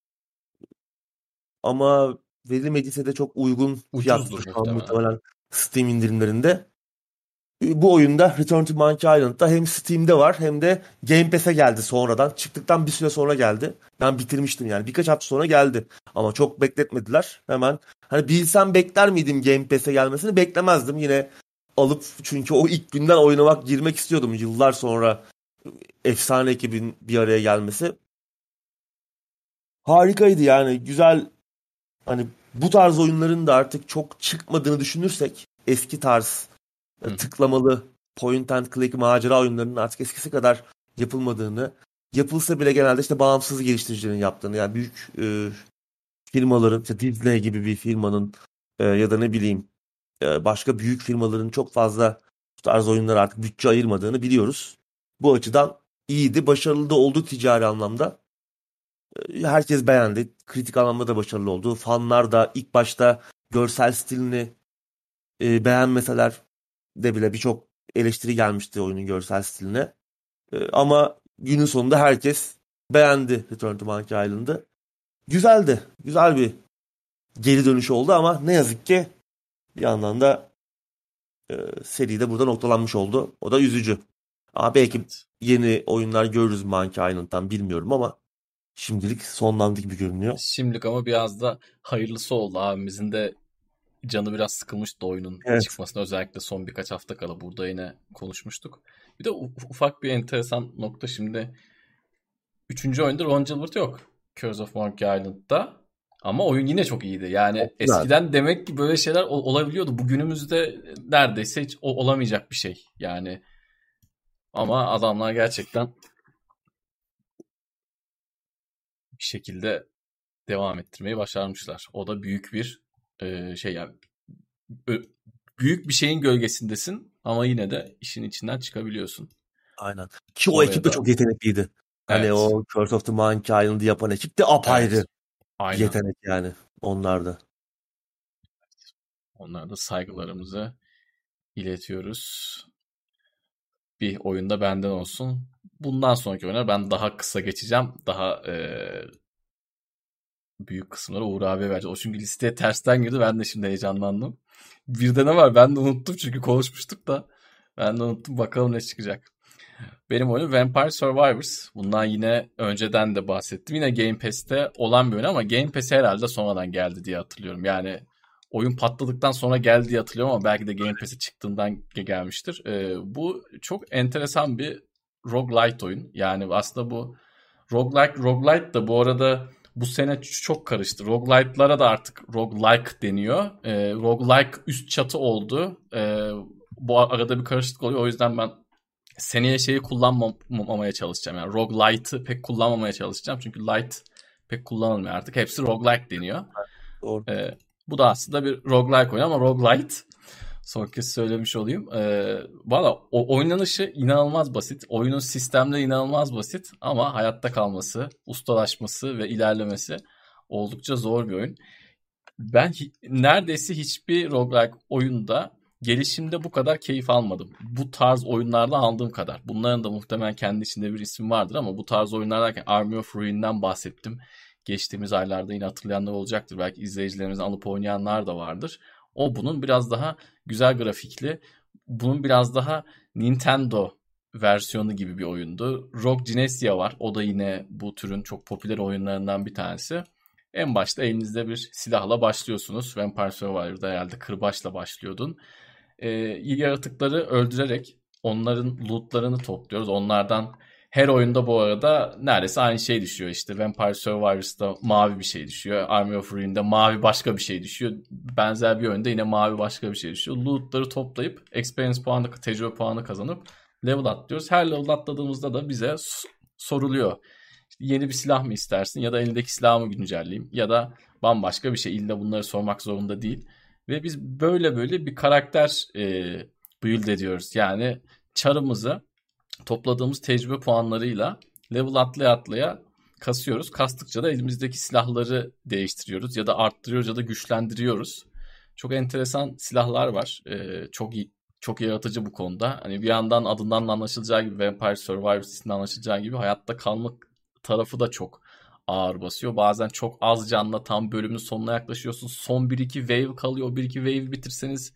Ama verilmediyse de çok uygun fiyatlı Ucuzdur şu an muhtemelen. muhtemelen Steam indirimlerinde. Bu oyunda Return to Monkey Island'da hem Steam'de var hem de Game Pass'e geldi sonradan. Çıktıktan bir süre sonra geldi. Ben bitirmiştim yani. Birkaç hafta sonra geldi. Ama çok bekletmediler. Hemen hani bilsem bekler miydim Game Pass'e gelmesini? Beklemezdim. Yine alıp çünkü o ilk günden oynamak, girmek istiyordum. Yıllar sonra efsane ekibin bir araya gelmesi. Harikaydı yani. Güzel. Hani bu tarz oyunların da artık çok çıkmadığını düşünürsek eski tarz Hı e, hı. tıklamalı point and click macera oyunlarının artık eskisi kadar yapılmadığını, yapılsa bile genelde işte bağımsız geliştiricilerin yaptığını, yani büyük e, firmaların, işte Disney gibi bir firmanın e, ya da ne bileyim e, başka büyük firmaların çok fazla bu tarz oyunlara artık bütçe ayırmadığını biliyoruz. Bu açıdan iyiydi, başarılı da oldu ticari anlamda. E, Herkes beğendi. Kritik anlamda da başarılı oldu. Fanlar da ilk başta görsel stilini e, beğenmeseler de bile birçok eleştiri gelmişti oyunun görsel stiline. Ee, ama günün sonunda herkes beğendi Return to Monkey Island'ı. Güzeldi. Güzel bir geri dönüş oldu ama ne yazık ki bir yandan da e, seri de burada noktalanmış oldu. O da üzücü. Ama belki yeni oyunlar görürüz Monkey Island'dan, bilmiyorum ama şimdilik sonlandı gibi görünüyor. Şimdilik ama biraz da hayırlısı oldu. Abimizin de canı biraz sıkılmıştı oyunun Evet. çıkmasına, özellikle son birkaç hafta kala burada yine konuşmuştuk. Bir de ufak bir enteresan nokta, şimdi üçüncü oyunda Ron Gilbert yok Curse of Monkey Island'da. Ama oyun yine çok iyiydi. Yani Güzel. eskiden demek ki böyle şeyler olabiliyordu. Bugünümüzde neredeyse hiç olamayacak bir şey. Yani ama adamlar gerçekten bir şekilde devam ettirmeyi başarmışlar. O da büyük bir e, şey yani. Büyük bir şeyin gölgesindesin ama yine de işin içinden çıkabiliyorsun. Aynen. Ki o Oraya ekip de da çok yetenekliydi. Hani evet. o Curse of the Monkey Island'ı yapan ekip de apayrı Evet. bir Aynen. yetenek yani onlarda. Onlara da saygılarımızı iletiyoruz. Bir oyunda benden olsun. Bundan sonraki oyuna ben daha kısa geçeceğim. Daha e, büyük kısımları Uğur abiye vereceğim. O çünkü listeye tersten girdi. Ben de şimdi heyecanlandım. Bir de ne var? Ben de unuttum çünkü konuşmuştuk da. Ben de unuttum. Bakalım ne çıkacak. Benim oyunum Vampire Survivors. Bundan yine önceden de bahsettim. Yine Game Pass'te olan bir oyun ama Game Pass'e herhalde sonradan geldi diye hatırlıyorum. Yani oyun patladıktan sonra geldi diye hatırlıyorum ama belki de Game Pass'e çıktığından gelmiştir. Ee, bu çok enteresan bir roguelite oyun. Yani aslında bu roguelike, roguelite da bu arada bu sene çok karıştı. Roguelite'lara da artık roguelike deniyor. Ee, roguelike üst çatı oldu. Ee, bu arada bir karışıklık oluyor. O yüzden ben seneye şeyi kullanmamaya çalışacağım. Yani roguelite'ı pek kullanmamaya çalışacağım. Çünkü light pek kullanılmıyor artık. Hepsi roguelike deniyor. Doğru. Ee, bu da aslında bir roguelike oyun ama roguelite. Son kez söylemiş olayım. Ee, Valla oynanışı inanılmaz basit. Oyunun sistemleri inanılmaz basit. Ama hayatta kalması, ustalaşması ve ilerlemesi oldukça zor bir oyun. Ben hi- neredeyse hiçbir roguelike oyunda gelişimde bu kadar keyif almadım. Bu tarz oyunlarda aldığım kadar. Bunların da muhtemelen kendi içinde bir ismi vardır ama bu tarz oyunlar derken Army of Ruin'den bahsettim. Geçtiğimiz aylarda yine hatırlayanlar olacaktır. Belki izleyicilerimizin alıp oynayanlar da vardır. O bunun biraz daha güzel grafikli, bunun biraz daha Nintendo versiyonu gibi bir oyundu. Rogue Genesia var. O da yine bu türün çok popüler oyunlarından bir tanesi. En başta elinizde bir silahla başlıyorsunuz. Vampire Survivor'da herhalde kırbaçla başlıyordun. Ee, yaratıkları öldürerek onların lootlarını topluyoruz. Onlardan her oyunda bu arada neredeyse aynı şey düşüyor. İşte Vampire Survivors'da mavi bir şey düşüyor. Army of Ruin'de mavi başka bir şey düşüyor. Benzer bir oyunda yine mavi başka bir şey düşüyor. Lootları toplayıp experience puanı, tecrübe puanı kazanıp level atlıyoruz. Her level atladığımızda da bize soruluyor. İşte yeni bir silah mı istersin ya da elindeki silahı mı güncelleyeyim ya da bambaşka bir şey. İlla bunları sormak zorunda değil. Ve biz böyle böyle bir karakter e, build ediyoruz. Yani çarımızı topladığımız tecrübe puanlarıyla level atlaya atlaya kasıyoruz. Kastıkça da elimizdeki silahları değiştiriyoruz ya da arttırıyoruz ya da güçlendiriyoruz. Çok enteresan silahlar var. E, çok çok yaratıcı bu konuda. Hani bir yandan adından da anlaşılacağı gibi, Vampire Survivors isminden anlaşılacağı gibi hayatta kalmak tarafı da çok ağır basıyor. Bazen çok az canla tam bölümün sonuna yaklaşıyorsun. Son bir iki wave kalıyor. O bir iki wave bitirseniz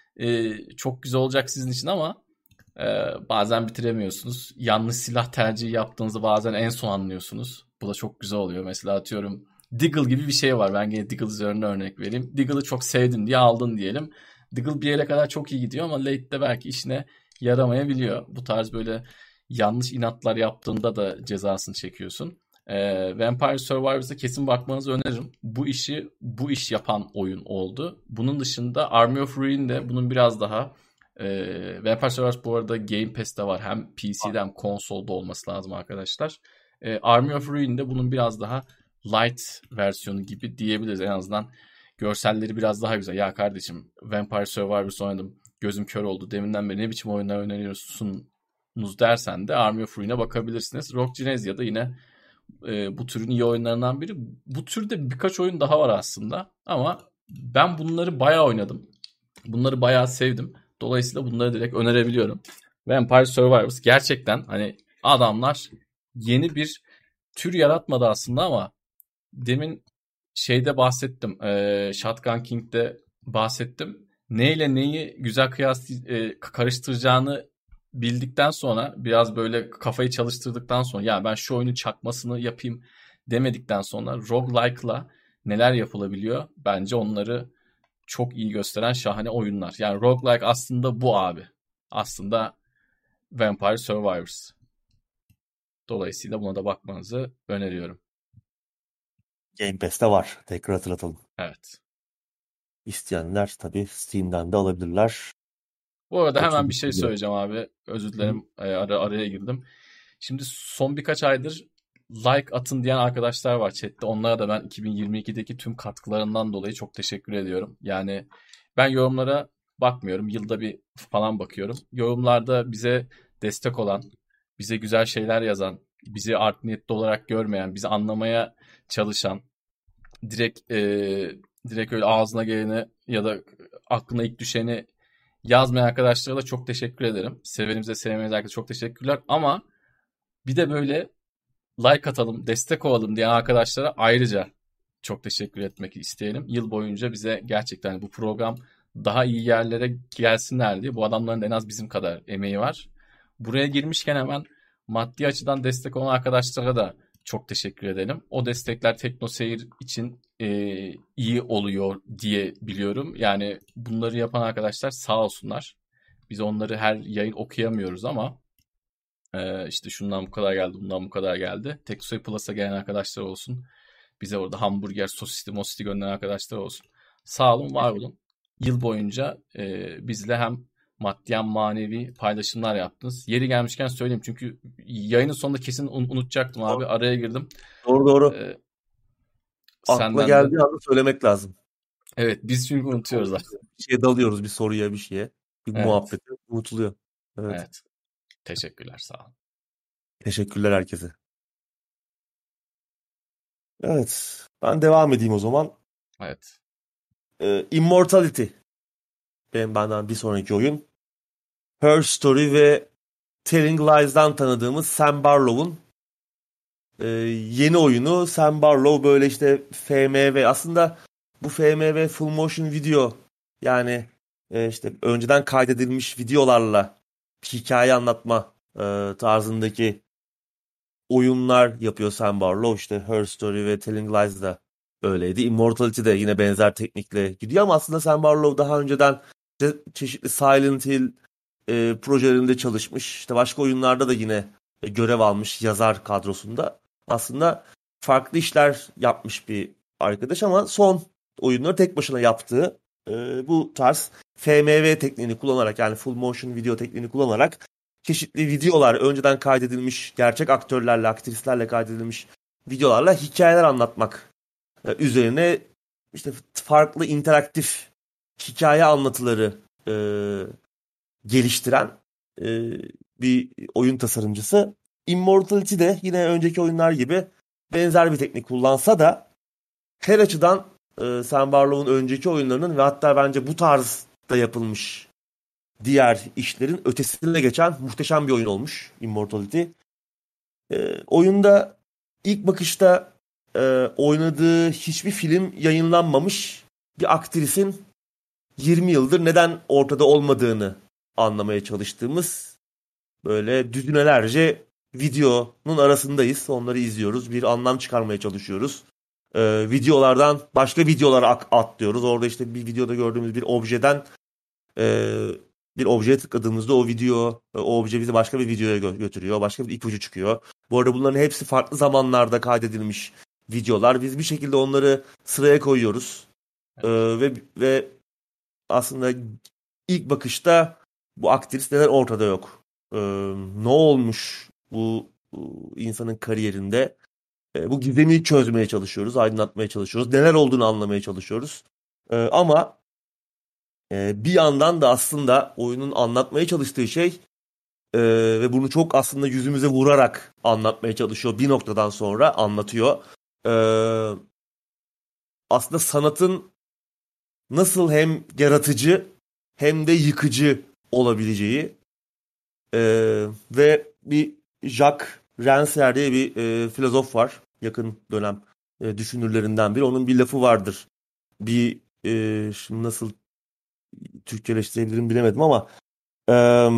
e, çok güzel olacak sizin için ama e, bazen bitiremiyorsunuz. Yanlış silah tercihi yaptığınızı bazen en son anlıyorsunuz. Bu da çok güzel oluyor. Mesela atıyorum Deagle gibi bir şey var. Ben yine Deagle üzerine örnek vereyim. Deagle'ı çok sevdin diye aldın diyelim. Deagle bir yere kadar çok iyi gidiyor ama late'de belki işine yaramayabiliyor. Bu tarz böyle yanlış inatlar yaptığında da cezasını çekiyorsun. Ee, Vampire Survivors'a kesin bakmanızı öneririm. Bu işi bu iş yapan oyun oldu. Bunun dışında Army of Ruin de bunun biraz daha e, Vampire Survivors bu arada Game Pass'te var. Hem P C'de hem konsolda olması lazım arkadaşlar. Ee, Army of Ruin de bunun biraz daha light versiyonu gibi diyebiliriz. En azından görselleri biraz daha güzel. Ya kardeşim Vampire Survivors oynadım. Gözüm kör oldu. Deminden beri ne biçim oyunlar öneriyorsunuz dersen de Army of Ruin'e bakabilirsiniz. Rogue Genesia da yine e, bu türün iyi oyunlarından biri. Bu türde birkaç oyun daha var aslında. Ama ben bunları bayağı oynadım. Bunları bayağı sevdim. Dolayısıyla bunları direkt önerebiliyorum. Vampire Survivors gerçekten hani Adamlar yeni bir tür yaratmadı aslında ama demin şeyde bahsettim. E, Shotgun King'de bahsettim. Neyle neyi güzel kıyas e, karıştıracağını bildikten sonra biraz böyle kafayı çalıştırdıktan sonra ya ben şu oyunun çakmasını yapayım demedikten sonra roguelike'la neler yapılabiliyor? Bence onları çok iyi gösteren şahane oyunlar. Yani roguelike aslında bu abi. Aslında Vampire Survivors. Dolayısıyla buna da bakmanızı öneriyorum. Game Pass'te var. Tekrar hatırlatalım. Evet. İsteyenler tabii Steam'den de alabilirler. Bu arada hemen bir otuz şey söyleyeceğim abi. Özür Hı. dilerim. e, Ara, araya girdim. Şimdi son birkaç aydır like atın diyen arkadaşlar var chatte. Onlara da ben iki bin yirmi ikideki tüm katkılarından dolayı çok teşekkür ediyorum. Yani ben yorumlara bakmıyorum. Yılda bir falan bakıyorum. Yorumlarda bize destek olan, bize güzel şeyler yazan, bizi art niyetli olarak görmeyen, bizi anlamaya çalışan, direkt e, direkt öyle ağzına geleni ya da aklına ilk düşeni yazmayan arkadaşlara da çok teşekkür ederim. Severimize sevmenize herkese çok teşekkürler. Ama bir de böyle like atalım, destek olalım diyen arkadaşlara ayrıca çok teşekkür etmek isteyelim. Yıl boyunca bize gerçekten bu program daha iyi yerlere gelsinler diye bu adamların en az bizim kadar emeği var. Buraya girmişken hemen maddi açıdan destek olan arkadaşlara da çok teşekkür edelim. O destekler TeknoSeyir için e, iyi oluyor diye biliyorum. Yani bunları yapan arkadaşlar sağ olsunlar. Biz onları her yayın okuyamıyoruz ama e, işte şundan bu kadar geldi, bundan bu kadar geldi. TeknoSeyir Plus'a gelen arkadaşlar olsun. Bize orada hamburger, sosisli, mosisli gönderen arkadaşlar olsun. Sağ olun, var olun. Yıl boyunca e, bizle hem maddiyen manevi paylaşımlar yaptınız. Yeri gelmişken söyleyeyim çünkü yayının sonunda kesin un- unutacaktım abi. Araya girdim. Doğru doğru. Ee, Akla senden de. geldiği anda söylemek lazım. Evet, biz çünkü unutuyoruz abi. Bir şeye dalıyoruz, bir soruya, bir şeye. Bir Evet. muhabbete unutuluyor. Evet. Evet. Teşekkürler, sağ olun. Teşekkürler herkese. Evet. Ben devam edeyim o zaman. Evet. Ee, Immortality. Benim benden bir sonraki oyun. Her Story ve Telling Lies'dan tanıdığımız Sam Barlow'un e, yeni oyunu. Sam Barlow böyle işte F M V, aslında bu F M V full motion video, yani e, işte önceden kaydedilmiş videolarla hikaye anlatma e, tarzındaki oyunlar yapıyor Sam Barlow. İşte Her Story ve Telling Lies da öyleydi. Immortality de yine benzer teknikle gidiyor ama aslında Sam Barlow daha önceden işte çeşitli Silent Hill e, projelerinde çalışmış. İşte başka oyunlarda da yine e, görev almış yazar kadrosunda. Aslında farklı işler yapmış bir arkadaş ama son oyunları tek başına yaptığı e, bu tarz F M V tekniğini kullanarak, yani full motion video tekniğini kullanarak çeşitli videolar, önceden kaydedilmiş gerçek aktörlerle, aktrislerle kaydedilmiş videolarla hikayeler anlatmak e, üzerine işte farklı interaktif hikaye anlatıları e, geliştiren e, bir oyun tasarımcısı. Immortality de yine önceki oyunlar gibi benzer bir teknik kullansa da her açıdan e, Sam Barlow'un önceki oyunlarının ve hatta bence bu tarzda yapılmış diğer işlerin ötesine geçen muhteşem bir oyun olmuş Immortality. E, oyunda ilk bakışta e, oynadığı hiçbir film yayınlanmamış bir aktrisin yirmi yıldır neden ortada olmadığını anlamaya çalıştığımız böyle düzinelerce videonun arasındayız. Onları izliyoruz. Bir anlam çıkarmaya çalışıyoruz. Ee, videolardan başka videolara ak- atlıyoruz. Orada işte bir videoda gördüğümüz bir objeden e, bir objeye tıkladığımızda o video, o obje bizi başka bir videoya gö- götürüyor. Başka bir ipucu çıkıyor. Bu arada bunların hepsi farklı zamanlarda kaydedilmiş videolar. Biz bir şekilde onları sıraya koyuyoruz. Ee, ve ve aslında ilk bakışta bu aktris neden ortada yok? Ee, ne olmuş bu, bu insanın kariyerinde? Ee, bu gizemi çözmeye çalışıyoruz, aydınlatmaya çalışıyoruz. Neler olduğunu anlamaya çalışıyoruz. Ee, ama e, bir yandan da aslında oyunun anlatmaya çalıştığı şey e, ve bunu çok aslında yüzümüze vurarak anlatmaya çalışıyor. Bir noktadan sonra anlatıyor. Ee, aslında sanatın nasıl hem yaratıcı hem de yıkıcı olabileceği ee, ve bir Jacques Rancière diye bir e, filozof var. Yakın dönem e, düşünürlerinden biri. Onun bir lafı vardır. Bir e, şimdi nasıl Türkçeleştirebilirim bilemedim ama e,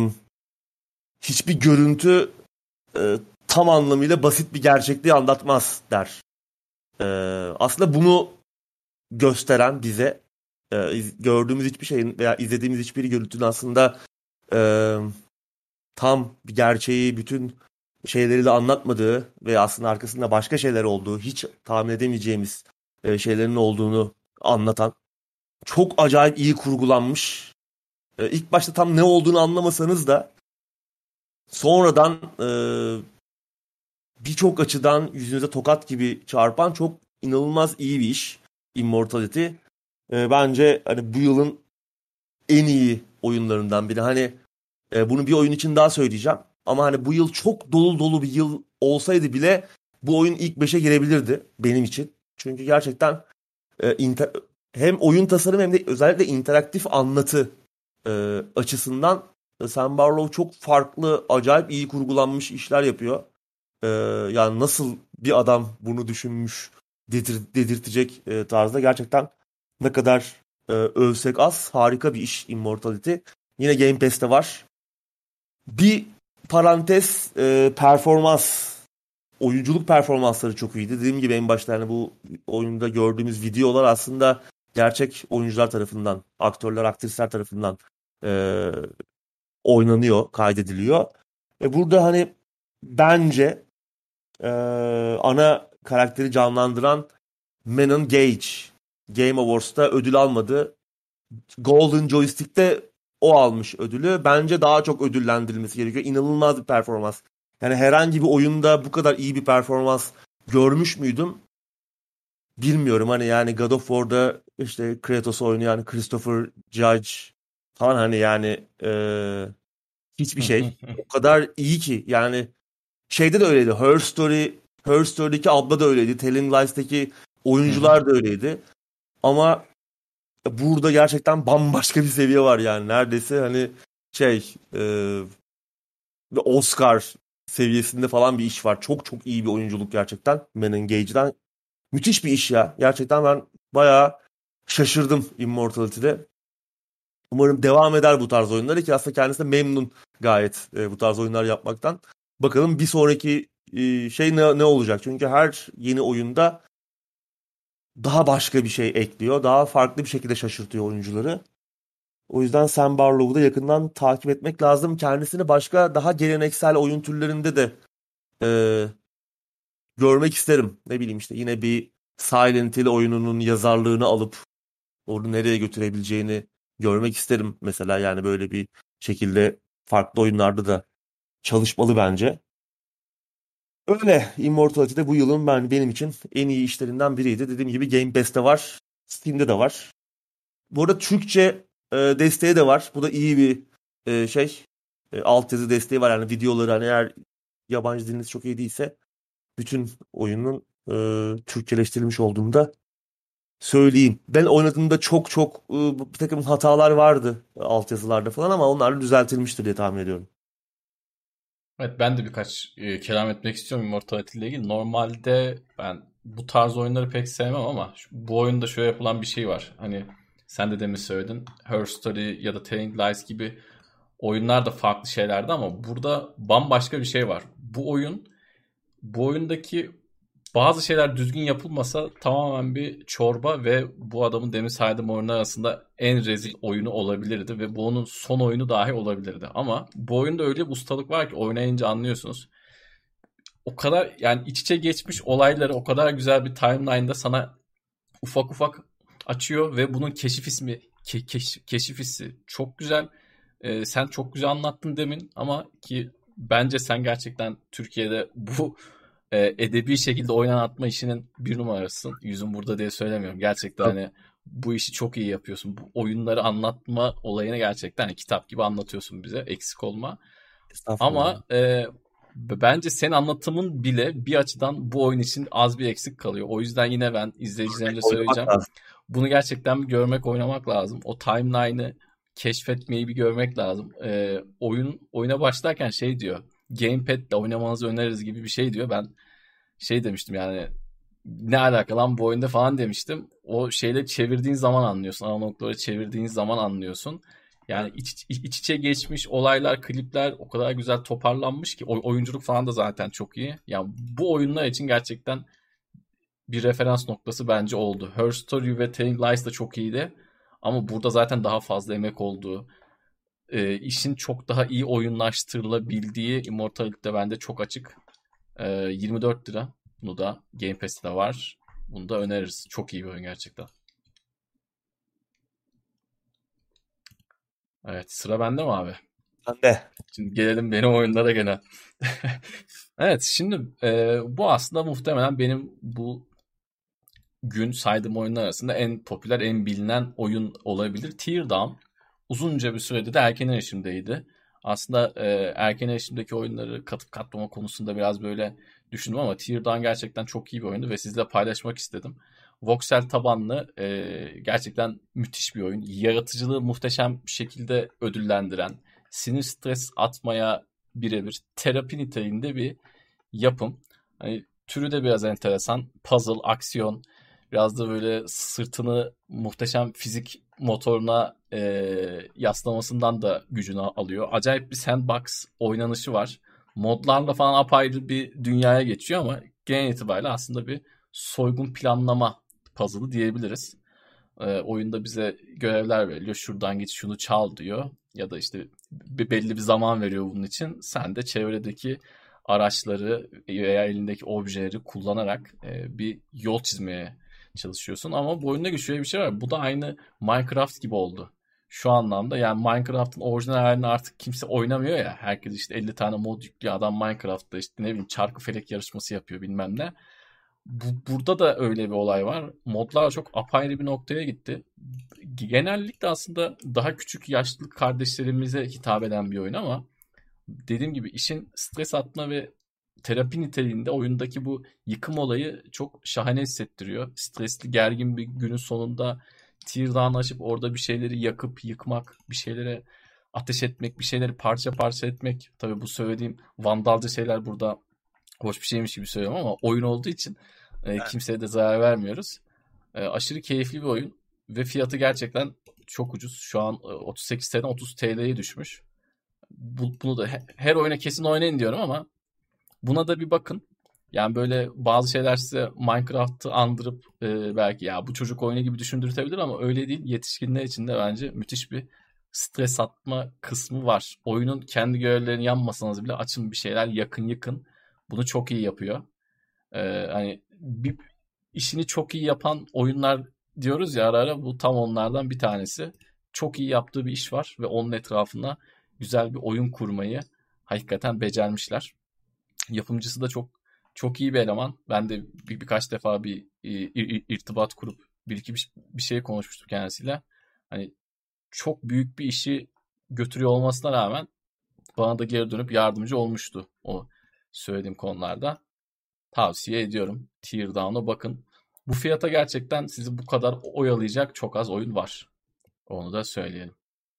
hiçbir görüntü e, tam anlamıyla basit bir gerçekliği anlatmaz der. E, aslında bunu gösteren bize e, iz- gördüğümüz hiçbir şeyin veya izlediğimiz hiçbir görüntünün aslında e, tam bir gerçeği, bütün şeyleri de anlatmadığı ve aslında arkasında başka şeyler olduğu, hiç tahmin edemeyeceğimiz e, şeylerin olduğunu anlatan çok acayip iyi kurgulanmış. E, ilk başta tam ne olduğunu anlamasanız da sonradan e, birçok açıdan yüzünüze tokat gibi çarpan çok inanılmaz iyi bir iş Immortality. E, bence hani bu yılın en iyi oyunlarından biri. Hani e, bunu bir oyun için daha söyleyeceğim. Ama hani bu yıl çok dolu dolu bir yıl olsaydı bile bu oyun ilk beşe girebilirdi benim için. Çünkü gerçekten e, inter- hem oyun tasarımı hem de özellikle interaktif anlatı e, açısından e, Sam Barlow çok farklı, acayip iyi kurgulanmış işler yapıyor. E, yani nasıl bir adam bunu düşünmüş dedir, dedirtecek e, tarzda gerçekten ne kadar e, övsek az, harika bir iş Immortality. Yine Game Pass'te var. Bir parantez, e, performans. Oyunculuk performansları çok iyiydi. Dediğim gibi en başta yani bu oyunda gördüğümüz videolar aslında gerçek oyuncular tarafından, aktörler, aktrisler tarafından e, oynanıyor, kaydediliyor. Ve burada hani bence e, ana karakteri canlandıran Manon Gage Game Awards'ta ödül almadı. Golden Joystick'te o almış ödülü. Bence daha çok ödüllendirilmesi gerekiyor. İnanılmaz bir performans. Yani herhangi bir oyunda bu kadar iyi bir performans görmüş müydüm? Bilmiyorum. Hani yani God of War'da işte Kratos'u oynayan Christopher Judge falan hani yani e, hiçbir şey. O kadar iyi ki yani şeyde de öyleydi. Her Story, Her Story'deki abla da öyleydi. Telling Lies'teki oyuncular da öyleydi. Ama burada gerçekten bambaşka bir seviye var yani. Neredeyse hani şey e, Oscar seviyesinde falan bir iş var. Çok çok iyi bir oyunculuk gerçekten. Man Engage'den. Müthiş bir iş ya. Gerçekten ben bayağı şaşırdım Immortality'de. Umarım devam eder bu tarz oyunları ki aslında kendisi de memnun gayet e, bu tarz oyunlar yapmaktan. Bakalım bir sonraki e, şey ne, ne olacak? Çünkü her yeni oyunda daha başka bir şey ekliyor. Daha farklı bir şekilde şaşırtıyor oyuncuları. O yüzden Sam Barlow'u da yakından takip etmek lazım. Kendisini başka daha geleneksel oyun türlerinde de e, görmek isterim. Ne bileyim işte yine bir Silent Hill oyununun yazarlığını alıp onu nereye götürebileceğini görmek isterim. Mesela yani böyle bir şekilde farklı oyunlarda da çalışmalı bence. Öyle Immortality'de bu yılın ben benim için en iyi işlerinden biriydi. Dediğim gibi Game Pass'te var, Steam'de de var. Bu arada Türkçe e, desteği de var. Bu da iyi bir e, şey. E, altyazı desteği var. Yani videoları hani eğer yabancı diliniz çok iyi değilse bütün oyunun e, Türkçeleştirilmiş olduğunu da söyleyeyim. Ben oynadığımda çok çok e, bir takım hatalar vardı altyazılarda falan ama onlar düzeltilmiştir diye tahmin ediyorum. Evet, ben de birkaç e, kelam etmek istiyorum Immortality ile ilgili. Normalde ben bu tarz oyunları pek sevmem ama şu- bu oyunda şöyle yapılan bir şey var. Hani sen de demin söyledin. Her Story ya da Telling Lies gibi oyunlar da farklı şeylerdi ama burada bambaşka bir şey var. Bu oyun, bu oyundaki bazı şeyler düzgün yapılmasa tamamen bir çorba ve bu adamın demin saydığım oyunlar arasında en rezil oyunu olabilirdi ve bu onun son oyunu dahi olabilirdi. Ama bu oyunda öyle bir ustalık var ki oynayınca anlıyorsunuz. O kadar yani iç içe geçmiş olayları o kadar güzel bir timeline'da sana ufak ufak açıyor ve bunun keşif ismi ke- keş- keşif hissi çok güzel. Ee, sen çok güzel anlattın demin ama ki bence sen gerçekten Türkiye'de bu e, edebi şekilde oyun anlatma işinin bir numarasısın. Yüzüm burada diye söylemiyorum. Gerçekten hani bu işi çok iyi yapıyorsun. Bu oyunları anlatma olayını gerçekten hani kitap gibi anlatıyorsun bize. Eksik olma. Estağfurullah. Ama e, bence senin anlatımın bile bir açıdan bu oyun için az bir eksik kalıyor. O yüzden yine ben izleyicilerimize Oynamak söyleyeceğim. lazım. Bunu gerçekten bir görmek, oynamak lazım. O timeline'ı keşfetmeyi bir görmek lazım. E, oyun oyuna başlarken şey diyor. gamepad'le oynamanızı öneririz gibi bir şey diyor. Ben şey demiştim yani, ne alaka lan bu oyunda falan demiştim. O şeyle çevirdiğin zaman anlıyorsun. Analogları çevirdiğin zaman anlıyorsun. Yani Evet. iç, iç, iç içe geçmiş olaylar, klipler o kadar güzel toparlanmış ki, oy- oyunculuk falan da zaten çok iyi. Yani bu oyunlar için gerçekten bir referans noktası bence oldu. Her Story ve Telling Lies da çok iyiydi. Ama burada zaten daha fazla emek olduğu, e, işin çok daha iyi oyunlaştırılabildiği Immortality'de bende çok açık. E, yirmi dört lira. Bunu da Game Pass'te de var. Bunu da öneririz. Çok iyi bir oyun gerçekten. Evet, sıra bende mi abi? Ben de. Şimdi gelelim benim oyunlara gene. Evet, şimdi e, bu aslında muhtemelen benim bu gün saydığım oyunlar arasında en popüler, en bilinen oyun olabilir. Teardown uzunca bir sürede de erken erişimdeydi. Aslında e, erken erişimdeki oyunları katıp katmama konusunda biraz böyle düşündüm ama Teardown gerçekten çok iyi bir oyundu ve sizle paylaşmak istedim. Voxel tabanlı, e, gerçekten müthiş bir oyun. Yaratıcılığı muhteşem bir şekilde ödüllendiren, sinir stres atmaya birebir terapi niteliğinde bir yapım. Hani türü de biraz enteresan. Puzzle, aksiyon, biraz da böyle sırtını muhteşem fizik motoruna e, yaslamasından da gücünü alıyor. Acayip bir sandbox oynanışı var. Modlarla falan apayrı bir dünyaya geçiyor ama genel itibariyle aslında bir soygun planlama puzzle'ı diyebiliriz. E, oyunda bize görevler veriliyor. Şuradan git şunu çal diyor. Ya da işte bir belli bir zaman veriyor bunun için. Sen de çevredeki araçları veya elindeki objeleri kullanarak e, bir yol çizmeye çalışıyorsun. Ama bu oyunda şöyle bir şey var. Bu da aynı Minecraft gibi oldu. Şu anlamda yani Minecraft'ın orijinal halini artık kimse oynamıyor ya. Herkes işte elli tane mod yüklüyor. Adam Minecraft'ta işte ne bileyim çarkı felek yarışması yapıyor bilmem ne. Bu, burada da öyle bir olay var. Modlar çok apayrı bir noktaya gitti. Genellikle aslında daha küçük yaşlı kardeşlerimize hitap eden bir oyun ama dediğim gibi işin stres atma ve terapi niteliğinde oyundaki bu yıkım olayı çok şahane hissettiriyor. Stresli, gergin bir günün sonunda Teardown açıp orada bir şeyleri yakıp yıkmak, bir şeylere ateş etmek, bir şeyleri parça parça etmek. Tabii bu söylediğim vandalca şeyler burada hoş bir şeymiş gibi söylüyorum ama oyun olduğu için e, Evet. kimseye de zarar vermiyoruz. E, aşırı keyifli bir oyun ve fiyatı gerçekten çok ucuz. Şu an e, otuz sekiz T L'den otuz T L'ye düşmüş. Bu, bunu da he- her oyuna kesin oynayın diyorum ama buna da bir bakın. Yani böyle bazı şeyler size Minecraft'ı andırıp e, belki ya bu çocuk oyunu gibi düşündürtebilir ama öyle değil. Yetişkinler için de bence müthiş bir stres atma kısmı var. Oyunun kendi görevlerini yanmasanız bile açın bir şeyler, yakın yakın. Bunu çok iyi yapıyor. Ee, hani bir işini çok iyi yapan oyunlar diyoruz ya ara ara, bu tam onlardan bir tanesi. Çok iyi yaptığı bir iş var ve onun etrafına güzel bir oyun kurmayı hakikaten becermişler. Yapımcısı da çok çok iyi bir eleman. Ben de bir, birkaç defa bir ir- ir- irtibat kurup bir iki bir, bir şey konuşmuştum kendisiyle. Hani çok büyük bir işi götürüyor olmasına rağmen bana da geri dönüp yardımcı olmuştu o söylediğim konularda. Tavsiye ediyorum. Teardown'a bakın. Bu fiyata gerçekten sizi bu kadar oyalayacak çok az oyun var. Onu da söyleyelim.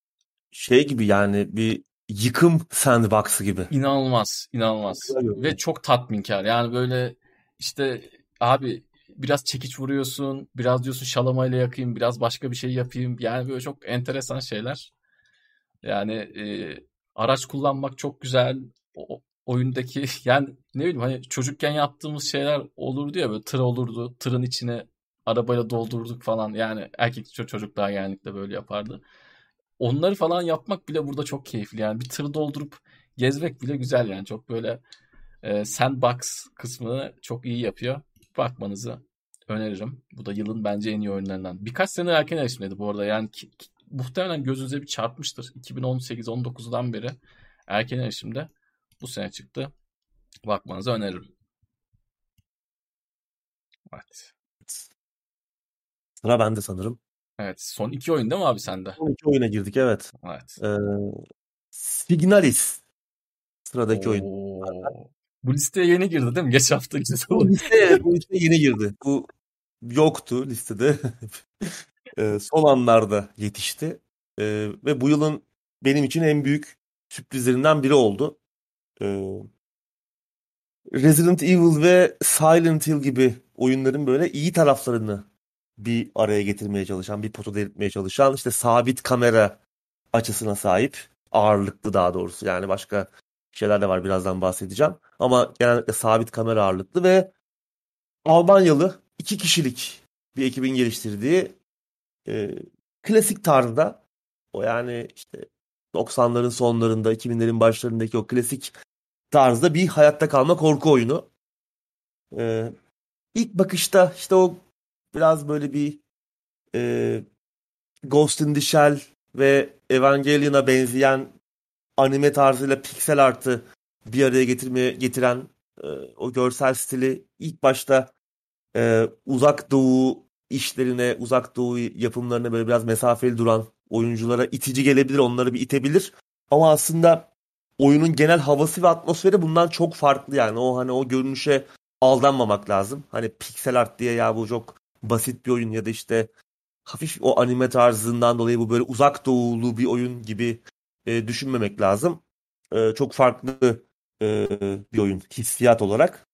Şey gibi yani bir yıkım sandbox'ı gibi. İnanılmaz, Çok inanılmaz. güzel Ve görünüyor. çok tatminkar. Yani böyle işte abi biraz çekiç vuruyorsun, biraz diyorsun şalamayla yakayım, biraz başka bir şey yapayım. Yani böyle çok enteresan şeyler. Yani e, araç kullanmak çok güzel. O, oyundaki yani ne bileyim hani çocukken yaptığımız şeyler olurdu ya, böyle tır olurdu. Tırın içine arabayla doldurduk falan. Yani erkek ço- çocuklar genellikle böyle yapardı. Onları falan yapmak bile burada çok keyifli. Yani bir tır doldurup gezmek bile güzel yani. Çok böyle e, sandbox kısmını çok iyi yapıyor. Bakmanızı öneririm. Bu da yılın bence en iyi oyunlarından. Birkaç sene erken erişimdeydi bu arada. Yani ki- ki- muhtemelen gözünüze bir çarpmıştır. iki bin on sekiz on dokuzdan beri erken erişimde. Bu sene çıktı. Bakmanızı öneririm. Evet. Sıra bende sanırım. Evet. Son iki oyun değil mi abi sende? Son iki oyuna girdik, evet. Evet. Ee, Signalis sıradaki oyun. Oo. Bu listeye yeni girdi değil mi? Geç hafta güzel Bu oldu. liste, bu liste yeni girdi. Bu yoktu listede. Ee, son anlarda yetişti. Ee, ve bu yılın benim için en büyük sürprizlerinden biri oldu. Ee, Resident Evil ve Silent Hill gibi oyunların böyle iyi taraflarını bir araya getirmeye çalışan, bir potada eritmeye çalışan, işte sabit kamera açısına sahip, ağırlıklı daha doğrusu. Yani başka şeyler de var, birazdan bahsedeceğim. Ama genellikle sabit kamera ağırlıklı ve Almanyalı iki kişilik bir ekibin geliştirdiği e, klasik tarzda, o yani işte doksanların sonlarında, iki binlerin başlarındaki o klasik tarzda bir hayatta kalma korku oyunu. E, ilk bakışta işte o biraz böyle bir e, Ghost in the Shell ve Evangelion'a benzeyen anime tarzıyla piksel artı bir araya getirmeye getiren e, o görsel stili ilk başta e, uzak doğu işlerine, uzak doğu yapımlarına böyle biraz mesafeli duran oyunculara itici gelebilir, onları bir itebilir. Ama aslında oyunun genel havası ve atmosferi bundan çok farklı yani. O hani o görünüşe aldanmamak lazım. Hani piksel art diye ya bu çok basit bir oyun ya da işte hafif o anime tarzından dolayı bu böyle uzak doğulu bir oyun gibi e, düşünmemek lazım. E, çok farklı e, bir oyun hissiyat olarak.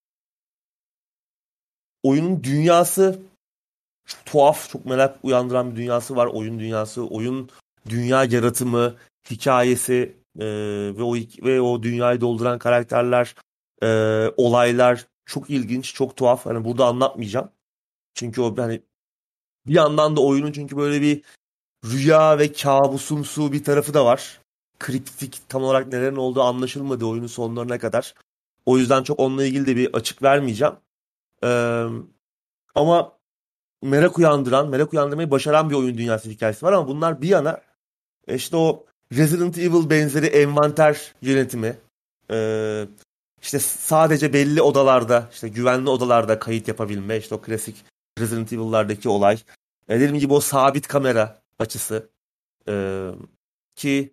Oyunun dünyası çok tuhaf, çok merak uyandıran bir dünyası var. Oyun dünyası, oyun dünya yaratımı, hikayesi e, ve o ve o dünyayı dolduran karakterler, e, olaylar çok ilginç, çok tuhaf. Hani burada anlatmayacağım. Çünkü o hani bir yandan da oyunun çünkü böyle bir rüya ve kabusumsu bir tarafı da var. Kriptik, tam olarak nelerin olduğu anlaşılmadı oyunun sonlarına kadar. O yüzden çok onunla ilgili de bir açık vermeyeceğim. Ee, ama merak uyandıran, merak uyandırmayı başaran bir oyun dünyası hikayesi var ama bunlar bir yana e, işte o Resident Evil benzeri envanter yönetimi, ee, işte sadece belli odalarda, işte güvenli odalarda kayıt yapabilme, işte o klasik Resident Evil'lardaki olay. E, dediğim gibi o sabit kamera açısı, ee, ki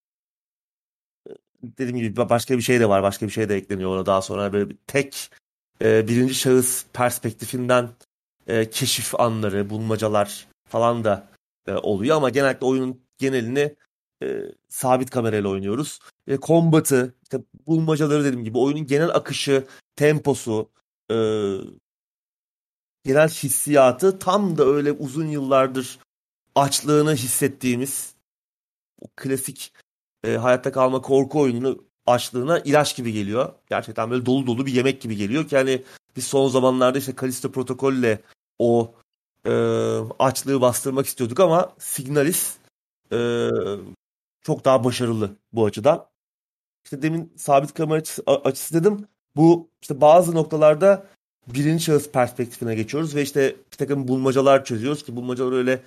dediğim gibi başka bir şey de var. Başka bir şey de ekleniyor ona daha sonra. Böyle bir tek e, birinci şahıs perspektifinden e, keşif anları, bulmacalar falan da e, oluyor. Ama genellikle oyunun genelini e, sabit kamerayla oynuyoruz. E, kombatı, işte bulmacaları dediğim gibi oyunun genel akışı, temposu, e, genel hissiyatı tam da öyle uzun yıllardır açlığını hissettiğimiz o klasik e, hayatta kalma korku oyununu açlığına ilaç gibi geliyor. Gerçekten böyle dolu dolu bir yemek gibi geliyor ki hani biz son zamanlarda işte Callisto Protokol'le o e, açlığı bastırmak istiyorduk ama Signalis e, çok daha başarılı bu açıdan. İşte demin sabit kamera açısı, açısı dedim. Bu işte bazı noktalarda birinci şahıs perspektifine geçiyoruz ve işte bir takım bulmacalar çözüyoruz ki bulmacalar öyle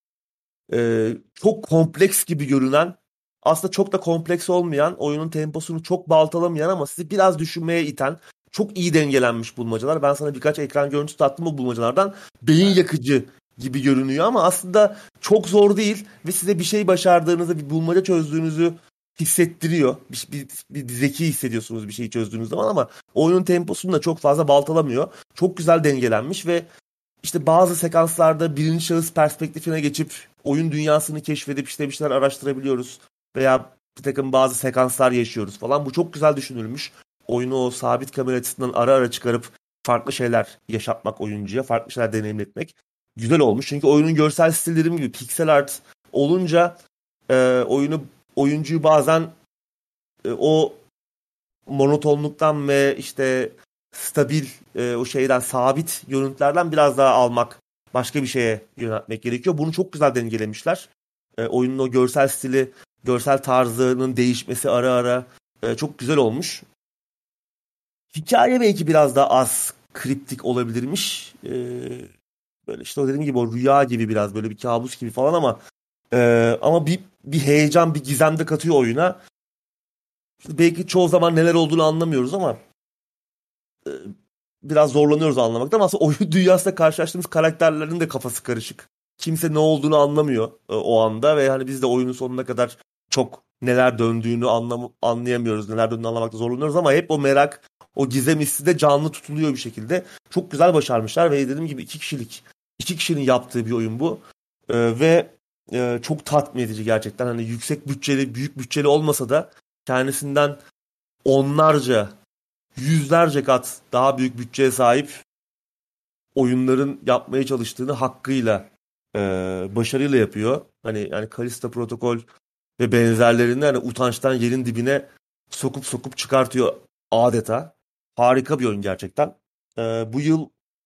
e, çok kompleks gibi görünen, aslında çok da kompleks olmayan, oyunun temposunu çok baltalamayan ama sizi biraz düşünmeye iten çok iyi dengelenmiş bulmacalar. Ben sana birkaç ekran görüntüsü de attım bu bulmacalardan. Beyin Evet. yakıcı gibi görünüyor ama aslında çok zor değil ve size bir şey başardığınızı, bir bulmaca çözdüğünüzü hissettiriyor. Bir, bir, bir zeki hissediyorsunuz bir şeyi çözdüğünüz zaman ama oyunun temposunu da çok fazla baltalamıyor. Çok güzel dengelenmiş ve işte bazı sekanslarda birinci şahıs perspektifine geçip oyun dünyasını keşfedip işte bir şeyler araştırabiliyoruz. Veya bir takım bazı sekanslar yaşıyoruz falan. Bu çok güzel düşünülmüş. Oyunu o sabit kamera açısından ara ara çıkarıp farklı şeyler yaşatmak oyuncuya, farklı şeyler deneyimletmek güzel olmuş. Çünkü oyunun görsel stili dediğim gibi piksel art olunca e, oyunu oyuncuyu bazen e, o monotonluktan ve işte stabil e, o şeyden sabit görüntülerden biraz daha almak, başka bir şeye yöneltmek gerekiyor. Bunu çok güzel dengelemişler. E, oyunun o görsel stili, görsel tarzının değişmesi ara ara e, çok güzel olmuş. Hikaye belki biraz daha az kriptik olabilirmiş. E, böyle işte o dediğim gibi o rüya gibi biraz böyle bir kabus gibi falan ama e, ama bir bir heyecan, bir gizem de katıyor oyuna. İşte belki çoğu zaman neler olduğunu anlamıyoruz ama e, biraz zorlanıyoruz anlamakta ama aslında oyun dünyasında karşılaştığımız karakterlerin de kafası karışık. Kimse ne olduğunu anlamıyor e, o anda ve hani biz de oyunun sonuna kadar çok neler döndüğünü anlam anlayamıyoruz. Neler döndüğünü anlamakta zorlanıyoruz ama hep o merak, o gizem hissi de canlı tutuluyor bir şekilde. Çok güzel başarmışlar ve dediğim gibi iki kişilik, iki kişinin yaptığı bir oyun bu. E, ve e, çok tatmin edici gerçekten. Hani yüksek bütçeli, büyük bütçeli olmasa da kendisinden onlarca, yüzlerce kat daha büyük bütçeye sahip oyunların yapmaya çalıştığını hakkıyla e, başarıyla yapıyor. Hani yani Callisto Protocol ve benzerlerini hani utançtan yerin dibine sokup sokup çıkartıyor adeta. Harika bir oyun gerçekten. E, bu yıl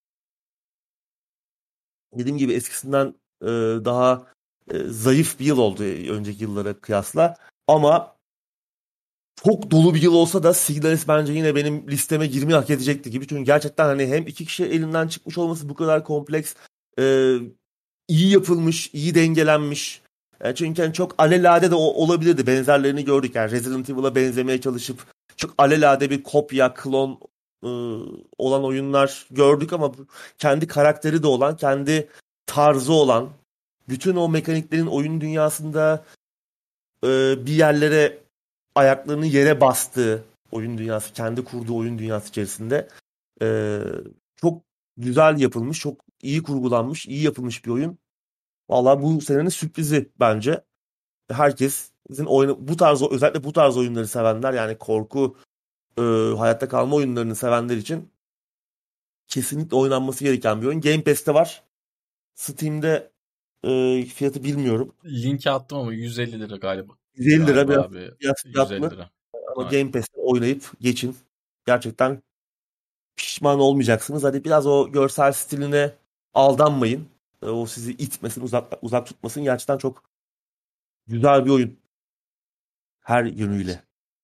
dediğim gibi eskisinden e, daha e, zayıf bir yıl oldu önceki yıllara kıyasla. Ama çok dolu bir yıl olsa da Signalis bence yine benim listeme girmeyi hak edecekti gibi. Çünkü gerçekten hani hem iki kişi elinden çıkmış olması bu kadar kompleks, e, iyi yapılmış, iyi dengelenmiş. Yani çünkü hani çok alelade de o- olabilirdi. Benzerlerini gördük. Yani Resident Evil'a benzemeye çalışıp çok alelade bir kopya, klon e, olan oyunlar gördük ama bu- kendi karakteri de olan, kendi tarzı olan, bütün o mekaniklerin oyun dünyasında e, bir yerlere ayaklarını yere bastığı oyun dünyası, kendi kurduğu oyun dünyası içerisinde e, çok güzel yapılmış, çok iyi kurgulanmış, iyi yapılmış bir oyun. Vallahi bu senenin sürprizi bence. Herkesin oyunu bu tarz özellikle bu tarz oyunları sevenler yani korku, e, hayatta kalma oyunlarını sevenler için kesinlikle oynanması gereken bir oyun. Game Pass'te var. Steam'de e, fiyatı bilmiyorum. Linki attım ama yüz elli lira galiba. yüz elli lira Galiba biraz, abi biraz yüz elli fiyatlı lira. ama Evet. Game Pass'te oynayıp geçin. Gerçekten pişman olmayacaksınız. Hadi biraz o görsel stiline aldanmayın. E, O sizi itmesin, uzak uzak tutmasın. Gerçekten çok güzel bir oyun her yönüyle.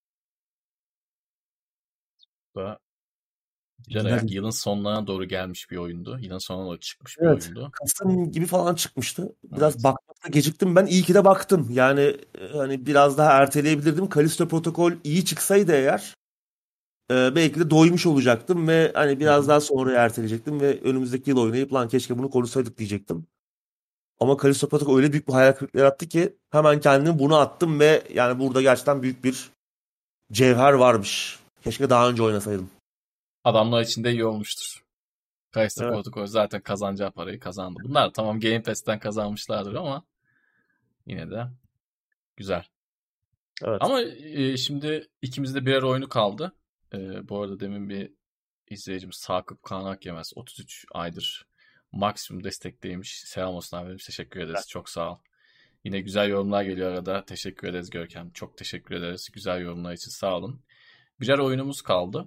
Da güzel Güzel. ayak. Yılın sonlarına doğru gelmiş bir oyundu. Yılın sonuna doğru çıkmış bir Evet. oyundu. Kasım gibi falan çıkmıştı. Biraz Evet. bakmakta geciktim ben. İyi ki de baktım. Yani e, hani biraz daha erteleyebilirdim. Callisto Protokol iyi çıksaydı eğer e, belki de doymuş olacaktım ve hani Hı biraz hı. daha sonraya erteleyecektim ve önümüzdeki yıl oynayıp lan keşke bunu konuşsaydık diyecektim. Ama Callisto Protokol öyle büyük bir hayal kırıklığı yarattı ki hemen kendimi buna attım ve yani burada gerçekten büyük bir cevher varmış. Keşke daha önce oynasaydım. Adamlar için de iyi olmuştur. Callisto Evet. Protocol zaten kazanacağı parayı kazandı. Bunlar tamam Game Pass'ten kazanmışlardır ama yine de güzel. Evet. Ama e, şimdi ikimizde birer oyunu kaldı. E, bu arada demin bir izleyicimiz Sakıp Kanak Yemez otuz üç aydır maksimum destekteymiş. Selam olsun abi. Teşekkür ederiz. Çok sağ ol. Yine güzel yorumlar geliyor arada. Teşekkür ederiz Görkem. Çok teşekkür ederiz. Güzel yorumlar için sağ olun. Birer oyunumuz kaldı.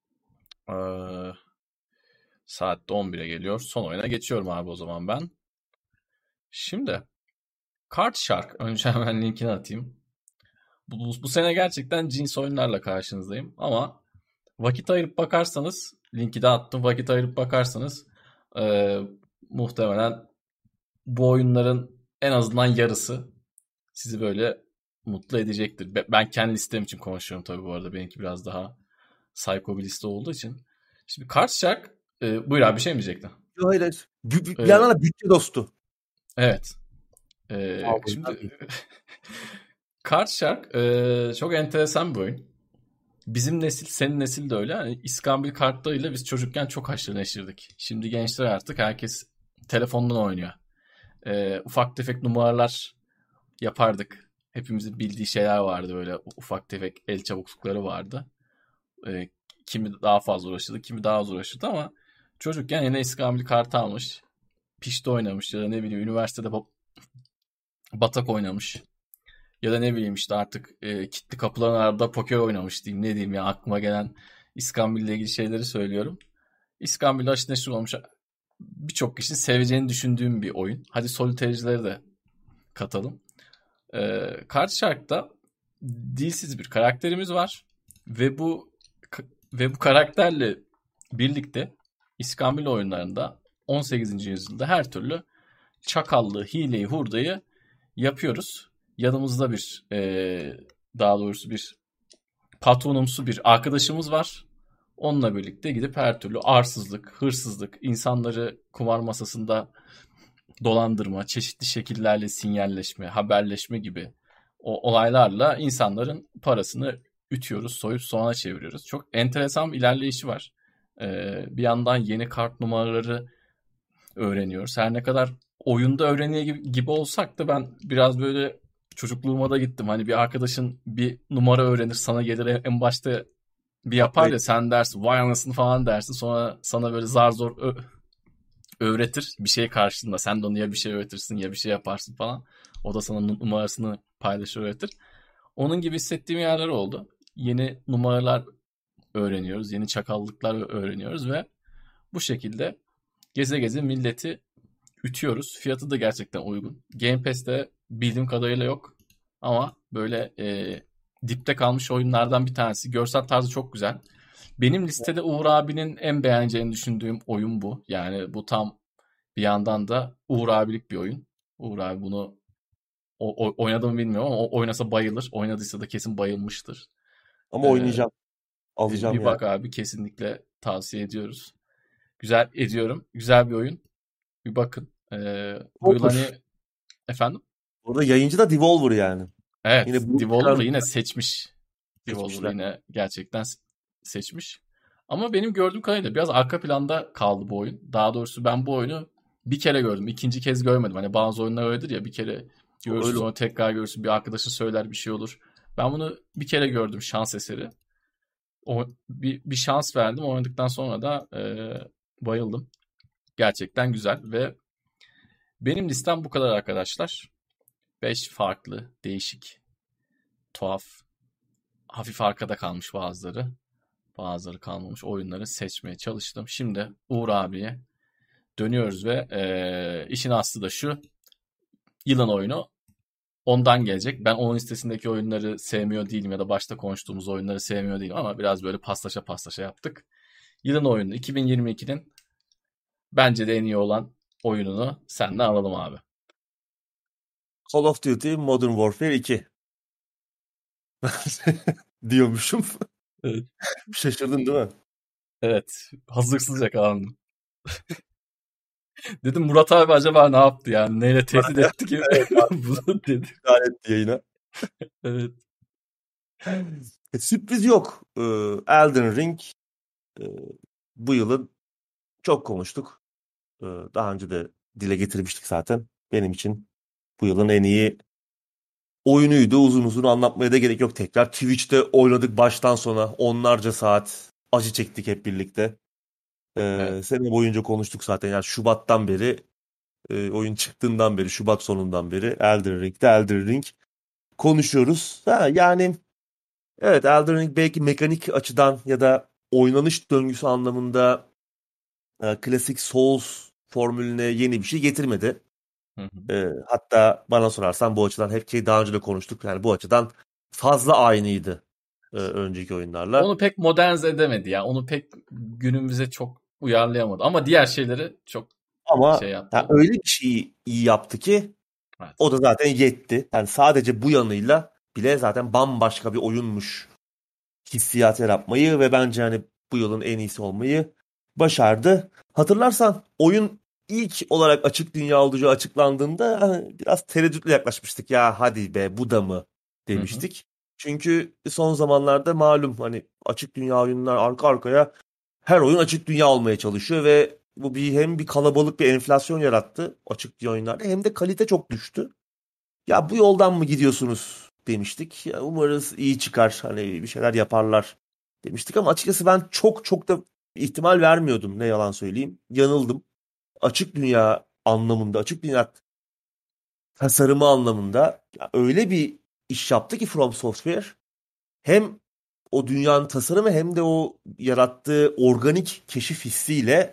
Ee, Saat de on bire geliyor. Son oyuna geçiyorum abi o zaman ben. Şimdi Kart Shark. Önce hemen linkini atayım. Bu, bu, bu sene gerçekten cins oyunlarla karşınızdayım. Ama vakit ayırıp bakarsanız, linki de attım. Vakit ayırıp bakarsanız e, muhtemelen bu oyunların en azından yarısı sizi böyle mutlu edecektir. Ben kendi listem için konuşuyorum tabii bu arada. Benimki biraz daha psycho bir liste olduğu için. Şimdi Kart Shark, e, buyur abi bir şey mi diyecektin? Yo, hayır, hayır. Bir, bir- bir E, yandan da bütçe dostu. evet. Sağ E, ol, oyunlar şimdi değil. Kart Shark e, çok enteresan bir oyun. Bizim nesil, senin nesil de öyle. Yani İskambil kartlarıyla biz çocukken çok haşır neşirdik. Şimdi gençler artık herkes telefondan oynuyor. E, ufak tefek numaralar yapardık. Hepimizin bildiği şeyler vardı böyle ufak tefek el çabuklukları vardı. E, Kimi daha fazla uğraşırdı, kimi daha az uğraşırdı ama çocukken yine iskambil kartı almış. Pişti oynamış ya da ne bileyim üniversitede batak oynamış. Ya da ne bileyim işte artık e, kilitli kapıların arada poker oynamış diyeyim ne diyeyim ya aklıma gelen İskambil ile ilgili şeyleri söylüyorum. İskambil aşırı neşir olmuş birçok kişinin seveceğini düşündüğüm bir oyun. Hadi solitary'cileri de katalım. E, Card Shark'ta dilsiz bir karakterimiz var ve bu ve bu karakterle birlikte İskambil oyunlarında on sekizinci yüzyılda her türlü çakallığı, hileyi, hurdayı yapıyoruz. Yanımızda bir e, daha doğrusu bir patronumsu bir arkadaşımız var. Onunla birlikte gidip her türlü arsızlık, hırsızlık, insanları kumar masasında dolandırma, çeşitli şekillerle sinyalleşme, haberleşme gibi o olaylarla insanların parasını ütüyoruz, soyup soğana çeviriyoruz. Çok enteresan bir ilerleyişi var. Ee, bir yandan yeni kart numaraları öğreniyoruz. Her ne kadar oyunda öğreniyor gibi, gibi olsak da ben biraz böyle çocukluğuma da gittim. Hani bir arkadaşın bir numara öğrenir, sana gelir en başta bir yapar Yapmayı ya, sen dersin vay anasını falan dersin. Sonra sana böyle zar zor ö- öğretir bir şey karşılığında. Sen de onu ya bir şey öğretirsin ya bir şey yaparsın falan. O da sana numarasını paylaşır, öğretir. Onun gibi hissettiğim yerler oldu. Yeni numaralar öğreniyoruz. Yeni çakallıklar öğreniyoruz ve bu şekilde geze geze milleti ütüyoruz. Fiyatı da gerçekten uygun. Game Pass'te bildiğim kadarıyla yok. Ama böyle e, dipte kalmış oyunlardan bir tanesi. Görsel tarzı çok güzel. Benim listede Uğur abinin en beğeneceğini düşündüğüm oyun bu. Yani bu tam bir yandan da Uğur abilik bir oyun. Uğur abi bunu o, o, oynadı mı bilmiyorum ama o, oynasa bayılır. Oynadıysa da kesin bayılmıştır. ama Ee, oynayacağım. bir, Alacağım bir yani. bak abi, kesinlikle tavsiye ediyoruz. Güzel ediyorum. Güzel bir oyun. Bir bakın. Ee, bu yıl Devolver. hani efendim? Orada yayıncı da Devolver yani. Evet. Yine bu Devolver yine seçmiş. Devolver seçmişler. yine gerçekten seçmiş. Ama benim gördüğüm kadarıyla biraz arka planda kaldı bu oyun. Daha doğrusu ben bu oyunu bir kere gördüm. İkinci kez görmedim. Hani bazı oyunlar öyledir ya, bir kere görürsün Öyle sonra tekrar görürsün. Bir arkadaşın söyler bir şey olur. Ben bunu bir kere gördüm, şans eseri. O, bir, bir şans verdim. Oynadıktan sonra da e, bayıldım. Gerçekten güzel ve benim listem bu kadar arkadaşlar. Beş farklı, değişik, tuhaf, hafif arkada kalmış bazıları. Bazıları kalmamış oyunları seçmeye çalıştım. Şimdi Uğur abiye dönüyoruz ve e, işin aslı da şu. Yılın oyunu ondan gelecek. Ben onun listesindeki oyunları sevmiyor değilim ya da başta konuştuğumuz oyunları sevmiyor değilim ama biraz böyle paslaşa paslaşa yaptık. Yılın oyunu iki bin yirmi ikinin bence de en iyi olan oyununu senden alalım abi. Call of Duty Modern Warfare iki diyormuşum. Evet. Şaşırdın değil mi? Evet. Hazırsızca kaldım. Dedim Murat abi acaba ne yaptı yani? Neyle tehdit etti ki? Evet, Bunu dedi. gayet yayına. Evet. E, sürpriz yok. Ee, Elden Ring e, bu yılın çok konuştuk. Ee, daha önce de dile getirmiştik zaten. Benim için bu yılın en iyi oyunuydu. Uzun uzun anlatmaya da gerek yok tekrar. Twitch'te oynadık baştan sona. Onlarca saat acı çektik hep birlikte. Evet. Ee, sene boyunca konuştuk zaten. Yani Şubat'tan beri, e, oyun çıktığından beri, Şubat sonundan beri Elden Ring'de Elden Ring konuşuyoruz. Ha, yani evet, Elden Ring belki mekanik açıdan ya da oynanış döngüsü anlamında e, klasik Souls formülüne yeni bir şey getirmedi. Hı hı. E, hatta bana sorarsan bu açıdan hep ki daha önce de konuştuk. Yani bu açıdan fazla aynıydı e, önceki oyunlarla. Onu pek modernize edemedi ya. Onu pek günümüze çok uyarlayamadı. Ama diğer şeyleri çok şey Ama ya yaptı. öyle bir şeyi iyi yaptı ki Evet. o da zaten yetti. Yani sadece bu yanıyla bile zaten bambaşka bir oyunmuş hissiyat yaratmayı ve bence hani bu yılın en iyisi olmayı başardı. Hatırlarsan oyun ilk olarak açık dünya olacağı açıklandığında hani biraz tereddütle yaklaşmıştık. Ya hadi be, bu da mı Hı hı. demiştik. Çünkü son zamanlarda malum hani açık dünya oyunlar arka arkaya, her oyun açık dünya olmaya çalışıyor ve bu bir hem bir kalabalık bir enflasyon yarattı açık dünya oyunlarda, hem de kalite çok düştü. Ya bu yoldan mı gidiyorsunuz demiştik. Ya umarız iyi çıkar. Hani bir şeyler yaparlar demiştik ama açıkçası ben çok çok da ihtimal vermiyordum, ne yalan söyleyeyim. Yanıldım. Açık dünya anlamında, açık dünya tasarımı anlamında ya öyle bir iş yaptı ki From Software, hem o dünyanın tasarımı hem de o yarattığı organik keşif hissiyle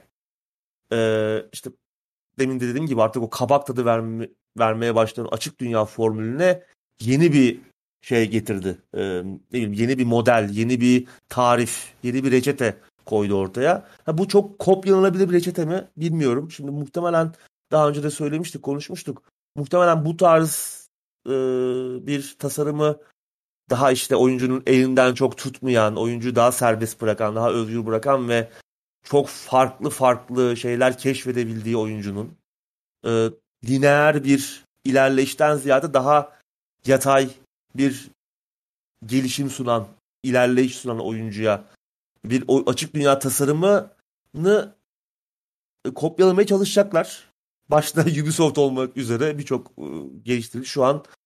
e, işte demin de dediğim gibi artık o kabak tadı verme, vermeye başlayan açık dünya formülüne yeni bir şey getirdi. Ee, ne bileyim, yeni bir model, yeni bir tarif, yeni bir reçete koydu ortaya. Ha, bu çok kopyalanabilir bir reçete mi bilmiyorum. Şimdi muhtemelen daha önce de söylemiştik, konuşmuştuk. Muhtemelen bu tarz e, bir tasarımı daha işte oyuncunun elinden çok tutmayan, oyuncuyu daha serbest bırakan, daha özgür bırakan ve çok farklı farklı şeyler keşfedebildiği oyuncunun e, lineer bir ilerleyişten ziyade daha yatay bir gelişim sunan, ilerleyiş sunan oyuncuya bir o açık dünya tasarımını e, kopyalamaya çalışacaklar. Başta Ubisoft olmak üzere birçok e, geliştirici şu an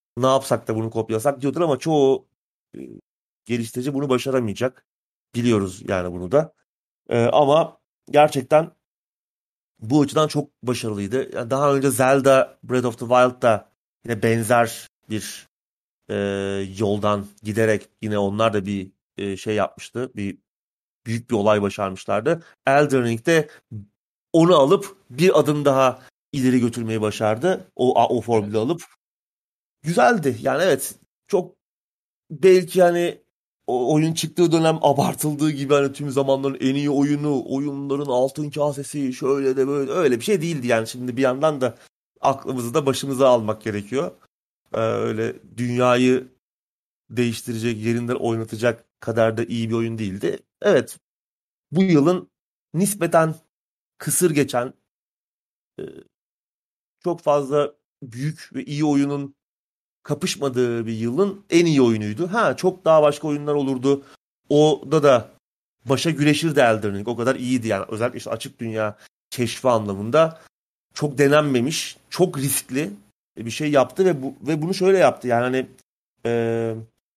ne yapsak da bunu kopyalasak diyordur ama çoğu e, geliştirici bunu başaramayacak. Biliyoruz yani bunu da. E, ama gerçekten bu açıdan çok başarılıydı. Yani daha önce Zelda Breath of the Wild'da yine benzer bir e, yoldan giderek yine onlar da bir e, şey yapmıştı. Bir büyük bir olay başarmışlardı. Elden Ring'de onu alıp bir adım daha ileri götürmeyi başardı. O o formülü Evet. alıp. Güzeldi. Yani evet, çok belki hani o oyun çıktığı dönem abartıldığı gibi hani tüm zamanların en iyi oyunu, oyunların altın kasesi, şöyle de böyle, öyle bir şey değildi yani. Şimdi bir yandan da aklımızı da başımıza almak gerekiyor. Ee, öyle dünyayı değiştirecek, yerinden oynatacak kadar da iyi bir oyun değildi. Evet, bu yılın nispeten kısır geçen, e, çok fazla büyük ve iyi oyunun kapışmadığı bir yılın en iyi oyunuydu. Ha, çok daha başka oyunlar olurdu. O da da başa güreşirdi Elden Ring. O kadar iyiydi yani. Özellikle işte açık dünya keşfi anlamında çok denenmemiş, çok riskli bir şey yaptı ve bu ve bunu şöyle yaptı. Yani hani e,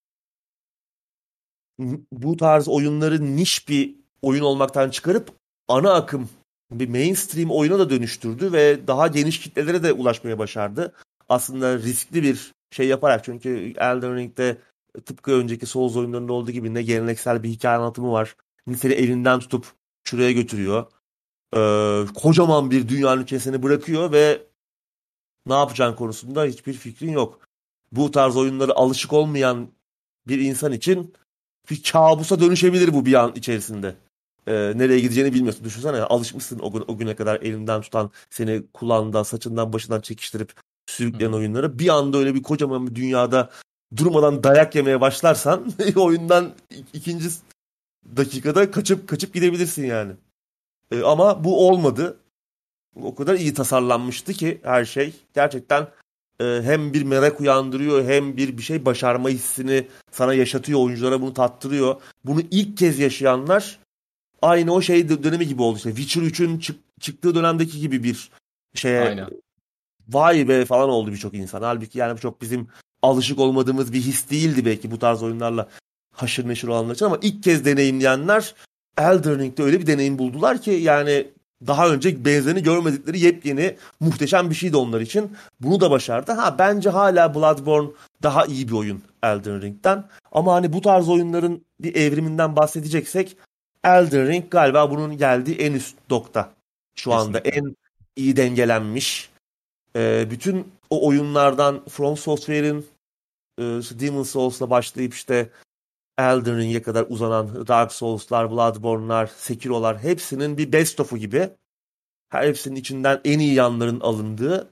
bu tarz oyunları niş bir oyun olmaktan çıkarıp ana akım bir mainstream oyuna da dönüştürdü ve daha geniş kitlelere de ulaşmaya başardı. Aslında riskli bir şey yaparak, çünkü Elden Ring'de tıpkı önceki Souls oyunlarında olduğu gibi ne geleneksel bir hikaye anlatımı var, ne seni elinden tutup şuraya götürüyor. Ee, kocaman bir dünyanın içerisine bırakıyor ve ne yapacağın konusunda hiçbir fikrin yok. Bu tarz oyunlara alışık olmayan bir insan için bir kabusa dönüşebilir bu bir an içerisinde. Ee, nereye gideceğini bilmiyorsun. Düşünsene, alışmışsın o, gün, o güne kadar elinden tutan, seni kulağından, saçından, başından çekiştirip Hı sürükleyen hı. oyunlara bir anda öyle bir kocaman bir dünyada durmadan dayak yemeye başlarsan oyundan ikinci dakikada kaçıp kaçıp gidebilirsin yani. Ee, ama bu olmadı. O kadar iyi tasarlanmıştı ki her şey. Gerçekten e, hem bir merak uyandırıyor, hem bir bir şey başarma hissini sana yaşatıyor, oyunculara bunu tattırıyor. Bunu ilk kez yaşayanlar aynı o şey dönemi gibi oldu işte. Witcher üçün çık- çıktığı dönemdeki gibi bir şeye Aynen. vay be falan oldu birçok insan. Halbuki yani bu çok bizim alışık olmadığımız bir his değildi belki bu tarz oyunlarla haşır neşir olanlar için, ama ilk kez deneyimleyenler Elden Ring'de öyle bir deneyim buldular ki yani daha önce benzerini görmedikleri yepyeni muhteşem bir şeydi onlar için. Bunu da başardı. Ha, bence hala Bloodborne daha iyi bir oyun Elden Ring'den. Ama hani bu tarz oyunların bir evriminden bahsedeceksek Elden Ring galiba bunun geldiği en üst nokta. Şu anda Kesinlikle. en iyi dengelenmiş. Ee, bütün o oyunlardan From Software'in e, işte Demon's Souls'la başlayıp işte Elden Ring'e kadar uzanan Dark Souls'lar, Bloodborne'lar, Sekiro'lar, hepsinin bir best of'u gibi. Her hepsinin içinden en iyi yanların alındığı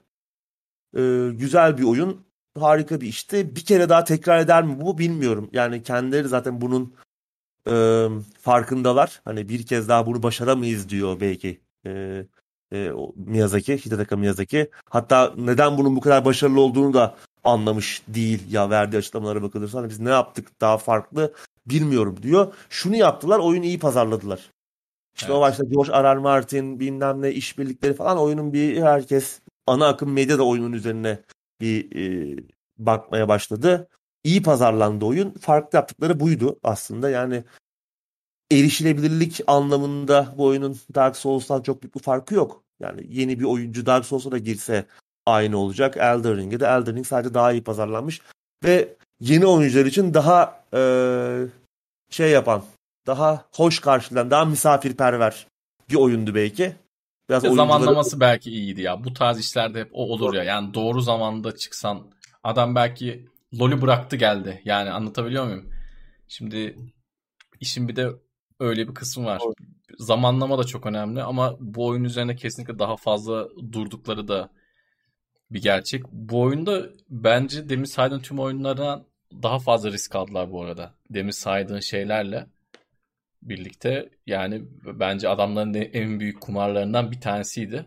e, güzel bir oyun. Harika bir işti. Bir kere daha tekrar eder mi bu bilmiyorum. Yani kendileri zaten bunun e, farkındalar. Hani bir kez daha bunu başaramayız diyor belki e, e, o Miyazaki, Hidetaka Miyazaki. Hatta neden bunun bu kadar başarılı olduğunu da anlamış değil ya, verdiği açıklamalara bakılırsa. Hani biz ne yaptık daha farklı bilmiyorum diyor. Şunu yaptılar, oyunu iyi pazarladılar. İşte o Evet. başta George R. R. Martin bilmem ne işbirlikleri falan, oyunun bir herkes ana akım medya da oyunun üzerine bir e, bakmaya başladı. İyi pazarlandı oyun. Farklı yaptıkları buydu aslında. Yani erişilebilirlik anlamında bu oyunun Dark Souls'tan çok büyük bir farkı yok. Yani yeni bir oyuncu Dark Souls'a da girse aynı olacak. Elden Ring'e de Elden Ring sadece daha iyi pazarlanmış ve yeni oyuncular için daha eee, şey yapan, daha hoş karşılayan, daha misafirperver bir oyundu belki. Biraz Bir de oyuncuları zamanlaması belki iyiydi ya. Bu tarz işlerde hep o olur ya. Yani doğru zamanda çıksan adam belki LoL'ü bıraktı geldi. Yani anlatabiliyor muyum? Şimdi işin bir de öyle bir kısmı var. Zamanlama da çok önemli ama bu oyun üzerine kesinlikle daha fazla durdukları da bir gerçek. Bu oyunda bence demin saydığın tüm oyunlardan daha fazla risk aldılar bu arada. Demin saydığın şeylerle birlikte yani bence adamların en büyük kumarlarından bir tanesiydi.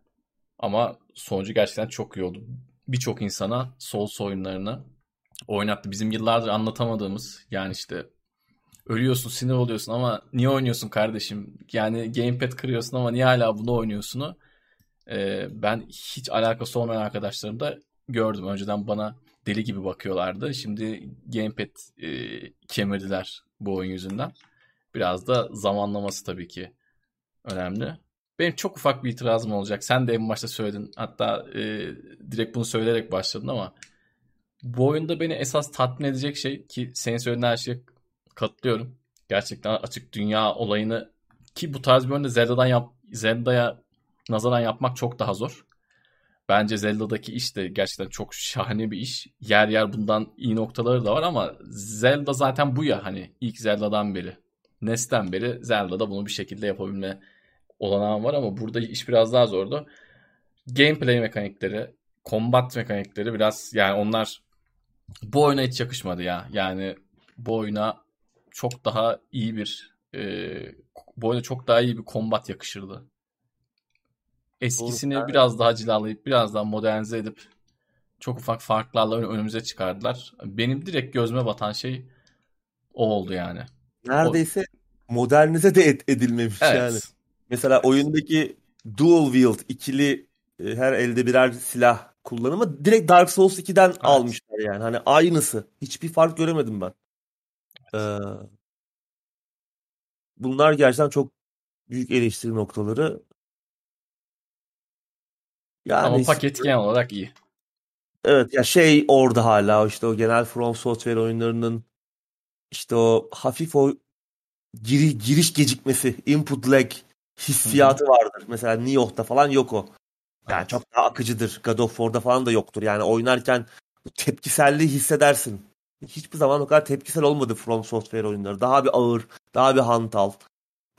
Ama sonucu gerçekten çok iyi oldu. Birçok insana Souls oyunlarını oynattı. Bizim yıllardır anlatamadığımız yani işte ölüyorsun, sinir oluyorsun ama niye oynuyorsun kardeşim? Yani gamepad kırıyorsun ama niye hala bunu oynuyorsunu e, ben hiç alakası olmayan arkadaşlarım da gördüm. Önceden bana deli gibi bakıyorlardı. Şimdi gamepad e, kemirdiler bu oyun yüzünden. Biraz da zamanlaması tabii ki önemli. Benim çok ufak bir itirazım olacak. Sen de en başta söyledin. Hatta e, direkt bunu söyleyerek başladın ama bu oyunda beni esas tatmin edecek şey, ki senin söylediğin her şeye katılıyorum. Gerçekten açık dünya olayını, ki bu tarz bir oyunda Zelda'dan yap, Zelda'ya nazaran yapmak çok daha zor. Bence Zelda'daki iş de gerçekten çok şahane bir iş. Yer yer bundan iyi noktaları da var ama Zelda zaten bu ya, hani ilk Zelda'dan beri. N E S'ten beri Zelda'da bunu bir şekilde yapabilme olanağı var ama burada iş biraz daha zordu. Gameplay mekanikleri, combat mekanikleri biraz, yani onlar bu oyuna hiç yakışmadı ya. Yani bu oyuna çok daha iyi bir e, bu oyuna çok daha iyi bir combat yakışırdı. Doğru. Eskisini biraz daha cilalayıp biraz daha modernize edip çok ufak farklarla önümüze çıkardılar. Benim direkt gözüme batan şey o oldu yani. O, Neredeyse modernize de et- edilmemiş yani. evet. Mesela Evet. oyundaki dual wield, ikili e, her elde birer silah kullanımı direkt Dark Souls ikiden Evet. almışlar yani. Hani aynısı. Hiçbir fark göremedim ben. Ee, bunlar gerçekten çok büyük eleştiri noktaları. Ama Yani paket genel olarak iyi. evet ya, şey orada hala işte o genel From Software oyunlarının işte o hafif o giri, giriş gecikmesi, input lag Hı hı. hissiyatı vardır. Mesela Nioh'ta falan yok o. Yani Evet. çok daha akıcıdır. God of War'da falan da yoktur. Yani oynarken tepkiselliği hissedersin. Hiçbir zaman o kadar tepkisel olmadı From Software oyunları. Daha bir ağır, daha bir hantal. Ee,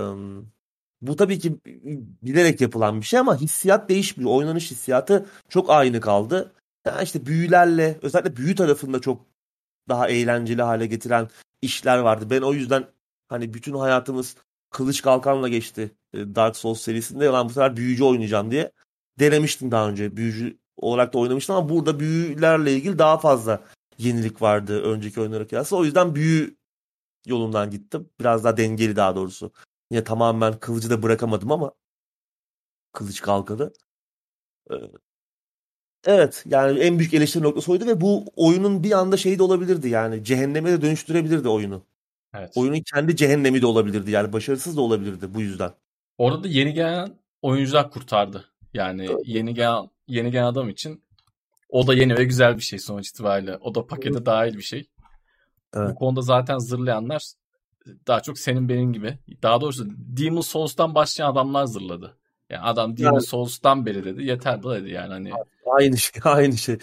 bu tabii ki bilerek yapılan bir şey ama hissiyat değişmiyor. Oynanış hissiyatı çok aynı kaldı. Yani işte büyülerle, özellikle büyü tarafında çok daha eğlenceli hale getiren işler vardı. Ben o yüzden hani bütün hayatımız kılıç kalkanla geçti e, Dark Souls serisinde. Lan bu sefer büyücü oynayacağım diye denemiştim daha önce. Büyücü olarak da oynamıştım ama burada büyülerle ilgili daha fazla yenilik vardı önceki oyunlara kıyasla. O yüzden büyü yolundan gittim. Biraz daha dengeli daha doğrusu. Yine tamamen kılıcı da bırakamadım ama kılıç kalkanı. Ee, Evet, yani en büyük eleştiri noktası oydu ve bu oyunun bir anda şeyi de olabilirdi, yani cehenneme de dönüştürebilirdi oyunu. Evet. Oyunun kendi cehennemi de olabilirdi, yani başarısız da olabilirdi bu yüzden. Orada da yeni gelen oyuncular kurtardı. Yani yeni gelen yeni gelen adam için o da yeni ve güzel bir şey sonuç itibariyle. O da pakete dahil bir şey. Bu Evet. konuda zaten zırlayanlar daha çok senin benim gibi. Daha doğrusu Demon Souls'tan başlayan adamlar zırladı. Yani adam Demon Yani Souls'tan beri dedi. Yeter bu dedi yani, hani. aynı şey, aynı şey.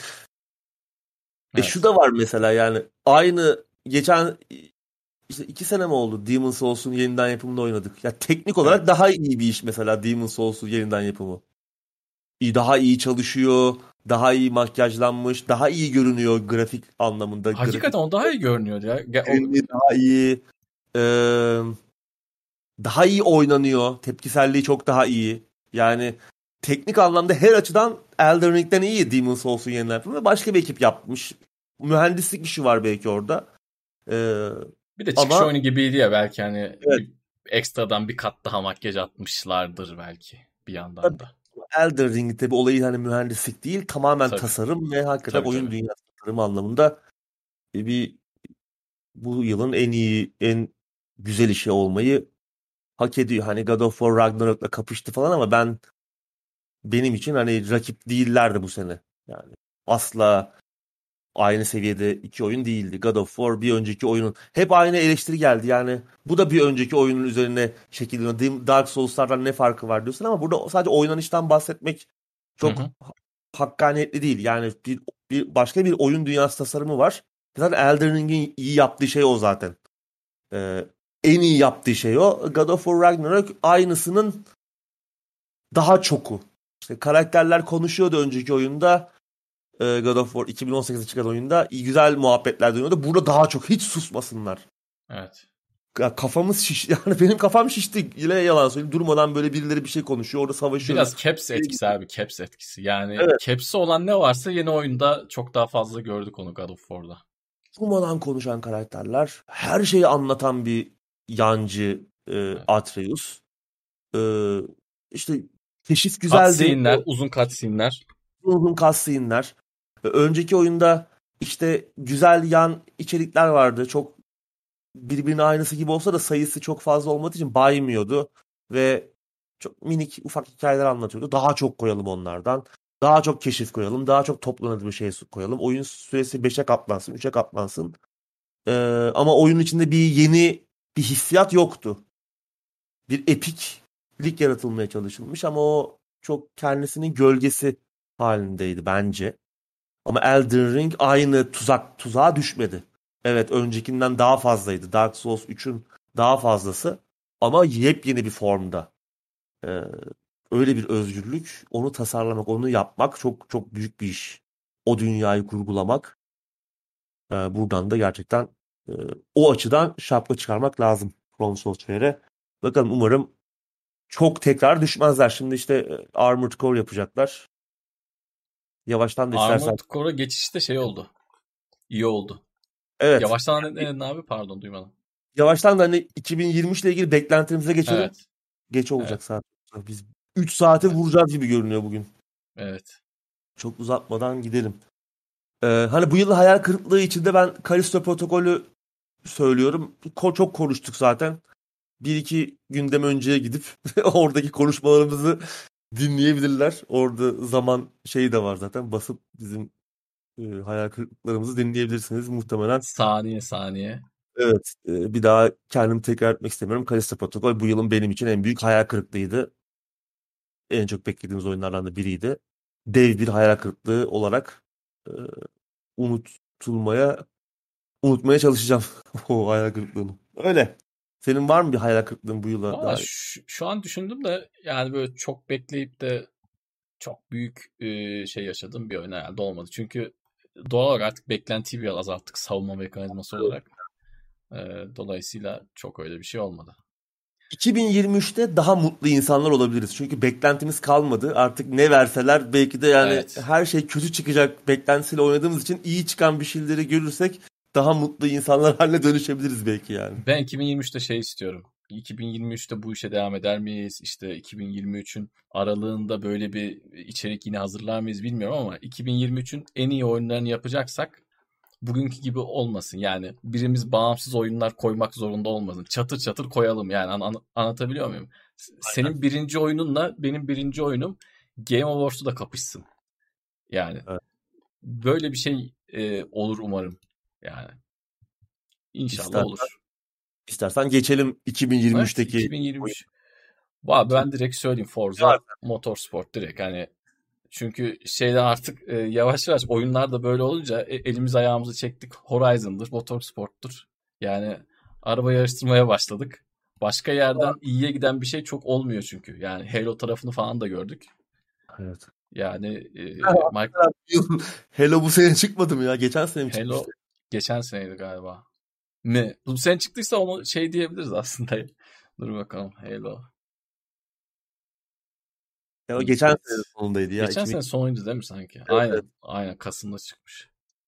E şu Evet. da var mesela, yani aynı geçen işte iki sene mi oldu Demon Souls'un yeniden yapımında oynadık. Ya teknik olarak Evet. daha iyi bir iş mesela Demon Souls'un yeniden yapımı. İyi, daha iyi çalışıyor, daha iyi makyajlanmış, daha iyi görünüyor grafik anlamında. Grafik Hakikaten o daha iyi görünüyor ya. Ge- O, derinliği daha iyi. Ee, daha iyi oynanıyor. Tepkiselliği çok daha iyi. Yani teknik anlamda her açıdan Elden Ring'den iyi Demon's Souls'un yeniden yapımı ve başka bir ekip yapmış. Mühendislik işi var belki orada. Ee, bir de çıkış ama oyunu gibiydi ya, belki hani evet, bir ekstradan bir kat daha makyaj atmışlardır belki bir yandan tabii da. Elden Ring'de tabii olayı hani mühendislik değil, tamamen Tabii. tasarım ve hakikaten Tabii oyun tabii. dünyası tasarımı anlamında bir bu yılın en iyi, en güzel işi olmayı hak ediyor. Hani God of War Ragnarok'la kapıştı falan ama ben benim için hani rakip değillerdi bu sene. Yani asla aynı seviyede iki oyun değildi. God of War bir önceki oyunun hep aynı eleştiri geldi. Yani bu da bir önceki oyunun üzerine şekilleniyor. Dim- Dark Souls'lardan ne farkı var diyorsun ama burada sadece oynanıştan bahsetmek Hı çok hı. ha- hakkaniyetli değil. Yani bir, bir başka bir oyun dünyası tasarımı var. Zaten Elden Ring'in iyi yaptığı şey o zaten. Ee, en iyi yaptığı şey o. God of War Ragnarok aynısının daha çoku. İşte karakterler konuşuyordu önceki oyunda. e, God of War iki bin on sekizde çıkan oyunda iyi, güzel muhabbetler dönüyordu. Burada daha çok hiç susmasınlar. Evet. Ya kafamız şiş yani benim kafam şişti. Yine yalan söyleyeyim. Durmadan böyle birileri bir şey konuşuyor. Orada savaşıyoruz. Biraz caps etkisi abi, caps etkisi. Yani Evet. caps'i olan ne varsa yeni oyunda çok daha fazla gördük onu God of War'da. Durmadan konuşan karakterler. Her şeyi anlatan bir yancı e, Evet. Atreus. E, işte keşif güzeldi. Cutscene'ler, uzun cutscene'ler. Uzun cutscene'ler. E, önceki oyunda İşte güzel yan içerikler vardı. Çok birbirinin aynısı gibi olsa da sayısı çok fazla olmadığı için baymıyordu. Ve çok minik ufak hikayeler anlatıyordu. Daha çok koyalım onlardan. Daha çok keşif koyalım. Daha çok toplanır bir şey koyalım. Oyun süresi beşe katlansın, üçe katlansın. Ee, ama oyunun içinde bir yeni bir hissiyat yoktu. Bir epiklik yaratılmaya çalışılmış ama o çok kendisinin gölgesi halindeydi bence. Ama Elden Ring aynı tuzak tuzağa düşmedi. Evet, öncekinden daha fazlaydı. Dark Souls üçün daha fazlası ama yepyeni bir formda. Ee, öyle bir özgürlük, onu tasarlamak, onu yapmak çok çok büyük bir iş. O dünyayı kurgulamak. Ee, buradan da gerçekten e, o açıdan şapka çıkarmak lazım From Software'e. Bakalım, umarım çok tekrar düşmezler. Şimdi işte e, Armored Core yapacaklar. Yavaştan da istersen. Armored Core'a geçişte şey oldu. İyi oldu. Evet. Yavaştan ne dedin abi? Pardon, duymadım. Yavaştan da hani iki bin yirmi üç ile ilgili beklentimize geçelim. Evet. Geç Evet. olacak saat. Biz üç saate Evet. vuracağız gibi görünüyor bugün. Evet. Çok uzatmadan gidelim. Ee, hani bu yıl hayal kırıklığı içinde ben Callisto Protokol'ü söylüyorum. Ko- çok konuştuk zaten. Bir iki gündem önceye gidip oradaki konuşmalarımızı dinleyebilirler. Orada zaman şeyi de var zaten. Basıp bizim e, hayal kırıklıklarımızı dinleyebilirsiniz muhtemelen. Saniye saniye. Evet, e, bir daha kendimi tekrar etmek istemiyorum. Callisto Protocol bu yılın benim için en büyük hayal kırıklığıydı. En çok beklediğimiz oyunlardan da biriydi. Dev bir hayal kırıklığı olarak e, unutulmaya, unutmaya çalışacağım o hayal kırıklığını. Öyle. Senin var mı bir hayal kırıklığın bu yıla Valla dair? şu, şu an düşündüm de yani böyle çok bekleyip de çok büyük e, şey yaşadığım bir oyun herhalde olmadı. Çünkü doğal olarak artık beklentiyi biraz azalttık savunma mekanizması olarak. E, dolayısıyla çok öyle bir şey olmadı. iki bin yirmi üçte daha mutlu insanlar olabiliriz. Çünkü beklentimiz kalmadı. Artık ne verseler belki de yani Evet. her şey kötü çıkacak beklentisiyle oynadığımız için iyi çıkan bir şeyleri görürsek daha mutlu insanlar haline dönüşebiliriz belki yani. Ben iki bin yirmi üçte şey istiyorum. iki bin yirmi üçte bu işe devam eder miyiz? İşte iki bin yirmi üçün aralığında böyle bir içerik yine hazırlar mıyız bilmiyorum ama iki bin yirmi üçün en iyi oyunlarını yapacaksak bugünkü gibi olmasın. Yani birimiz bağımsız oyunlar koymak zorunda olmasın. Çatır çatır koyalım yani an- an- anlatabiliyor muyum? S- Senin birinci oyununla benim birinci oyunum Game Awards'u da kapışsın. Yani Evet. böyle bir şey e, olur umarım. Yani inşallah İstersen, olur. istersen geçelim Evet iki bin yirmi üçteki oyun. iki bin yirmi üç. Va ben direkt söyleyeyim Forza Motorsport direkt hani çünkü şeyden artık e, yavaş yavaş oyunlar da böyle olunca e, elimiz ayağımızı çektik. Horizon'dır, Motorsport'tur. Yani araba yarıştırmaya başladık. Başka yerden iyiye giden bir şey çok olmuyor çünkü. Yani Halo tarafını falan da gördük. Evet. Yani e, Mike Hello bu sene çıkmadı mı ya? Geçen sene mi çıkmıştı? Halo geçen seneydi galiba. Mi? Bu sene çıktıysa onu şey diyebiliriz aslında. Dur bakalım Halo Ya o geçen Infinite. sene sonundaydı ya. Geçen iki bin. sene sonuydu değil mi sanki? Evet, evet. Aynen. Aynen. Kasım'da çıkmış.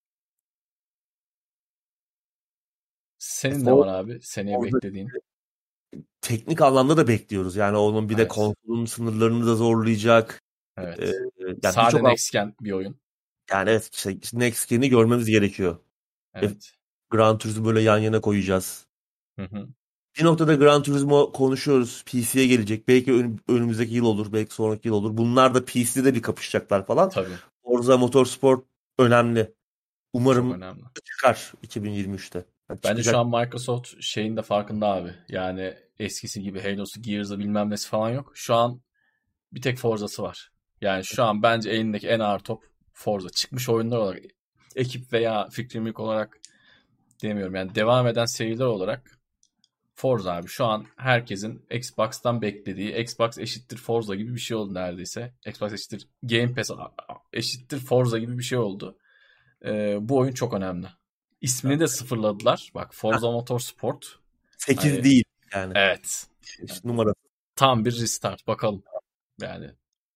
Senin ne For- var abi? Seneye Forza beklediğin. teknik anlamda da bekliyoruz. Yani onun bir de Evet. konsolun sınırlarını da zorlayacak. Ee, Evet. yani Sade birçok an- next gen bir oyun. yani evet, işte Next Gen'i görmemiz gerekiyor. E, Evet. Gran Turismo böyle yan yana koyacağız. Hı hı. Bir noktada Gran Turismo konuşuyoruz. P C'ye gelecek. Belki ön- önümüzdeki yıl olur. Belki sonraki yıl olur. Bunlar da P C'de bir kapışacaklar falan. Tabii. Forza Motorsport önemli. Çok Umarım önemli. çıkar iki bin yirmi üçte. Yani Bence şu çıkacak. an Microsoft şeyin de farkında abi. Yani eskisi gibi Halo'su, Gears'ı bilmem nesi falan yok. Şu an bir tek Forza'sı var. Yani şu an bence elindeki en ağır top Forza. Çıkmış oyunlar olarak ekip veya fikrimlik olarak demiyorum. Yani devam eden seriler olarak Forza abi şu an herkesin Xbox'tan beklediği Xbox eşittir Forza gibi bir şey oldu neredeyse. Xbox eşittir Game Pass eşittir Forza gibi bir şey oldu. Ee, bu oyun çok önemli. İsmini de sıfırladılar. Bak Forza Motorsport. sekiz Hani değil yani. evet. İşte numara. Tam bir restart. Bakalım. Yani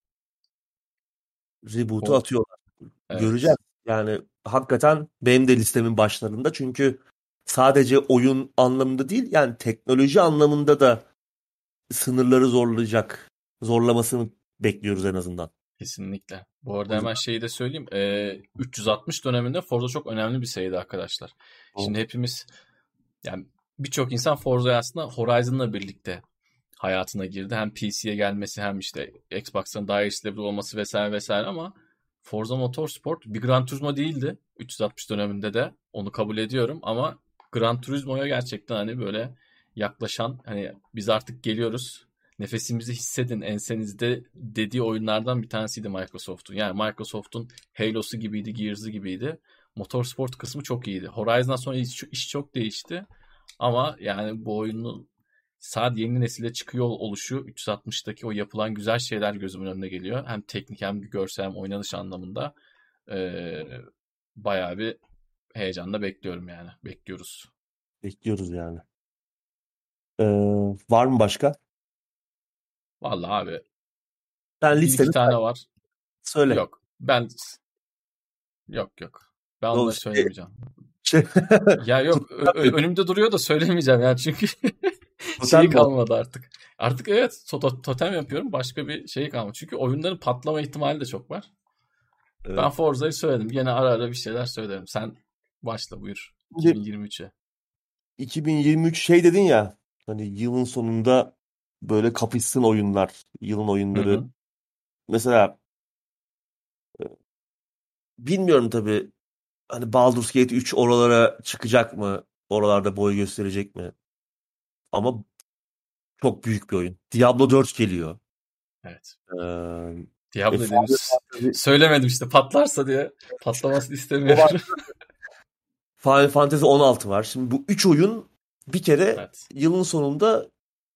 Reboot'u o atıyorlar. Göreceğiz. evet. Yani hakikaten benim de listemin başlarında. Çünkü sadece oyun anlamında değil, yani teknoloji anlamında da sınırları zorlayacak. Zorlamasını bekliyoruz en azından. Kesinlikle. Bu arada O hemen yüzden. şeyi de söyleyeyim. Ee, üç yüz altmış döneminde Forza çok önemli bir sayıydı arkadaşlar. Şimdi Evet. hepimiz, yani birçok insan Forza'ya aslında Horizon'la birlikte hayatına girdi. Hem P C'ye gelmesi hem işte Xbox'ın daha erişilebilir olması vesaire vesaire, ama Forza Motorsport bir Gran Turismo değildi. üç yüz altmış döneminde de onu kabul ediyorum, ama Gran Turismo'ya gerçekten hani böyle yaklaşan, hani biz artık geliyoruz, nefesimizi hissedin ensenizde dediği oyunlardan bir tanesiydi Microsoft'un. Yani Microsoft'un Halo'su gibiydi, Gears'ı gibiydi. Motorsport kısmı çok iyiydi. Horizon'dan sonra iş, iş çok değişti. Ama yani bu oyunun sadece yeni nesile çıkıyor oluşu, üç yüz altmıştaki o yapılan güzel şeyler gözümün önüne geliyor. Hem teknik hem görsel hem oynanış anlamında ee, bayağı bir heyecanla bekliyorum yani. Bekliyoruz. Bekliyoruz yani. Ee, Var mı başka? Vallahi abi, Sen bir iki listeni tane var. söyle. Yok. Ben yok yok. Ben O onları şey, söylemeyeceğim. şey Ya yok, ö- ö- önümde duruyor da söylemeyeceğim yani, çünkü şeyi totem mi o? kalmadı artık. Artık evet, to- totem yapıyorum, başka bir şey kalmadı. Çünkü oyunların patlama ihtimali de çok var. Ben Evet. Forza'yı söyledim. Gene ara ara bir şeyler söylerim. Sen başla, buyur. Şimdi iki bin yirmi üçe. iki bin yirmi üç şey dedin ya, hani yılın sonunda böyle kapışsın oyunlar, yılın Hı oyunları. hı. Mesela e, bilmiyorum tabii, hani Baldur's Gate üç oralara çıkacak mı? Oralarda boy gösterecek mi? Ama çok büyük bir oyun. Diablo dört geliyor. Evet. Ee, e, Diablo Final dediğimiz Fantasy, söylemedim işte, patlarsa diye. Patlamasını o var. istemiyorum. Final Fantasy on altı var. Şimdi bu üç oyun bir kere Evet. yılın sonunda,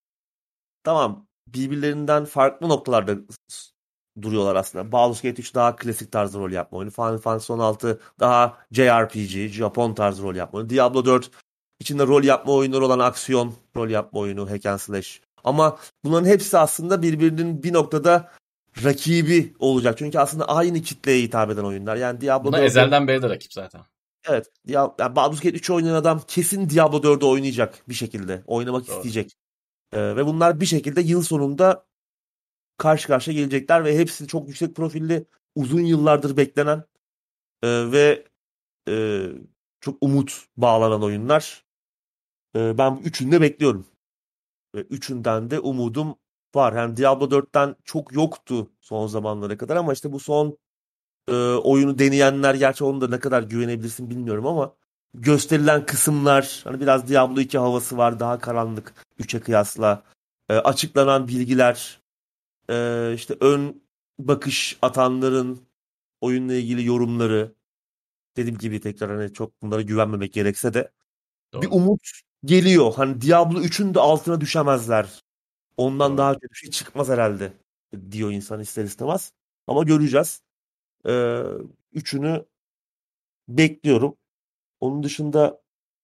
tamam, birbirlerinden farklı noktalarda s- duruyorlar aslında. Baldur's Gate üç daha klasik tarzda rol yapma oyunu. Final Fantasy on altı daha J R P G, Japon tarzı rol yapma oyunu. Diablo dört içinde rol yapma oyunları olan aksiyon rol yapma oyunu, hack and slash. Ama bunların hepsi aslında birbirinin bir noktada rakibi olacak. Çünkü aslında aynı kitleye hitap eden oyunlar. Yani Diablo Buna dört, ezelden beri de rakip zaten. evet, Dia- yani Baldur's Gate üç oynayan adam kesin Diablo dördü oynayacak bir şekilde. Oynamak Doğru. isteyecek. Ee, ve bunlar bir şekilde yıl sonunda karşı karşıya gelecekler ve hepsi çok yüksek profilli, uzun yıllardır beklenen e, ve e, çok umut bağlanan oyunlar. E, ben bu üçünü de bekliyorum. Ve üçünden de umudum var. Yani Diablo dörtten çok yoktu son zamanlara kadar, ama işte bu son e, oyunu deneyenler, gerçi onu da ne kadar güvenebilirsin bilmiyorum, ama gösterilen kısımlar, hani biraz Diablo iki havası var, daha karanlık üçe kıyasla. E, açıklanan bilgiler, e, işte ön bakış atanların oyunla ilgili yorumları, dediğim gibi tekrar hani çok bunlara güvenmemek gerekse de bir Doğru. umut geliyor. Hani Diablo üçün de altına düşemezler. Ondan Doğru. daha kötü bir şey çıkmaz herhalde diyor insan ister istemez. Ama göreceğiz. Ee, Üçünü bekliyorum. Onun dışında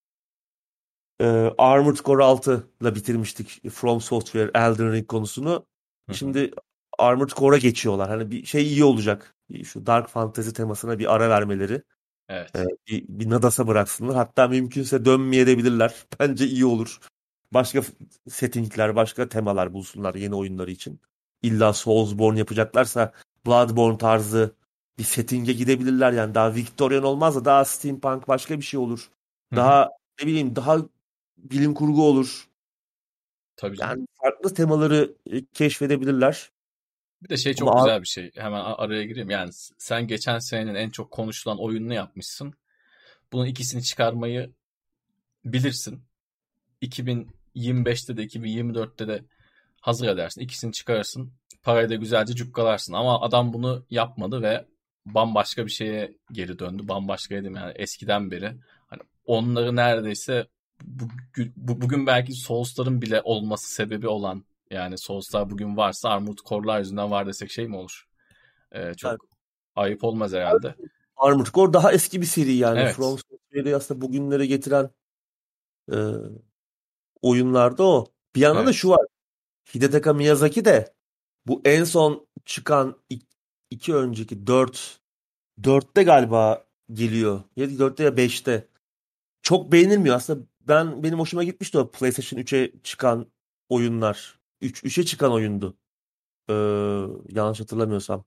e, Armored Core altı ile bitirmiştik From Software Elden Ring konusunu. Hı hı. Şimdi Armored Core'a geçiyorlar. Hani bir şey iyi olacak. Şu Dark Fantasy temasına bir ara vermeleri. Ee, Evet. bir, bir nadasa bıraksınlar. Hatta mümkünse dönmeyebilirler. Bence iyi olur. Başka f- settingler, başka temalar bulsunlar yeni oyunları için. İlla Soulsborne yapacaklarsa Bloodborne tarzı bir settinge gidebilirler. Yani daha Victorian olmaz da daha steampunk başka bir şey olur. Hı hı. Daha ne bileyim, daha bilim kurgu olur. Tabii canım. Yani farklı temaları e, keşfedebilirler. Bir de şey Ama çok abi, güzel bir şey. Hemen a- araya gireyim. Yani s- sen geçen senenin en çok konuşulan oyununu yapmışsın. Bunun ikisini çıkarmayı bilirsin. iki bin yirmi beşte de iki bin yirmi dörtte de hazır edersin. İkisini çıkarırsın. Parayı da güzelce cukkalarsın. Ama adam bunu yapmadı ve bambaşka bir şeye geri döndü. Bambaşka dedim yani, eskiden beri. Hani onları neredeyse bugün, bu, bugün belki Souls'ların bile olması sebebi olan, yani Souls'lar bugün varsa Armored Core'lar yüzünden var desek şey mi olur? Ee, yani çok ayıp olmaz herhalde. Armored Core daha eski bir seri yani. From Evet. Software'i aslında bugünlere getiren e, oyunlarda o. Bir yandan da şu Evet. var. Hidetaka Miyazaki de bu en son çıkan ik- iki önceki dört, dörtte galiba geliyor. Ya dörtte ya beşte. Çok beğenilmiyor. Aslında ben benim hoşuma gitmişti o PlayStation üçe çıkan oyunlar. üç üçe çıkan oyundu. Ee, Yanlış hatırlamıyorsam.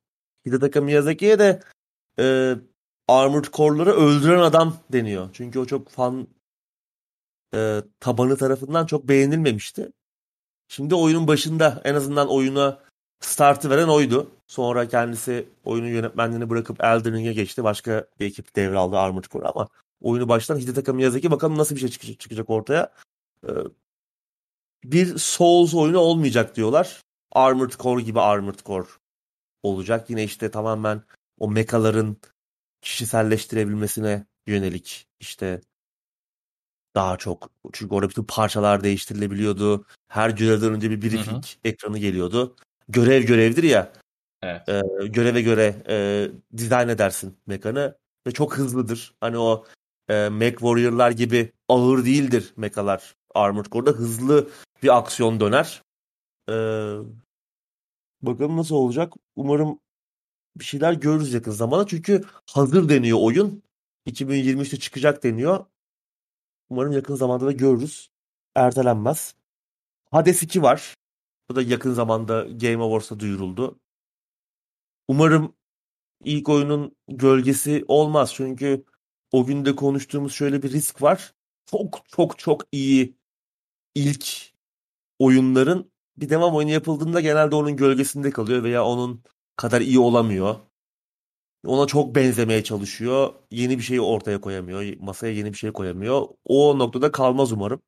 Hidetaka Miyazaki'ye de e, Armored Core'ları öldüren adam deniyor. Çünkü o çok fan e, tabanı tarafından çok beğenilmemişti. Şimdi oyunun başında en azından oyuna startı veren oydu. Sonra kendisi oyunun yönetmenliğini bırakıp Elden Ring'e geçti. Başka bir ekip devraldı Armored Core ama oyunu baştan Hidetaka Miyazaki, bakalım nasıl bir şey çıkacak, çıkacak ortaya. Ee, bir Souls oyunu olmayacak diyorlar. Armored Core gibi Armored Core olacak. Yine işte tamamen o mekaların kişiselleştirebilmesine yönelik işte daha çok. Çünkü orada bütün parçalar değiştirilebiliyordu. Her görevden önce bir Hı hı. briefing ekranı geliyordu. Görev görevdir ya. Evet. E, göreve göre e, dizayn edersin mekanı. Ve çok hızlıdır. Hani o e, Mech Warrior'lar gibi ağır değildir mekalar. Armored Core'da hızlı bir aksiyon döner. E, bakalım nasıl olacak. Umarım bir şeyler görürüz yakın zamanda. Çünkü hazır deniyor oyun. iki bin yirmi üçte çıkacak deniyor. Umarım yakın zamanda da görürüz. Ertelenmez. Hades iki var. Bu da yakın zamanda Game Awards'ta duyuruldu. Umarım ilk oyunun gölgesi olmaz. Çünkü o günde konuştuğumuz şöyle bir risk var. Çok çok çok iyi ilk oyunların bir devam oyunu yapıldığında genelde onun gölgesinde kalıyor veya onun kadar iyi olamıyor. Ona çok benzemeye çalışıyor. Yeni bir şey ortaya koyamıyor. Masaya yeni bir şey koyamıyor. O noktada kalmaz umarım.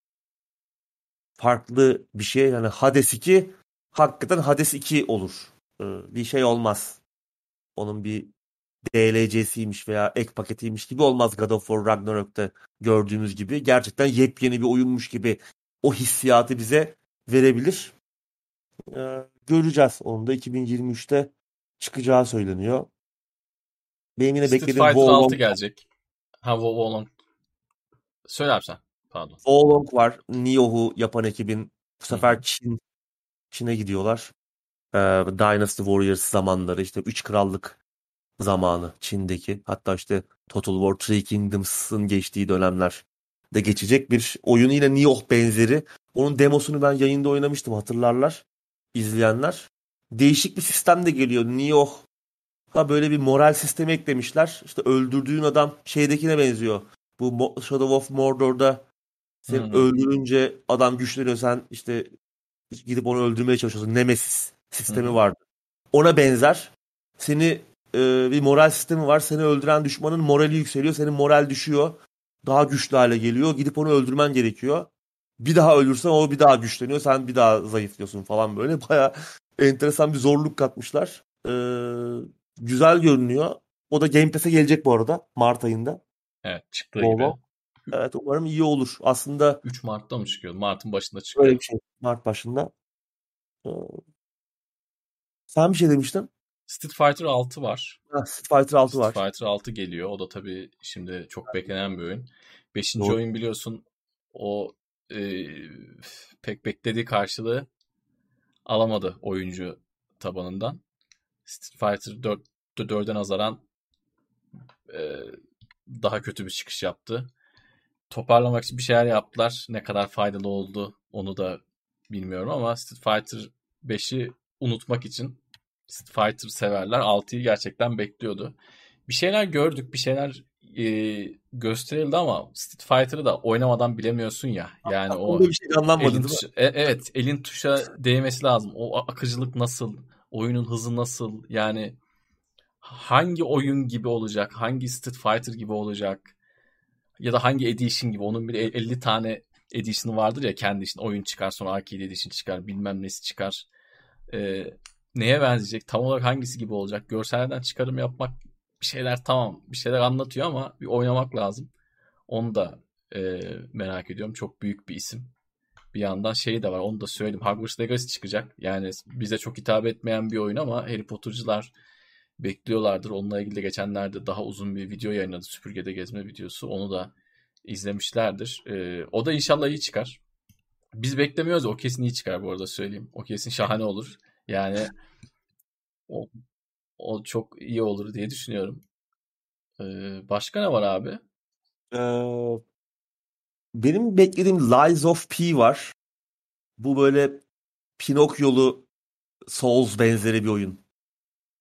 Farklı bir şey, yani Hades iki hakikaten Hades iki olur. Ee, bir şey olmaz. Onun bir D L C'siymiş veya ek paketiymiş gibi olmaz God of War Ragnarok'ta gördüğümüz gibi. Gerçekten yepyeni bir oyunmuş gibi o hissiyatı bize verebilir. Ee, göreceğiz. Onun da iki bin yirmi üçte çıkacağı söyleniyor. Benim yine Street beklediğim Fighter altı Wolong, gelecek. Ha Wo- Wolong. Söyle abi sen. Pardon. Wolong var. Nioh'u yapan ekibin bu Hı hı. sefer Çin, Çin'e gidiyorlar. Ee, Dynasty Warriors zamanları, işte Üç Krallık zamanı Çin'deki. Hatta işte Total War Three Kingdoms'ın geçtiği dönemler de geçecek bir oyun. Yine Nioh benzeri. Onun demosunu ben yayında oynamıştım, hatırlarlar izleyenler. Değişik bir sistem de geliyor. Nioh'a böyle bir moral sistemi eklemişler. İşte öldürdüğün adam şeydekine benziyor. Bu Mo- Shadow of Mordor'da Hı sen hı. öldürünce adam güçleniyor. Sen işte gidip onu öldürmeye çalışıyorsun. Nemesis Hı sistemi hı. vardı. Ona benzer. Seni e, bir moral sistemi var. Seni öldüren düşmanın morali yükseliyor. Senin moral düşüyor. Daha güçlü hale geliyor. Gidip onu öldürmen gerekiyor. Bir daha ölürsen o bir daha güçleniyor. Sen bir daha zayıflıyorsun falan böyle. Baya enteresan bir zorluk katmışlar. Ee, güzel görünüyor. O da Game Pass'e gelecek bu arada. Mart ayında. Evet, çıktığı gibi. Volo. Evet, umarım iyi olur. Aslında üç Mart'ta mı çıkıyor? Mart'ın başında öyle çıkıyor. bir şey. Mart başında. Ee, sen bir şey demiştin. Street Fighter altı var. Ha, Street Fighter altı Street var. Fighter altı geliyor. O da tabii şimdi çok beklenen bir oyun. Beşinci Doğru. oyun biliyorsun, o e, pek beklediği karşılığı alamadı oyuncu tabanından. Street Fighter dört, dörde nazaran e, daha kötü bir çıkış yaptı. Toparlamak için bir şeyler yaptılar. Ne kadar faydalı oldu onu da bilmiyorum ama Street Fighter beşi unutmak için Street Fighter severler altıyı gerçekten bekliyordu. Bir şeyler gördük, bir şeyler e, gösterildi ama Street Fighter'ı da oynamadan bilemiyorsun ya. Yani Aklımda o bir şey canlanmadı elin değil mi? tuşa, e- evet, elin tuşa değmesi lazım. O akıcılık nasıl? Oyunun hızı nasıl? Yani hangi oyun gibi olacak? Hangi Street Fighter gibi olacak? Ya da hangi edition gibi? Onun bir elli tane edition'ı vardır ya, kendi için. Oyun çıkar, sonra arcade edition çıkar, bilmem nesi çıkar. Ee, neye benzeyecek? Tam olarak hangisi gibi olacak? Görsellerden çıkarım yapmak, bir şeyler tamam. Bir şeyler anlatıyor ama bir oynamak lazım. Onu da e, merak ediyorum. Çok büyük bir isim. Bir yandan şey de var, onu da söyleyeyim. Hogwarts Legacy çıkacak. Yani bize çok hitap etmeyen bir oyun ama Harry Potter'cılar bekliyorlardır. Onunla ilgili de geçenlerde daha uzun bir video yayınladı. Süpürgede gezme videosu. Onu da izlemişlerdir. Ee, o da inşallah iyi çıkar. Biz beklemiyoruz. O kesin iyi çıkar bu arada, söyleyeyim. O kesin şahane olur. Yani o, o çok iyi olur diye düşünüyorum. Ee, başka ne var abi? Ee, benim beklediğim Lies of P var. Bu böyle Pinokyo'lu Souls benzeri bir oyun.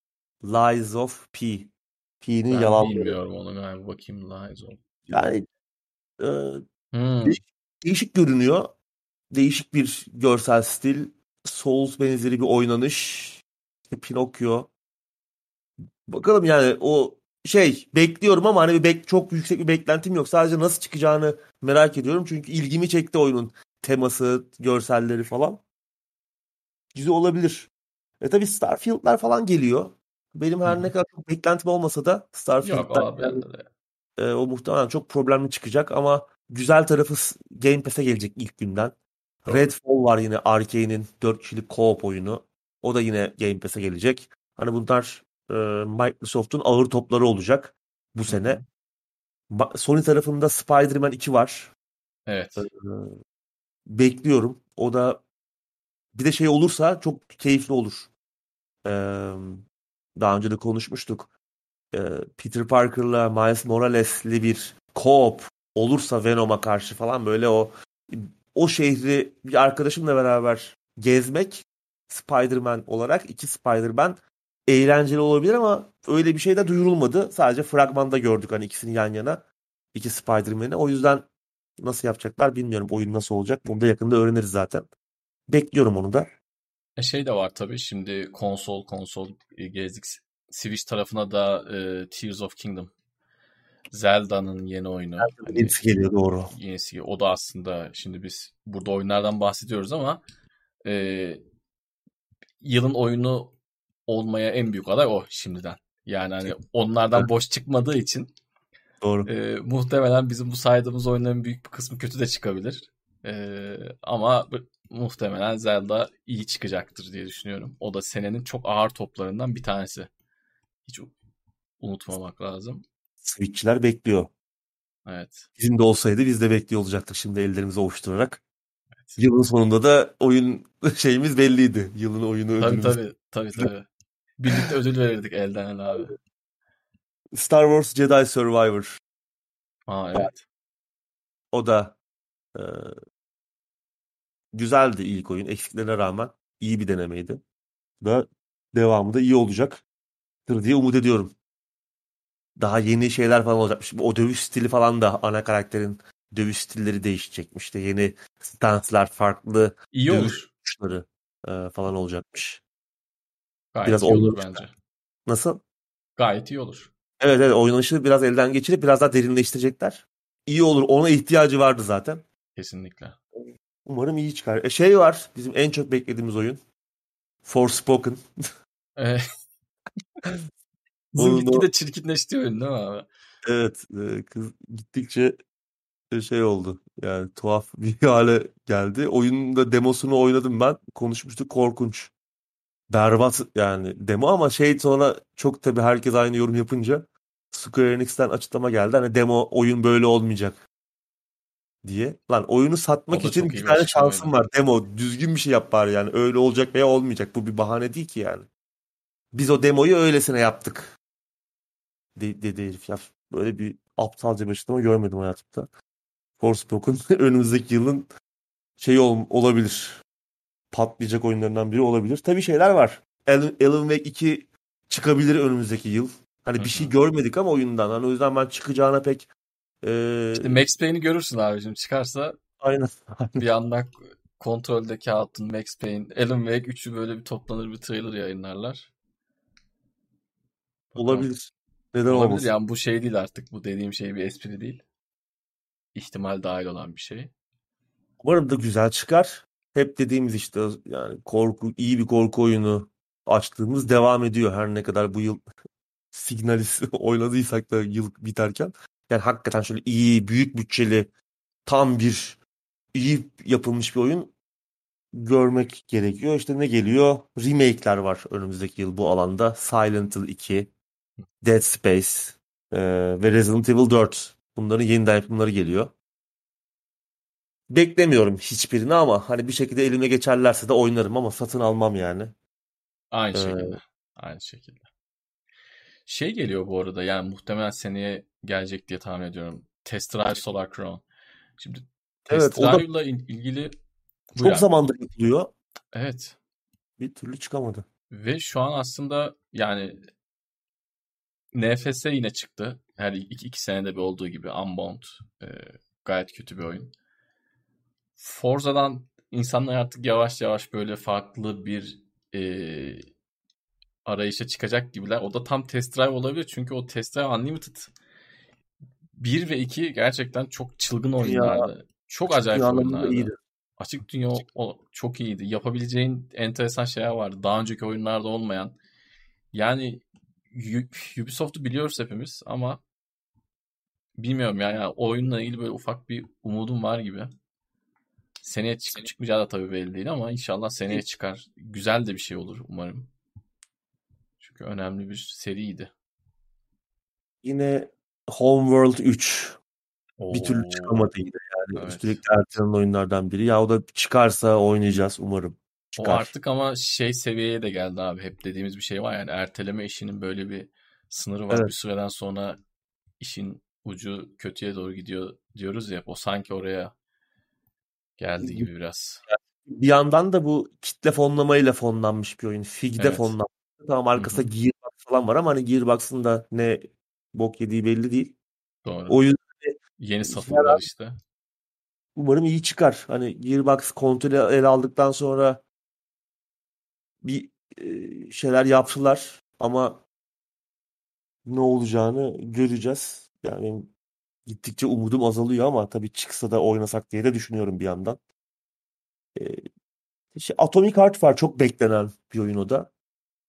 Lies of P. P'nin Ben yalanları. bilmiyorum onu galiba. Bakayım Lies of P. Yani e, Hmm. değişik, değişik görünüyor. Değişik bir görsel stil. Souls benzeri bir oynanış. İşte Pinokyo. Bakalım yani o şey bekliyorum ama hani bir bek çok yüksek bir beklentim yok. Sadece nasıl çıkacağını merak ediyorum. Çünkü ilgimi çekti oyunun teması, görselleri falan. Güzel olabilir. E tabii Starfield'lar falan geliyor. Benim Hı her hı. ne kadar çok beklentim olmasa da Yok Starfield'lar o yani, bende de. e, o muhtemelen çok problemli çıkacak ama güzel tarafı s- Game Pass'e gelecek ilk günden. Doğru. Redfall var yine Arkane'in dört kişilik co-op oyunu. O da yine Game Pass'e gelecek. Hani bunlar e, Microsoft'un ağır topları olacak bu Hı sene. hı. Ba- Sony tarafında Spider-Man iki var. E, Evet. bekliyorum. O da bir de şey olursa çok keyifli olur. E, daha önce de konuşmuştuk. E, Peter Parker'la Miles Morales'li bir co-op olursa Venom'a karşı falan böyle o o şehri bir arkadaşımla beraber gezmek Spider-Man olarak iki Spider-Man eğlenceli olabilir ama öyle bir şey de duyurulmadı. Sadece fragmanda gördük hani ikisini yan yana. İki Spider-Man'i. O yüzden nasıl yapacaklar bilmiyorum. Oyun nasıl olacak? Bunu da yakında öğreniriz zaten. Bekliyorum onu da. E şey de var tabii şimdi konsol konsol e, gezdik. Switch tarafına da e, Tears of Kingdom. Zelda'nın yeni oyunu. Hani Yenisi geliyor doğru. yenisi. O da aslında şimdi biz burada oyunlardan bahsediyoruz ama e, yılın oyunu olmaya en büyük aday o şimdiden. Yani hani onlardan boş çıkmadığı için Doğru. e, muhtemelen bizim bu saydığımız oyunların büyük bir kısmı kötü de çıkabilir. E, ama bu- muhtemelen Zelda iyi çıkacaktır diye düşünüyorum. O da senenin çok ağır toplarından bir tanesi. Hiç unutmamak lazım. Switch'çiler bekliyor. Evet. Bizim de olsaydı biz de bekliyor olacaktık şimdi ellerimizi ovuşturarak. Evet. Yılın sonunda da oyun şeyimiz belliydi. Yılın oyunu Tabii ödülümüz. tabii. Tabii tabii. Birlikte ödül verirdik elden ele abi. Star Wars Jedi Survivor. Aa evet. O da e, güzeldi ilk oyun. Eksiklerine rağmen iyi bir denemeydi. Ve devamı da iyi olacaktır diye umut ediyorum. Daha yeni şeyler falan olacakmış. O dövüş stili falan da ana karakterin dövüş stilleri değişecekmiş. İşte yeni stanslar, farklı İyi dövüş olur. uçları e, falan olacakmış. Biraz Gayet iyi olur oynanış. bence. Nasıl? Gayet iyi olur. Evet evet oynanışı biraz elden geçirip biraz daha derinleştirecekler. İyi olur. Ona ihtiyacı vardı zaten. Kesinlikle. Umarım iyi çıkar. E şey var. Bizim en çok beklediğimiz oyun. Forspoken. Ee, Kızın Onun o gitgide çirkinleştiği oyun değil mi abi? evet e, kız gittikçe şey oldu. Yani tuhaf bir hale geldi. Oyunun demosunu oynadım ben. Konuşmuştuk. Korkunç. Berbat yani demo ama şey sonra çok tabii herkes aynı yorum yapınca Square Enix'ten açıklama geldi. Hani demo oyun böyle olmayacak diye. Lan oyunu O satmak da için çok bir iyi bir tane şansın açıklamaydı. var. Demo düzgün bir şey yap bari yani. Öyle olacak veya olmayacak. Bu bir bahane değil ki yani. Biz o demoyu öylesine yaptık. De dedi herif ya. Böyle bir aptalca bir açıklama görmedim hayatımda. Forspoken önümüzdeki yılın şey ol olabilir. Patlayacak oyunlarından biri olabilir. Tabii şeyler var. Alan, Alan Wake iki çıkabilir önümüzdeki yıl. Hı Hani bir şey hı. görmedik ama oyundan. Hani o yüzden ben çıkacağına pek eee İşte Max Payne'i görürsün abicim. Çıkarsa aynen. bir yandan kontrolde kağıtın Max Payne, Alan Wake üçü böyle bir toplanır bir trailer yayınlarlar. Bakalım. Olabilir. Neden Olabilir olmasın? yani bu şey değil artık. Bu dediğim şey bir espri değil. İhtimal dahil olan bir şey. Umarım da güzel çıkar. Hep dediğimiz işte yani korku, iyi bir korku oyunu açtığımız devam ediyor. Her ne kadar bu yıl Signalis oynadıysak da yıl biterken. Yani hakikaten şöyle iyi, büyük bütçeli, tam bir iyi yapılmış bir oyun görmek gerekiyor. İşte ne geliyor? Remake'ler var önümüzdeki yıl bu alanda. Silent Hill iki, Dead Space e, ve Resident Evil dört. Bunların yeniden yapımları geliyor. Beklemiyorum hiçbirini ama hani bir şekilde elime geçerlerse de oynarım ama satın almam yani. Aynı şekilde. Ee, Aynı şekilde. Şey geliyor bu arada yani muhtemelen seneye gelecek diye tahmin ediyorum. Test Drive Solar Crown. Şimdi evet Test o da Drive'la il- ilgili buyur çok abi. zamandır yapılıyor. Evet. Bir türlü çıkamadı. Ve şu an aslında yani N F S yine çıktı. Her iki, iki senede bir olduğu gibi Unbound. E, gayet kötü bir oyun. Forza'dan insanlar artık yavaş yavaş böyle farklı bir e, arayışa çıkacak gibiler. O da tam test drive olabilir. Çünkü o test drive Unlimited bir ve iki gerçekten çok çılgın Dünya, oyunlardı. Çok açık dünya acayip anlamında oyunlardı. iyiydi. Açık dünya o, çok iyiydi. Yapabileceğin enteresan şeyler vardı. Daha önceki oyunlarda olmayan. Yani Ubisoft'u biliyoruz hepimiz ama bilmiyorum ya, yani o oyunla ilgili böyle ufak bir umudum var gibi. Seneye çıkıp çıkmayacağı da tabii belli değil ama inşallah seneye çıkar. Güzel de bir şey olur umarım. Çünkü önemli bir seriydi. Yine Homeworld üç bir türlü Oo, çıkamadı yine. Yani evet. üstelik de ertelenen oyunlardan biri. Ya o da çıkarsa oynayacağız umarım. O Çıkar. artık ama şey seviyeye de geldi abi. Hep dediğimiz bir şey var, yani erteleme işinin böyle bir sınırı var. Bir Evet. süreden sonra işin ucu kötüye doğru gidiyor diyoruz ya. O sanki oraya geldi gibi biraz. Bir yandan da bu kitle fonlamayla fonlanmış bir oyun. Fig'de Evet. fonlanmış. Tamam, Hı hı. arkasında Gearbox falan var ama hani Gearbox'ın da ne bok yediği belli değil. Doğru. O yüzden Yeni her satıldılar an işte. umarım iyi çıkar. Hani Gearbox kontrolü ele aldıktan sonra bir e, şeyler yaptılar ama ne olacağını göreceğiz. Yani benim gittikçe umudum azalıyor ama tabii çıksa da oynasak diye de düşünüyorum bir yandan. E, şey, Atomic Heart var. Çok beklenen bir oyun o da.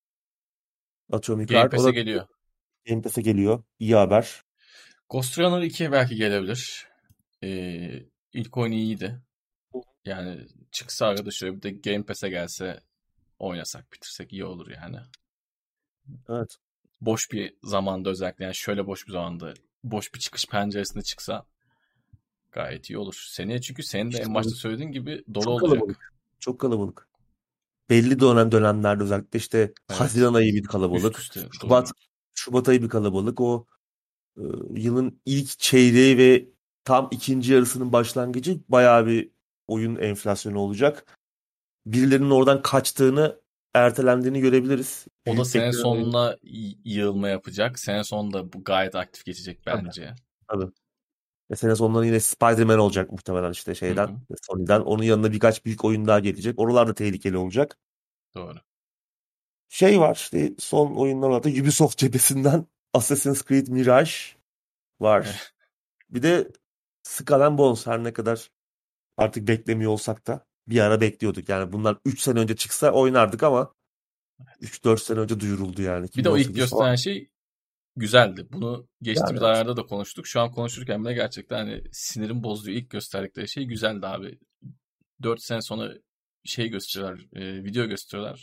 Atomic Game Heart. O Pass'e da geliyor. Game Pass'e geliyor. İyi haber. Ghost Runner iki belki gelebilir. Ee, ilk oyun iyiydi. Yani çıksa arada şöyle bir de Game Pass'e gelse oynasak bitirsek iyi olur yani. Evet. Boş bir zamanda, özellikle yani şöyle boş bir zamanda, boş bir çıkış penceresinde çıksa gayet iyi olur. Seneye, çünkü senin de İşte en başta söylediğin gibi dolu çok kalabalık. olacak. Çok kalabalık. Belli dönem dönemlerde özellikle işte Evet. Haziran ayı bir Üst kalabalık. üste Şubat doğru. Şubat ayı bir kalabalık. O e, yılın ilk çeyreği ve tam ikinci yarısının başlangıcı bayağı bir oyun enflasyonu olacak. Birilerinin oradan kaçtığını, ertelendiğini görebiliriz. O da Büyük sene beklenen oyun. sonuna y- yığılma yapacak. Sene sonunda bu gayet aktif geçecek Tabii. bence. Tabii. Ve sene sonları yine Spider-Man olacak muhtemelen işte Hı şeyden, hı. Sony'den. Onun yanına birkaç büyük oyun daha gelecek. Oralar da tehlikeli olacak. Doğru. Şey var işte, son oyunlarda Ubisoft cephesinden Assassin's Creed Mirage var. Bir de Skull and Bones, her ne kadar artık beklemiyor olsak da bir ara bekliyorduk. Yani bunlar üç sene önce çıksa oynardık ama üç dört sene önce duyuruldu yani Bir de o ilk iki bin on sekiz falan. gösteren şey güzeldi. Bunu geçtiğimiz Yani aylarda da konuştuk. Şu an konuşurken bile gerçekten hani sinirim bozduğu ilk gösterdikleri şey güzeldi abi. Dört sene sonra şey gösteriyorlar, e, video gösteriyorlar.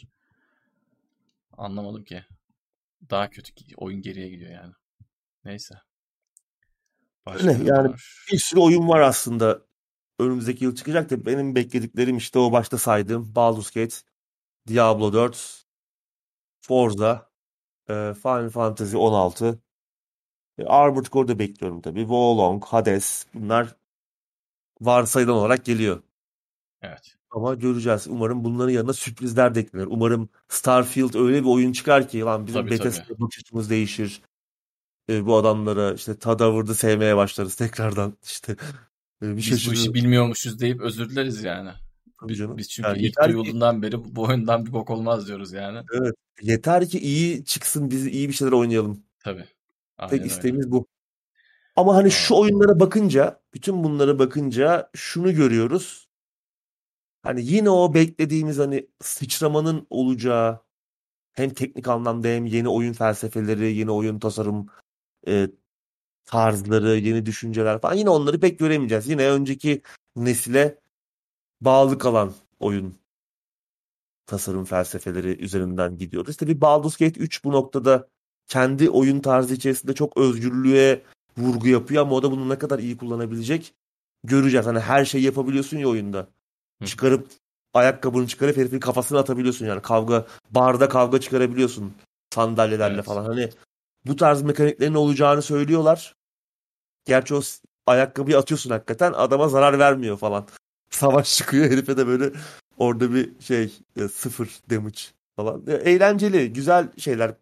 Anlamadım ki. Daha kötü gidiyor. Oyun geriye gidiyor yani. Neyse. öyle Başka ne yani, var? bir sürü oyun var aslında. Önümüzdeki yıl çıkacak da benim beklediklerim işte o başta saydığım Baldur's Gate, Diablo dört, Forza, e, Final Fantasy on altı, e, Armored Core'da bekliyorum tabii. Wolong, Hades, bunlar varsayılan olarak geliyor. Evet. Ama göreceğiz. Umarım bunların yanına sürprizler de eklenir. Umarım Starfield öyle bir oyun çıkar ki lan bizim Tabii tabii. Bethesda'ya bakış açımız değişir. E, bu adamlara işte Tadavır'da sevmeye başlarız tekrardan. İşte e, bir Biz bu işi şaşırırız. bilmiyormuşuz deyip özür dileriz yani. Tabii Bi- canım. Biz çünkü Yani ilk yeter ki, duyulduğundan beri bu bu oyundan bir bok olmaz diyoruz yani. evet, yeter ki iyi çıksın, biz iyi bir şeyler oynayalım. Tabii. Tek Aynen öyle. isteğimiz bu. Ama hani şu Aa, oyunlara bakınca, bütün bunlara bakınca şunu görüyoruz. Hani yine o beklediğimiz hani sıçramanın olacağı, hem teknik anlamda hem yeni oyun felsefeleri, yeni oyun tasarım e, tarzları, yeni düşünceler falan, yine onları pek göremeyeceğiz. Yine önceki nesile bağlı kalan oyun tasarım felsefeleri üzerinden gidiyoruz. İşte bir Baldur's Gate üç bu noktada kendi oyun tarzı içerisinde çok özgürlüğe vurgu yapıyor ama o da bunu ne kadar iyi kullanabilecek göreceğiz. Hani her şeyi yapabiliyorsun ya oyunda. hı hı. Çıkarıp ayakkabını çıkarıp herifin kafasına atabiliyorsun yani. Kavga, barda kavga çıkarabiliyorsun sandalyelerle Evet. falan. Hani bu tarz mekaniklerin olacağını söylüyorlar. Gerçi o s- ayakkabıyı atıyorsun, hakikaten adama zarar vermiyor falan. Savaş çıkıyor, herife de böyle orada bir şey, e, sıfır damage falan. E, eğlenceli, güzel şeyler.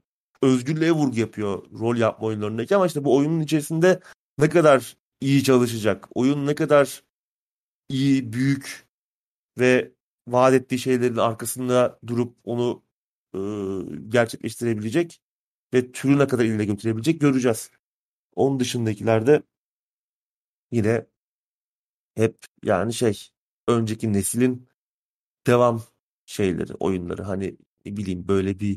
özgürlüğe vurgu yapıyor rol yapma oyunlarındaki, ama işte bu oyunun içerisinde ne kadar iyi çalışacak, oyun ne kadar iyi, büyük ve vaat ettiği şeylerin arkasında durup onu e, gerçekleştirebilecek ve türü ne kadar ileri götürebilecek göreceğiz. Onun dışındakilerde yine hep yani şey, önceki neslin devam şeyleri, oyunları. Hani ne bileyim, böyle bir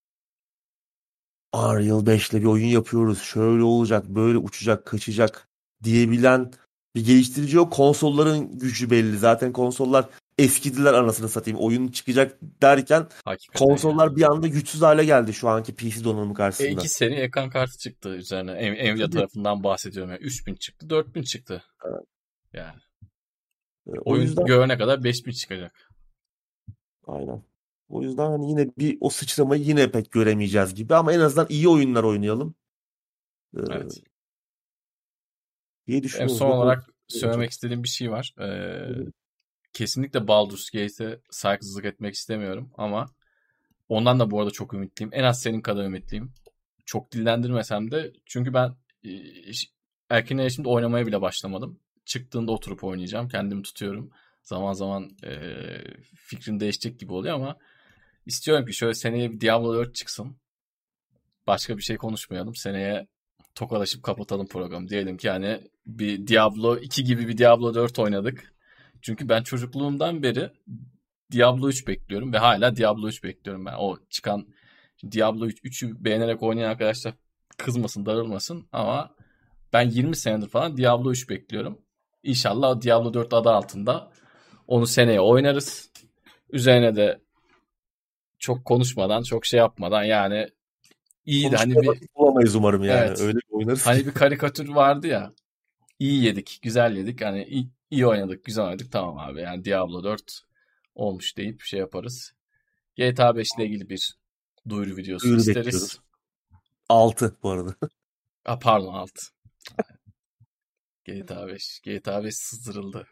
Unreal beşle bir oyun yapıyoruz, şöyle olacak, böyle uçacak, kaçacak diyebilen bir geliştirici yok. Konsolların gücü belli. Zaten konsollar eskidiler anasını satayım. Oyun çıkacak derken Hakikaten ya. konsollar bir anda güçsüz hale geldi şu anki P C donanımı E iki karşısında. seri ekran kartı çıktı üzerine. Ev- Nvidia Tabii. tarafından bahsediyorum. Yani üç bin çıktı, dört bin çıktı. Evet. Yani E, O oyun yüzden görene kadar beş bin çıkacak. aynen. O yüzden hani yine bir o sıçramayı yine pek göremeyeceğiz gibi, ama en azından iyi oyunlar oynayalım e, Evet. diye Benim düşünüyoruz. son Bakalım olarak ne olacak. söylemek istediğim bir şey var. Ee, Hı kesinlikle Baldur's Gate'e saygısızlık etmek istemiyorum ama ondan da bu arada çok ümitliyim. En az senin kadar ümitliyim. Çok dillendirmesem de çünkü ben e, erken erişimde oynamaya bile başlamadım. Çıktığında oturup oynayacağım. Kendimi tutuyorum. Zaman zaman e, fikrim değişecek gibi oluyor ama istiyorum ki şöyle seneye bir Diablo dört çıksın. Başka bir şey konuşmayalım. Seneye tokalaşıp kapatalım programı. Diyelim ki yani bir Diablo iki gibi bir Diablo dört oynadık. Çünkü ben çocukluğumdan beri Diablo üç bekliyorum ve hala Diablo üç bekliyorum ben. O çıkan Diablo üç, üçü beğenerek oynayan arkadaşlar kızmasın, darılmasın ama ben yirmi senedir falan Diablo üç bekliyorum. İnşallah Diablo dört adı altında onu seneye oynarız. Üzerine de çok konuşmadan, çok şey yapmadan yani iyiydi. Hani Konuşmaya bir vakit bulamayız umarım yani. evet. Öyle bir oynarız ki. Hani bir karikatür vardı ya. İyi yedik, güzel yedik. Hani iyi, iyi oynadık, güzel oynadık. Tamam abi. Yani Diablo dört olmuş deyip şey yaparız. G T A beş ile ilgili bir duyuru videosu Duyuru isteriz. bekliyoruz. Altı bu arada. A, pardon altı. G T A beş. G T A beş sızdırıldı.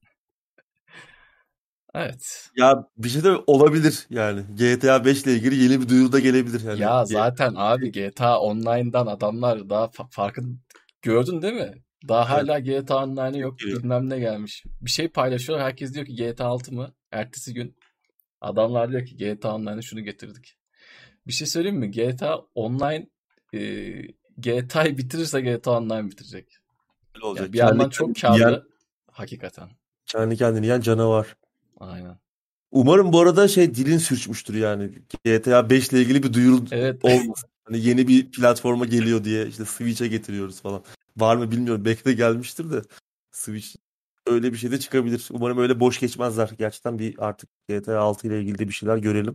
Evet. Ya bir şey de olabilir yani. G T A beş ile ilgili yeni bir duyuru da gelebilir yani. Ya G- zaten abi G T A Online'dan adamlar daha fa- farkını gördün değil mi? Daha Evet. hala G T A Online'ı yok. Geliyor. Bilmem ne gelmiş. Bir şey paylaşıyor. Herkes diyor ki G T A altı mı? Ertesi gün adamlar diyor ki G T A Online'a şunu getirdik. Bir şey söyleyeyim mi? G T A Online e, G T A'yı bitirirse G T A Online bitirecek. Öyle Yani olacak. bir Kendi yandan çok kendini yiyen, karlı. Hakikaten. kendi kendini yiyen canavar. Aynen. Umarım bu arada şey, dilin sürçmüştür yani. G T A beş ile ilgili bir duyuru Evet. olmasın. Hani yeni bir platforma geliyor diye işte Switch'e getiriyoruz falan. Var mı bilmiyorum. Belki de gelmiştir de. Switch öyle bir şey de çıkabilir. Umarım öyle boş geçmezler. Gerçekten bir artık G T A altı ile ilgili de bir şeyler görelim.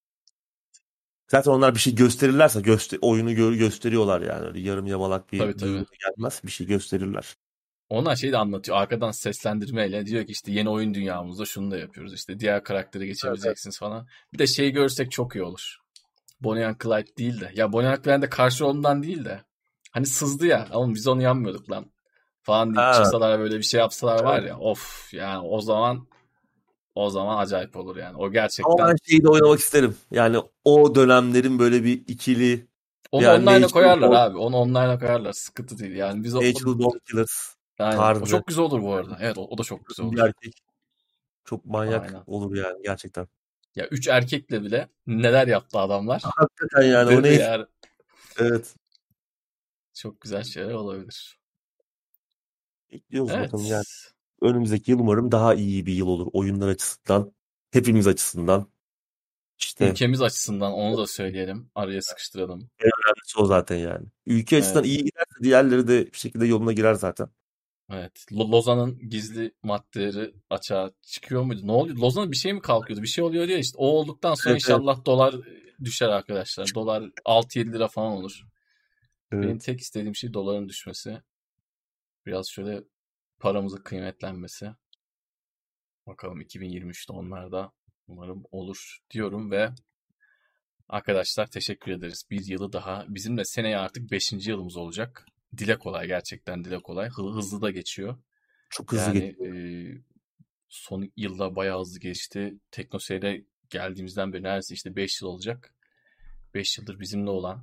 Zaten onlar bir şey gösterirlerse göster oyunu gö- gösteriyorlar yani. Öyle yarım yamalak Tabii bir tabii. duyuru gelmez. Bir şey gösterirler. Onlar şey de anlatıyor. Arkadan seslendirmeyle diyor ki işte yeni oyun dünyamızda şunu da yapıyoruz. İşte diğer karaktere Evet, evet. geçebileceksiniz falan. Bir de şeyi görsek çok iyi olur. Bonnie and Clyde değil de. Ya Bonnie and Clyde'de karşı ondan değil de. Hani sızdı ya. Ama biz onu yanmıyorduk lan. Falan deyip Ha, çıksalar böyle bir şey yapsalar var evet. ya. Of yani o zaman o zaman acayip olur yani. O Ama ben gerçekten. şeyi de oynamak isterim. Yani o dönemlerin böyle bir ikili Onu yani online'a Natural koyarlar Born, abi. Onu online'a koyarlar. Sıkıntı değil. Yani biz o, o- Natural Born Killers aynen. O tarzı çok güzel olur bu arada. Evet o, o da çok güzel bir olur. erkek çok manyak Aynen. olur yani gerçekten. Ya üç erkekle bile neler yaptı adamlar. Hakikaten yani o Değil mi neydi? yani? Evet. Çok güzel şeyler olabilir. Bekliyoruz bakalım yani. Evet. Önümüzdeki yıl umarım daha iyi bir yıl olur. Oyunlar açısından, hepimiz açısından. İşte Ülkemiz açısından onu da söyleyelim. Araya sıkıştıralım. en önemlisi o zaten yani. Ülke açısından Evet. iyi giderse diğerleri de bir şekilde yoluna girer zaten. Evet. Lo- Lozan'ın gizli maddeleri açığa çıkıyor muydu? Ne oluyor? Lozan'ın bir şey mi kalkıyordu? Bir şey oluyor diye işte. O olduktan sonra Evet, evet. inşallah dolar düşer arkadaşlar. Dolar altı yedi lira falan olur. Benim Evet. tek istediğim şey doların düşmesi. Biraz şöyle paramızın kıymetlenmesi. Bakalım iki bin yirmi üçte onlar da umarım olur diyorum ve arkadaşlar teşekkür ederiz. Bir yılı daha. Bizim de seneye artık beşinci yılımız olacak. Dile kolay gerçekten dile kolay. Hı- Hızlı da geçiyor. Çok hızlı Yani e, geçiyor. son yılda bayağı hızlı geçti. TeknoSeyir'e geldiğimizden beri neredeyse işte beş yıl olacak. beş yıldır bizimle olan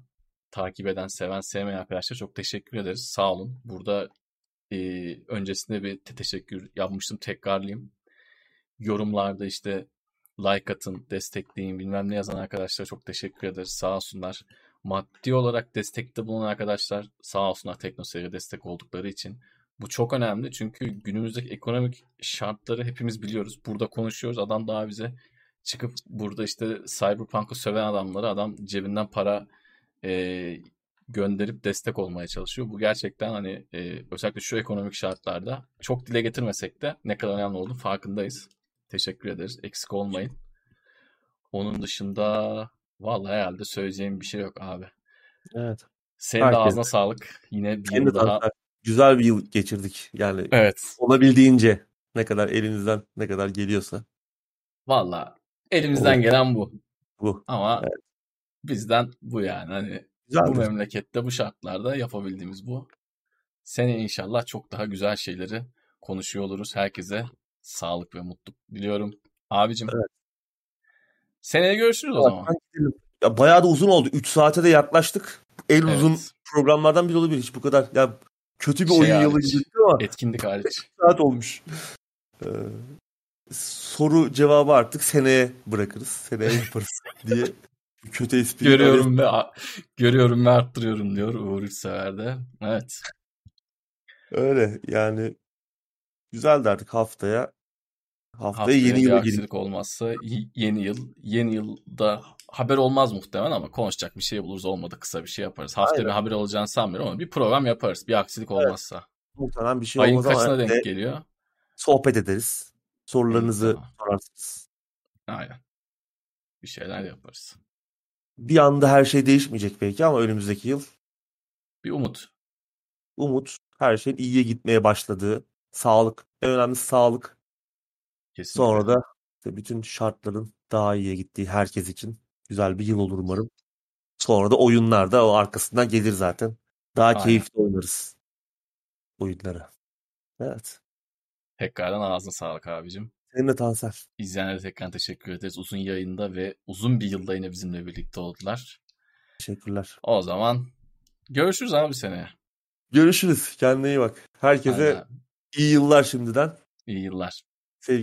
takip eden, seven, sevmeyen arkadaşlar çok teşekkür ederiz. Sağ olun. Burada e, öncesinde bir te- teşekkür yapmıştım. Tekrarlayayım. Yorumlarda işte like atın, destekleyin, bilmem ne yazan arkadaşlara çok teşekkür ederiz. Sağ olsunlar. Maddi olarak destekte bulunan arkadaşlar sağ olsunlar TeknoSeyir'e destek oldukları için. Bu çok önemli çünkü günümüzdeki ekonomik şartları hepimiz biliyoruz. Burada konuşuyoruz. Adam daha bize çıkıp burada işte Cyberpunk'ı söven adamları adam cebinden para e, gönderip destek olmaya çalışıyor. Bu gerçekten hani e, özellikle şu ekonomik şartlarda çok dile getirmesek de ne kadar önemli olduğunu farkındayız. Teşekkür ederiz. Eksik olmayın. Onun dışında vallahi herhalde söyleyeceğim bir şey yok abi. Evet. Senin de Herkes. ağzına sağlık. Yine bir Senin de yıl daha. Tansel. Güzel bir yıl geçirdik. Yani Evet. olabildiğince ne kadar elimizden ne kadar geliyorsa. Vallahi elimizden Olur. gelen bu. Bu. Ama Evet. bizden bu yani. Hani bu Güzeldir. memlekette bu şartlarda yapabildiğimiz bu. Seneye inşallah çok daha güzel şeyleri konuşuyor oluruz. Herkese sağlık ve mutluluk diliyorum. Abicim Evet. seneye görüşürüz o zaman. Yavaştan gidelim. Ya bayağı da uzun oldu. üç saate de yaklaştık. En uzun Evet. programlardan biri olabilir. Hiç bu kadar ya kötü bir Şey oyun yılı hariç. gibi ama Etkinlik hariç. saat olmuş. Ee, soru cevabı artık seneye bırakırız. Seneye yaparız diye kötü espriyi araya Görüyorum ve görüyorum ve arttırıyorum diyor Uğur Üçsever de. Evet. öyle yani güzeldi artık haftaya. Haftaya yeni Haftaya bir yıla girmiş. aksilik olmazsa y- yeni yıl. Yeni yılda haber olmaz muhtemelen ama konuşacak bir şey buluruz. Olmadı kısa bir şey yaparız. Haftaya bir Aynen. haber olacağını sanmıyorum ama bir program yaparız. Bir aksilik Evet. olmazsa. Muhtemelen bir şey Ayın olmaz ama kaçına yine denk geliyor? sohbet ederiz. İyi Sorularınızı tamam. sorarsınız. Aynen. Bir şeyler yaparız. Bir anda her şey değişmeyecek belki ama önümüzdeki yıl Bir umut. umut, her şeyin iyiye gitmeye başladığı, sağlık, en önemlisi sağlık. Kesinlikle. Sonra da işte bütün şartların daha iyiye gittiği herkes için güzel bir yıl olur umarım. Sonra da oyunlar da o arkasından gelir zaten. Daha Aynen. keyifli oynarız oyunları. Evet. Tekrardan ağzına sağlık abicim. Senin de Tansel. İzleyenlere tekrar teşekkür ederiz. Uzun yayında ve uzun bir yılda yine bizimle birlikte oldular. Teşekkürler. O zaman görüşürüz abi seneye. Görüşürüz. Kendine iyi bak. Herkese Aynen. iyi yıllar şimdiden. İyi yıllar.